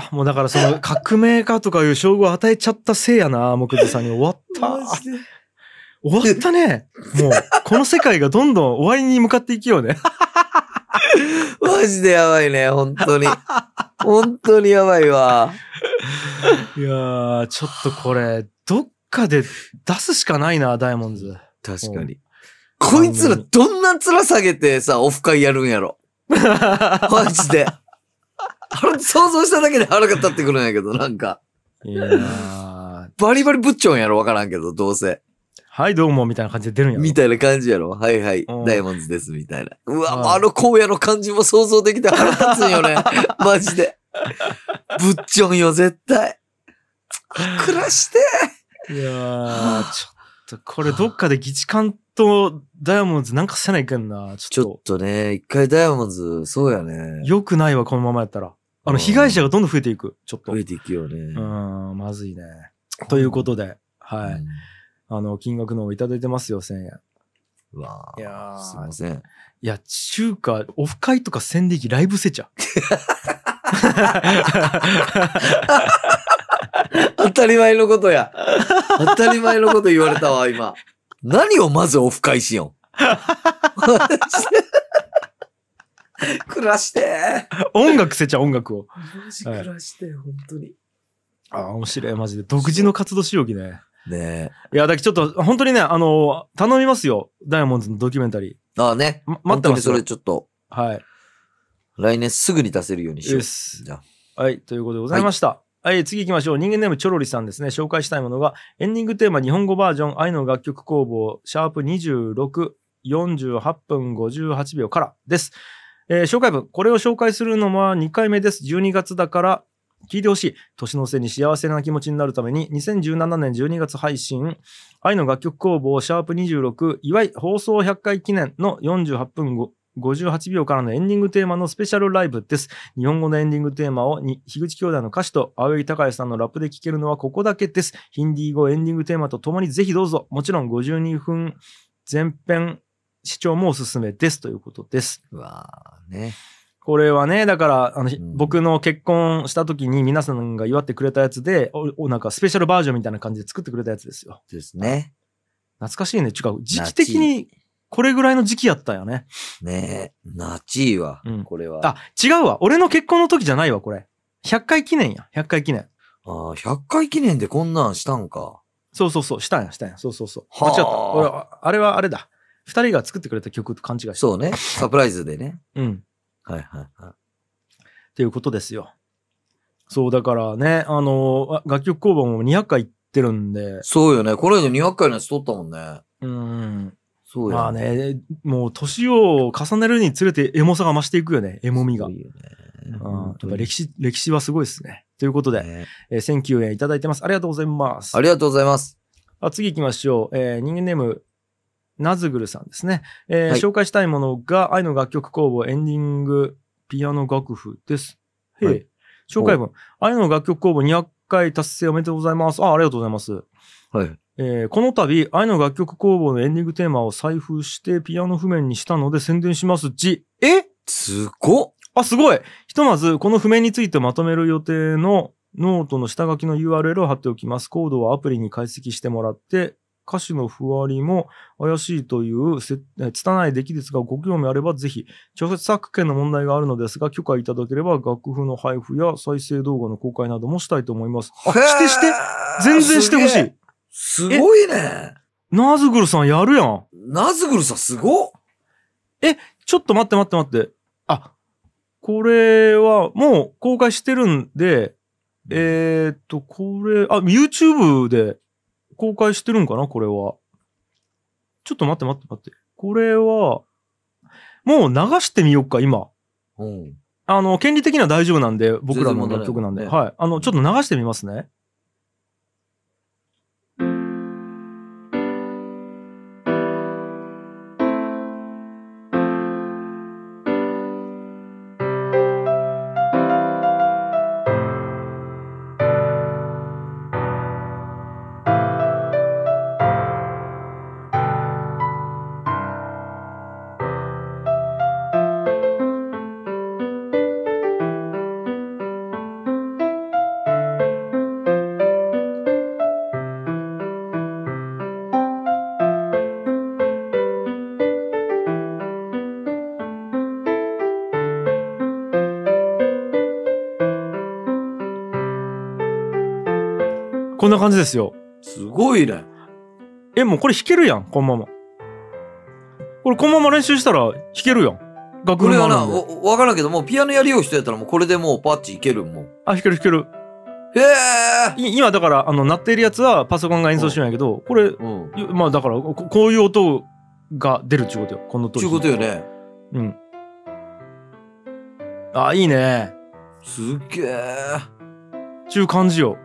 Speaker 1: もうだからその革命家とかいう称号を与えちゃったせいやな、木図さんに。終わった。終わったね。もう、この世界がどんどん終わりに向かっていきようね。
Speaker 2: マジでやばいね、本当に。本当にやばいわ。
Speaker 1: いやー、ちょっとこれ、どっかで出すしかないな、ダイヤモンズ。
Speaker 2: 確かに。こいつらどんな面下げてさ、オフ会やるんやろ。マジで。想像しただけで腹が立ってくるんやけど、なんか。
Speaker 1: いやー。
Speaker 2: バリバリぶっちょんやろ、わからんけど、どうせ。
Speaker 1: はいどうもみたいな感じで出るんやろ
Speaker 2: みたいな感じやろ。はいはい、ダイヤモンズですみたいな。うわ、荒野の感じも想像できて腹立つんよね。マジで。 ぶっちょんよ、絶対。暮らして。
Speaker 1: いやー、ちょっと、これどっかでギチカンとダイヤモンドズなんかせないかんな。
Speaker 2: ちょっとね、一回ダイヤモンドズ、そうやね。
Speaker 1: よくないわ、このままやったら。被害者がどんどん増えていく。ちょっと。
Speaker 2: 増えていくよね。
Speaker 1: まずいね。ということで、はい。金額の方いただいてますよ、1000円。
Speaker 2: うわ
Speaker 1: いや
Speaker 2: すいません。
Speaker 1: いや、中華、オフ会とか宣伝機ライブせちゃ。
Speaker 2: 当たり前のことや。当たり前のこと言われたわ、今。何をまずオフ会しよん。暮らして。
Speaker 1: 音楽せちゃ、音楽を。
Speaker 2: マジ暮らして、本当に。
Speaker 1: 面白い、マジで。独自の活動しようきね。
Speaker 2: ね
Speaker 1: いや、だけどちょっと、本当にね、頼みますよ。ダイヤモンドズのドキュメンタリ
Speaker 2: ー。ね。
Speaker 1: 待ってます。
Speaker 2: それちょっと。
Speaker 1: はい。
Speaker 2: 来年すぐに出せるようにしよう。
Speaker 1: じゃあ。はい、ということでございました。はい、次行きましょう。人間ネームチョロリさんですね。紹介したいものが、エンディングテーマ日本語バージョン、愛の楽曲工房、シャープ26、48分58秒からです。紹介文。これを紹介するのは2回目です。12月だから聞いてほしい。年の瀬に幸せな気持ちになるために、2017年12月配信、愛の楽曲工房、シャープ26、祝い放送100回記念の48分58秒からのエンディングテーマのスペシャルライブです。日本語のエンディングテーマを樋口兄弟の歌詞と青柳高也さんのラップで聴けるのはここだけです。ヒンディー語エンディングテーマとともにぜひどうぞ。もちろん52分前編視聴もおすすめですということです。
Speaker 2: うわーね。
Speaker 1: これはね、だから僕の結婚した時に皆さんが祝ってくれたやつで、なんかスペシャルバージョンみたいな感じで作ってくれたやつですよ。
Speaker 2: ですね。
Speaker 1: 懐かしいね。違う。時期的にこれぐらいの時期やったよね。
Speaker 2: ねえ。なちいわ、これは。
Speaker 1: 違うわ。俺の結婚の時じゃないわ、これ。100回記念や。100回記念。
Speaker 2: 100回記念でこんなんしたんか。
Speaker 1: そう。したんや。そう。間違った。俺、あれはあれだ。二人が作ってくれた曲と勘違いした。
Speaker 2: そうね。サプライズでね。
Speaker 1: うん。
Speaker 2: はい。
Speaker 1: っていうことですよ。そう、だからね、楽曲工房も200回行ってるんで。
Speaker 2: そうよね。この間200回のやつ撮ったもんね。そうや。
Speaker 1: まあね、もう年を重ねるにつれてエモさが増していくよね。エモみが。やっぱ歴史はすごいですね。ということで、1009円いただいてます。ありがとうございます。
Speaker 2: ありがとうございます。
Speaker 1: 次行きましょう。人間ネーム、ナズグルさんですね。紹介したいものが、愛の楽曲工房エンディングピアノ楽譜です。紹介文。愛の楽曲工房200回達成おめでとうございます。ありがとうございます。
Speaker 2: はい。
Speaker 1: この度、愛の楽曲工房のエンディングテーマを採封してピアノ譜面にしたので宣伝します。
Speaker 2: すごっ！
Speaker 1: すごい！ひとまず、この譜面についてまとめる予定のノートの下書きの URL を貼っておきます。コードはアプリに解析してもらって、歌詞のふわりも怪しいという拙い出来ですが、ご興味あればぜひ、著作権の問題があるのですが、許可いただければ楽譜の配布や再生動画の公開などもしたいと思います。して全然してほしい。
Speaker 2: すごいね。
Speaker 1: ナズグルさんやるやん。
Speaker 2: ナズグルさんすごっ。
Speaker 1: ちょっと待って。これはもう公開してるんで、これ、YouTube で公開してるんかなこれは。ちょっと待って。これは、もう流してみようか、今。権利的には大丈夫なんで、僕らの楽曲なんで。はい。ちょっと流してみますね。こんな感じですよ。
Speaker 2: すごいね。
Speaker 1: もうこれ弾けるやん、このまま。これこのまま練習したら弾けるやん。楽譜のまま。
Speaker 2: わからんけど、もうピアノやりよう人やったらもうこれでもうパッチいけるもん。
Speaker 1: 弾ける。今だから、鳴っているやつはパソコンが演奏しないけど、これ、まあだから、こういう音が出るっちゅうことよ。この音。
Speaker 2: ちゅうことよね。
Speaker 1: いいね。
Speaker 2: すっげえ。
Speaker 1: ちゅう感じよ。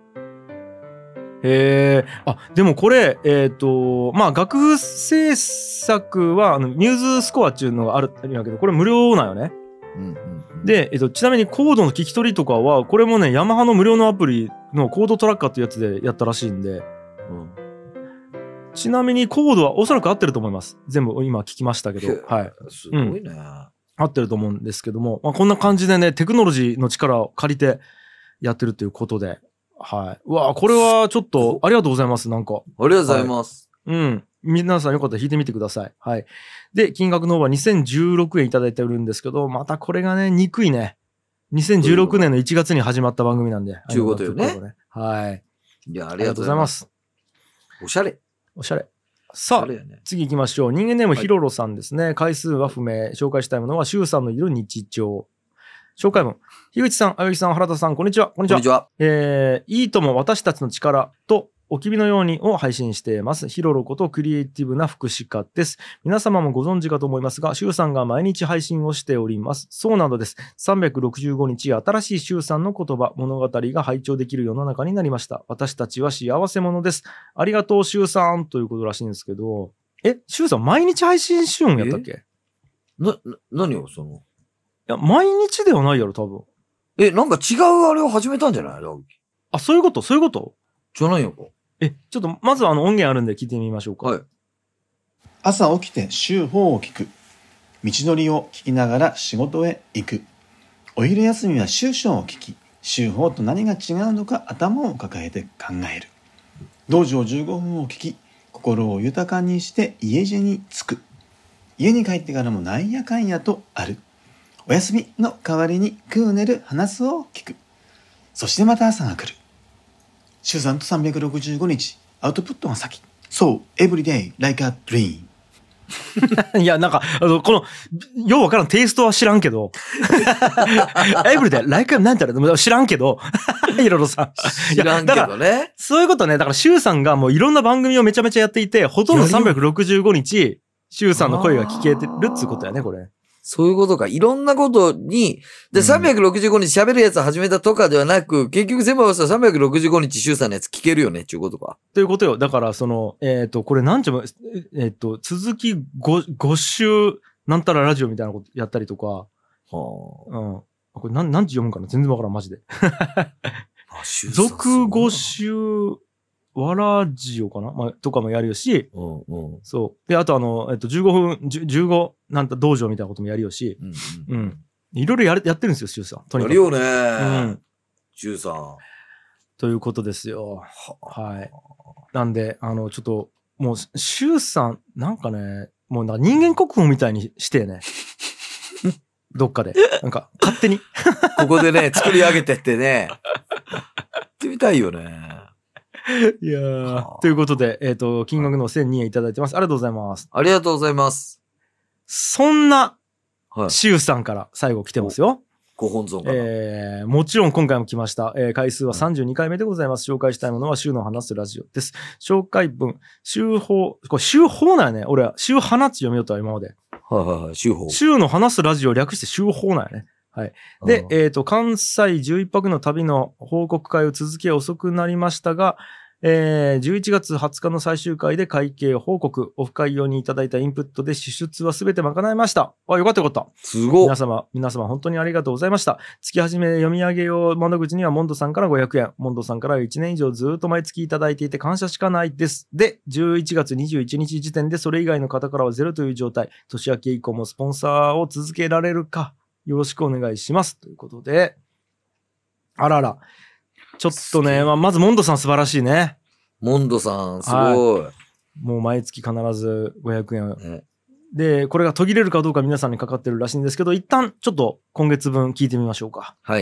Speaker 1: あ、でもこれ、まあ、楽譜制作は、ミューズスコアっていうのがあるんやけど、これ無料なんよね。で、ちなみにコードの聞き取りとかは、これもね、ヤマハの無料のアプリのコードトラッカーっていうやつでやったらしいんで、ちなみにコードはおそらく合ってると思います。全部今聞きましたけど。はい。
Speaker 2: すごいね。
Speaker 1: 合ってると思うんですけども、まあ、こんな感じでね、テクノロジーの力を借りてやってるということで、はい。うわ、これはちょっと、ありがとうございます、なんか。
Speaker 2: ありがとうございます。
Speaker 1: はい、皆さんよかったら弾いてみてください。はい。で、金額の方は2016円いただいてるんですけど、またこれがね、憎いね。2016年の1月に始まった番組なんで。
Speaker 2: ということよね。
Speaker 1: はい。
Speaker 2: いや、ありがとうございます。おしゃれ。
Speaker 1: おしゃれ。さあ、次行きましょう。人間ネームヒロロさんですね。回数は不明。紹介したいものは、シュウさんのいる日常。紹介文。樋口さん、あゆきさん、原田さん、こんにちは。こんにちは。いいとも私たちの力と、おきびのようにを配信しています。ヒロロことクリエイティブな福祉家です。皆様もご存知かと思いますが、シュウさんが毎日配信をしております。そうなのです。365日、新しいシュウさんの言葉、物語が拝聴できる世の中になりました。私たちは幸せ者です。ありがとう、シュウさんということらしいんですけど、シュウさん毎日配信しようんやったっけ？
Speaker 2: 何をその？
Speaker 1: いや、毎日ではないやろ、多分。
Speaker 2: なんか違うあれを始めたんじゃない？
Speaker 1: あ、そういうことじ
Speaker 2: ゃないよか。
Speaker 1: ちょっと、まずは音源あるんで聞いてみましょうか。はい。
Speaker 16: 朝起きて週報を聞く。道のりを聞きながら仕事へ行く。お昼休みは週書を聞き、週報と何が違うのか頭を抱えて考える。道場15分を聞き、心を豊かにして家路に着く。家に帰ってからもなんやかんやとある。お休みの代わりにクーネル話すを聞く。そしてまた朝が来る。週3と365日、アウトプットが先。そう、every day like a dream。
Speaker 1: いや、なんか、この、ようわからんテイストは知らんけど、every day like a なんていうの知らんけど、ヒロロさん。
Speaker 2: 知らんけどね。
Speaker 1: そういうことね。だから、シュウさんがもういろんな番組をめちゃめちゃやっていて、ほとんど365日、シュウさんの声が聞けてるっつうことやね、これ。
Speaker 2: そういうことか。いろんなことに、で、365日喋るやつ始めたとかではなく、結局全部合わせたら365日シュウさんのやつ聞けるよね、っていうことか。
Speaker 1: ということよ。だから、その、これなんちゅう、続き5週、なんたらラジオみたいなことやったりとか、これなんて読むんかな全然わからん、マジで。続5週、わらじおかな、とかもやるよし、そう。で、あと15分、15なんた道場みたいなこともやるよし、いろいろやってるんですよ、シュウさん。とにかく。
Speaker 2: やるよね。シュウさん。
Speaker 1: ということですよ。はい。なんで、ちょっと、もう、シュウさん、なんかね、もう人間国宝みたいにしてね。どっかで。なんか、勝手に。
Speaker 2: ここでね、作り上げてってね。やってみたいよね。
Speaker 1: いやー。ということで、金額の1002円いただいてます。ありがとうございます。
Speaker 2: ありがとうございます。
Speaker 1: そんな、シュウさんから最後来てますよ。
Speaker 2: ご本尊が。
Speaker 1: もちろん今回も来ました。回数は32回目でございます。紹介したいものはシュウの話すラジオです。紹介文、シュウ法、これシュウ法なんやね。俺はシュウ話読みよったわ、今まで。
Speaker 2: シュウ法。
Speaker 1: シュウの話すラジオ略してシュウ法なんやね。はい。で、関西11泊の旅の報告会を続け遅くなりましたが、11月20日の最終回で会計報告、オフ会用にいただいたインプットで支出はすべて賄いました。よかったよかった。
Speaker 2: すごい。
Speaker 1: 皆様本当にありがとうございました。月始め読み上げ用窓口にはモンドさんから500円、モンドさんから1年以上ずっと毎月いただいていて感謝しかないです。で、11月21日時点でそれ以外の方からはゼロという状態。年明け以降もスポンサーを続けられるか、よろしくお願いします。ということで、あらら。ちょっとね、まずモンドさん素晴らしいね。
Speaker 2: モンドさん、すごい。
Speaker 1: もう毎月必ず500円。で、これが途切れるかどうか皆さんにかかってるらしいんですけど、一旦ちょっと今月分聞いてみましょうか。
Speaker 2: はい。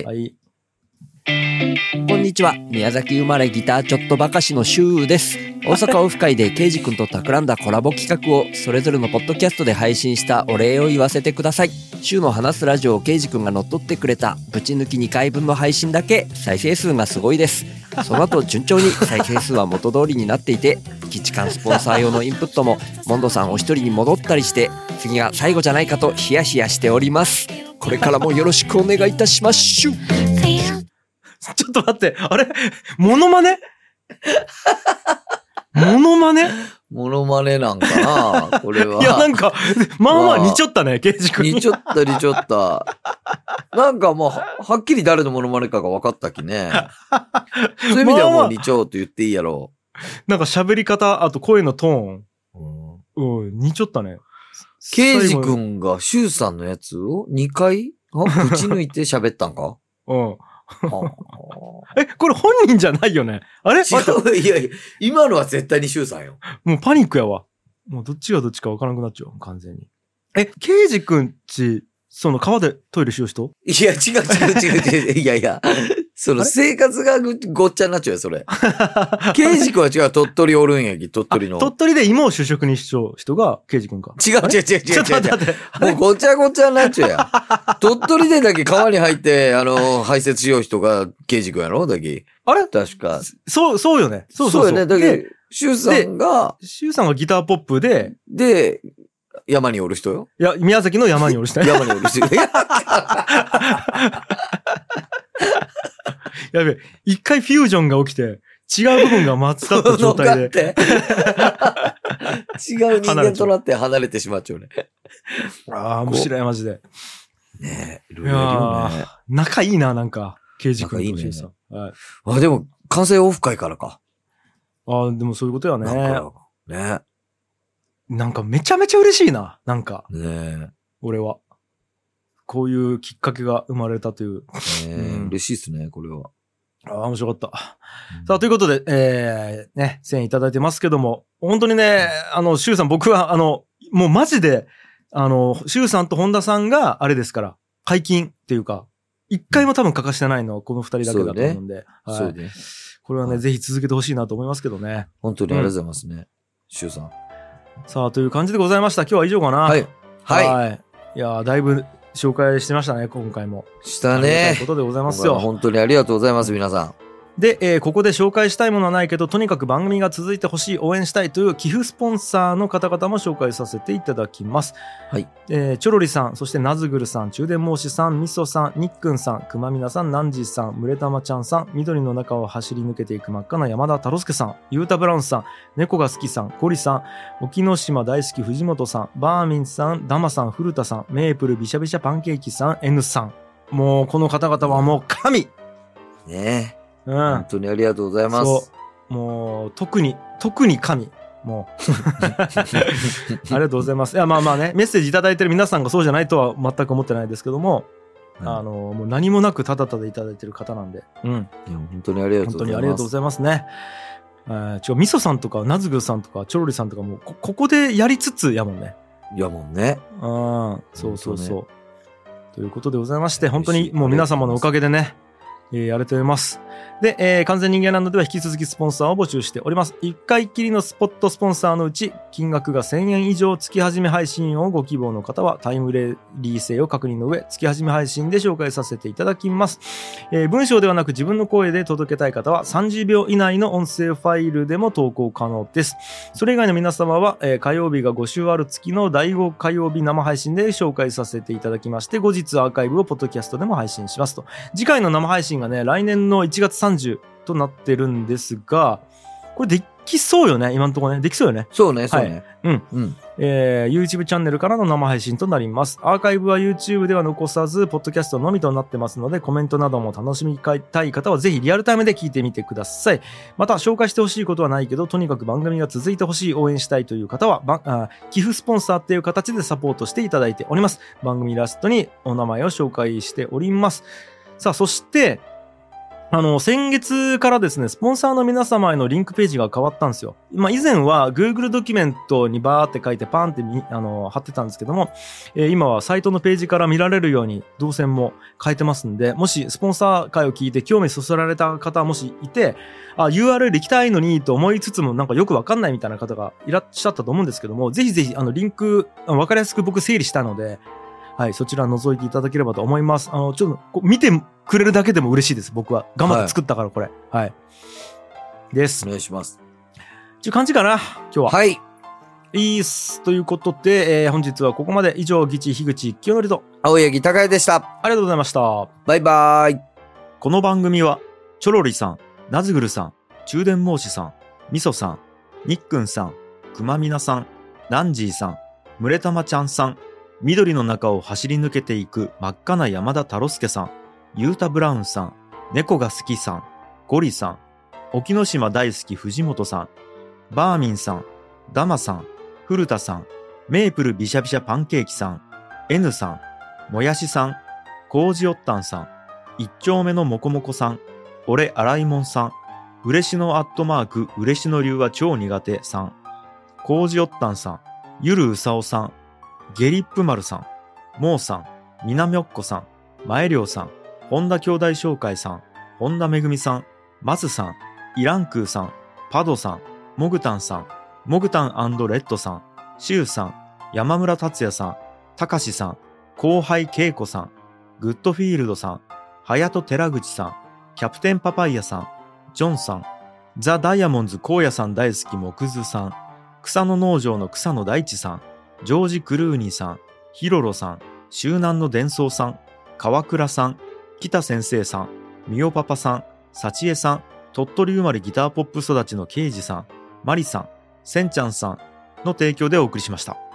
Speaker 17: こんにちは。宮崎生まれギターちょっとばかしのシュウです。大阪オフ会でケイジ君と企んだコラボ企画をそれぞれのポッドキャストで配信したお礼を言わせてください。シュウの話すラジオをケイジ君が乗っ取ってくれたぶち抜き2回分の配信だけ再生数がすごいです。その後順調に再生数は元通りになっていて、基地間スポンサー用のインプットもモンドさんお一人に戻ったりして、次が最後じゃないかとヒヤヒヤしております。 これからもよろしくお願いいたしましょう。
Speaker 1: ちょっと待って、あれモノマネモノマネ
Speaker 2: モノマネなんかなこれは。
Speaker 1: いや、なんか、まあまあ似ちょったね、ケイジ君。
Speaker 2: 似ちょった。なんかもう、はっきり誰のモノマネかが分かったきね。そういう意味ではもう似ちょうと言っていいやろう。
Speaker 1: なんか喋り方、あと声のトーン。似ちょったね。
Speaker 2: ケイジ君がシュウさんのやつを2回ぶち抜いて喋ったんか
Speaker 1: うん。これ本人じゃないよね。あれ
Speaker 2: 違う。いやいや、今のは絶対にシュウさんよ。
Speaker 1: もうパニックやわ。もうどっちがどっちか分からなくなっちゃう。完全に。ケイジ君ち、その川でトイレしよう人？
Speaker 2: いや、違う。いや。その生活がごっちゃになっちゃうよ、それ。ケイジ君は違う、鳥取おるんやき、鳥取の。
Speaker 1: 鳥取で芋を主食にしちゃう人がケイジ君か。
Speaker 2: 違う。ちょっと待って。もうごちゃごちゃになっちゃうやん。鳥取でだけ川に入って、排泄しよう人がケイジ君やろだけ。
Speaker 1: あれ
Speaker 2: 確か。
Speaker 1: そうよね。そう
Speaker 2: よね。だけど、シュウさんが
Speaker 1: ギターポップで、
Speaker 2: 山におる人よ。
Speaker 1: いや、宮崎の山におる人。
Speaker 2: 山におる人。
Speaker 1: やべえ、一回フュージョンが起きて、違う部分が混ざった状態で。
Speaker 2: 違う人間となって離れてしまっちゃうね。
Speaker 1: ああ、面白い、マジで。
Speaker 2: ねえ、いろいろやるよね。
Speaker 1: 仲いいな、なんか、ケイジ君と
Speaker 2: いいね。
Speaker 1: はい。
Speaker 2: あ、でも、完成オフ会からか。
Speaker 1: ああ、でもそういうことやね。
Speaker 2: ね。
Speaker 1: なんかめちゃめちゃ嬉しいな、なんか。
Speaker 2: ね
Speaker 1: 俺は。こういうきっかけが生まれたという。
Speaker 2: 嬉しいですね、これは。
Speaker 1: ああ、面白かった。さあ、ということで、ね、1000円いただいてますけども、本当にね、シュウさん、僕は、もうマジで、シュウさんと本田さんが、あれですから、解禁っていうか、一回も多分欠かしてないのはこの二人だけだと思うんで、
Speaker 2: そうね。
Speaker 1: これはね、ぜひ続けてほしいなと思いますけどね。
Speaker 2: 本当にありがとうございますね、シュウさん。
Speaker 1: さあ、という感じでございました。今日は以上かな。
Speaker 2: はい。
Speaker 1: いや、だいぶ紹介してましたね、今回も。
Speaker 2: したね。
Speaker 1: ということでございますよ。
Speaker 2: 本当にありがとうございます、皆さん。
Speaker 1: で、ここで紹介したいものはないけど、とにかく番組が続いてほしい、応援したいという寄付スポンサーの方々も紹介させていただきます。
Speaker 2: はい。
Speaker 1: チョロリさん、そしてナズグルさん、中電申しさん、みそさん、にっくんさん、くまみなさん、ナンジーさん、むれたまちゃんさん、緑の中を走り抜けていく真っ赤な山田太郎介さん、ゆうたブラウンさん、猫が好きさん、ゴリさん、沖ノ島大好き藤本さん、バーミンさん、ダマさん、古田さん、メープルビシャビシャパンケーキさん、N さん。もうこの方々はもう神
Speaker 2: ねえ。本当にありがとうございます。
Speaker 1: そう。もう、特に神。もう。ありがとうございます。いや、まあまあね、メッセージいただいてる皆さんがそうじゃないとは全く思ってないですけども、もう何もなくただただいただいてる方なんで。
Speaker 2: いや、本当にありがとうございます。
Speaker 1: 本当にありがとうございますね。みそさんとか、ナズグさんとか、チョロリさんとかも、ここでやりつつやもんね。
Speaker 2: やもんね。
Speaker 1: そう。ということでございまして、本当にもう皆様のおかげでね、やれております。で、完全人間ランドでは引き続きスポンサーを募集しております。1回きりのスポットスポンサーのうち、金額が1000円以上月始め配信をご希望の方は、タイムリー性を確認の上、月始め配信で紹介させていただきます。文章ではなく自分の声で届けたい方は、30秒以内の音声ファイルでも投稿可能です。それ以外の皆様は、火曜日が5週ある月の第5火曜日生配信で紹介させていただきまして、後日アーカイブをポッドキャストでも配信しますと。次回の生配信がね、来年の1月30となってるんですが、これできそうよね、今のところね。できそうよね。
Speaker 2: そうね。
Speaker 1: YouTube チャンネルからの生配信となります。アーカイブは YouTube では残さず、ポッドキャストのみとなってますので、コメントなども楽しみたい方はぜひリアルタイムで聞いてみてください。また、紹介してほしいことはないけど、とにかく番組が続いてほしい、応援したいという方は、寄付スポンサーっていう形でサポートしていただいております。番組ラストにお名前を紹介しております。さあ、そして、先月からですね、スポンサーの皆様へのリンクページが変わったんですよ。まあ、以前は Google ドキュメントにバーって書いてパンって貼ってたんですけども、今はサイトのページから見られるように動線も変えてますんで、もしスポンサー会を聞いて興味そそられた方もしいて、URL 行きたいのにと思いつつもなんかよくわかんないみたいな方がいらっしゃったと思うんですけども、ぜひぜひリンクわかりやすく僕整理したので、はい、そちら覗いていただければと思います。ちょっと見てくれるだけでも嬉しいです、僕は。頑張って作ったから、これ。はい。です。
Speaker 2: お願いします。
Speaker 1: っていう感じかな、今日は。
Speaker 2: はい。
Speaker 1: いいっす。ということで、本日はここまで。以上、ギチ、樋口、清則と、
Speaker 2: 青柳高也でした。
Speaker 1: ありがとうございました。
Speaker 2: バイバーイ。
Speaker 1: この番組は、チョロリさん、ナズグルさん、中電申しさん、みそさん、にっくんさん、くまみなさん、ナンジーさん、むれたまちゃんさん、緑の中を走り抜けていく真っ赤な山田太郎介さん、ゆうたブラウンさん、猫が好きさん、ゴリさん、沖ノ島大好き藤本さん、バーミンさん、ダマさん、古田さん、メープルビシャビシャパンケーキさん、N さん、もやしさん、コージオッタンさん、一丁目のもこもこさん、俺洗いもんさん、嬉野アットマーク嬉野流は超苦手さん、コージオッタンさん、ゆるうさおさん、ゲリップ丸さん、モーさん、みなみょっこさん、前涼さん、本田兄弟紹介さん、本田めぐみさん、マスさん、イランクーさん、パドさん、モグタンさん、モグタン&レッドさん、シュウさん、山村達也さん、たかしさん、後輩けいこさん、グッドフィールドさん、はやと寺口さん、キャプテンパパイヤさん、ジョンさん、ザ・ダイヤモンズ荒野さん大好き木津さん、草の農場の草野大地さん、ジョージ・クルーニーさん、ヒロロさん、周南の伝送さん、川倉さん、北先生さん、みおパパさん、幸恵さん、鳥取生まれギターポップ育ちのケイジさん、マリさん、せんちゃんさんの提供でお送りしました。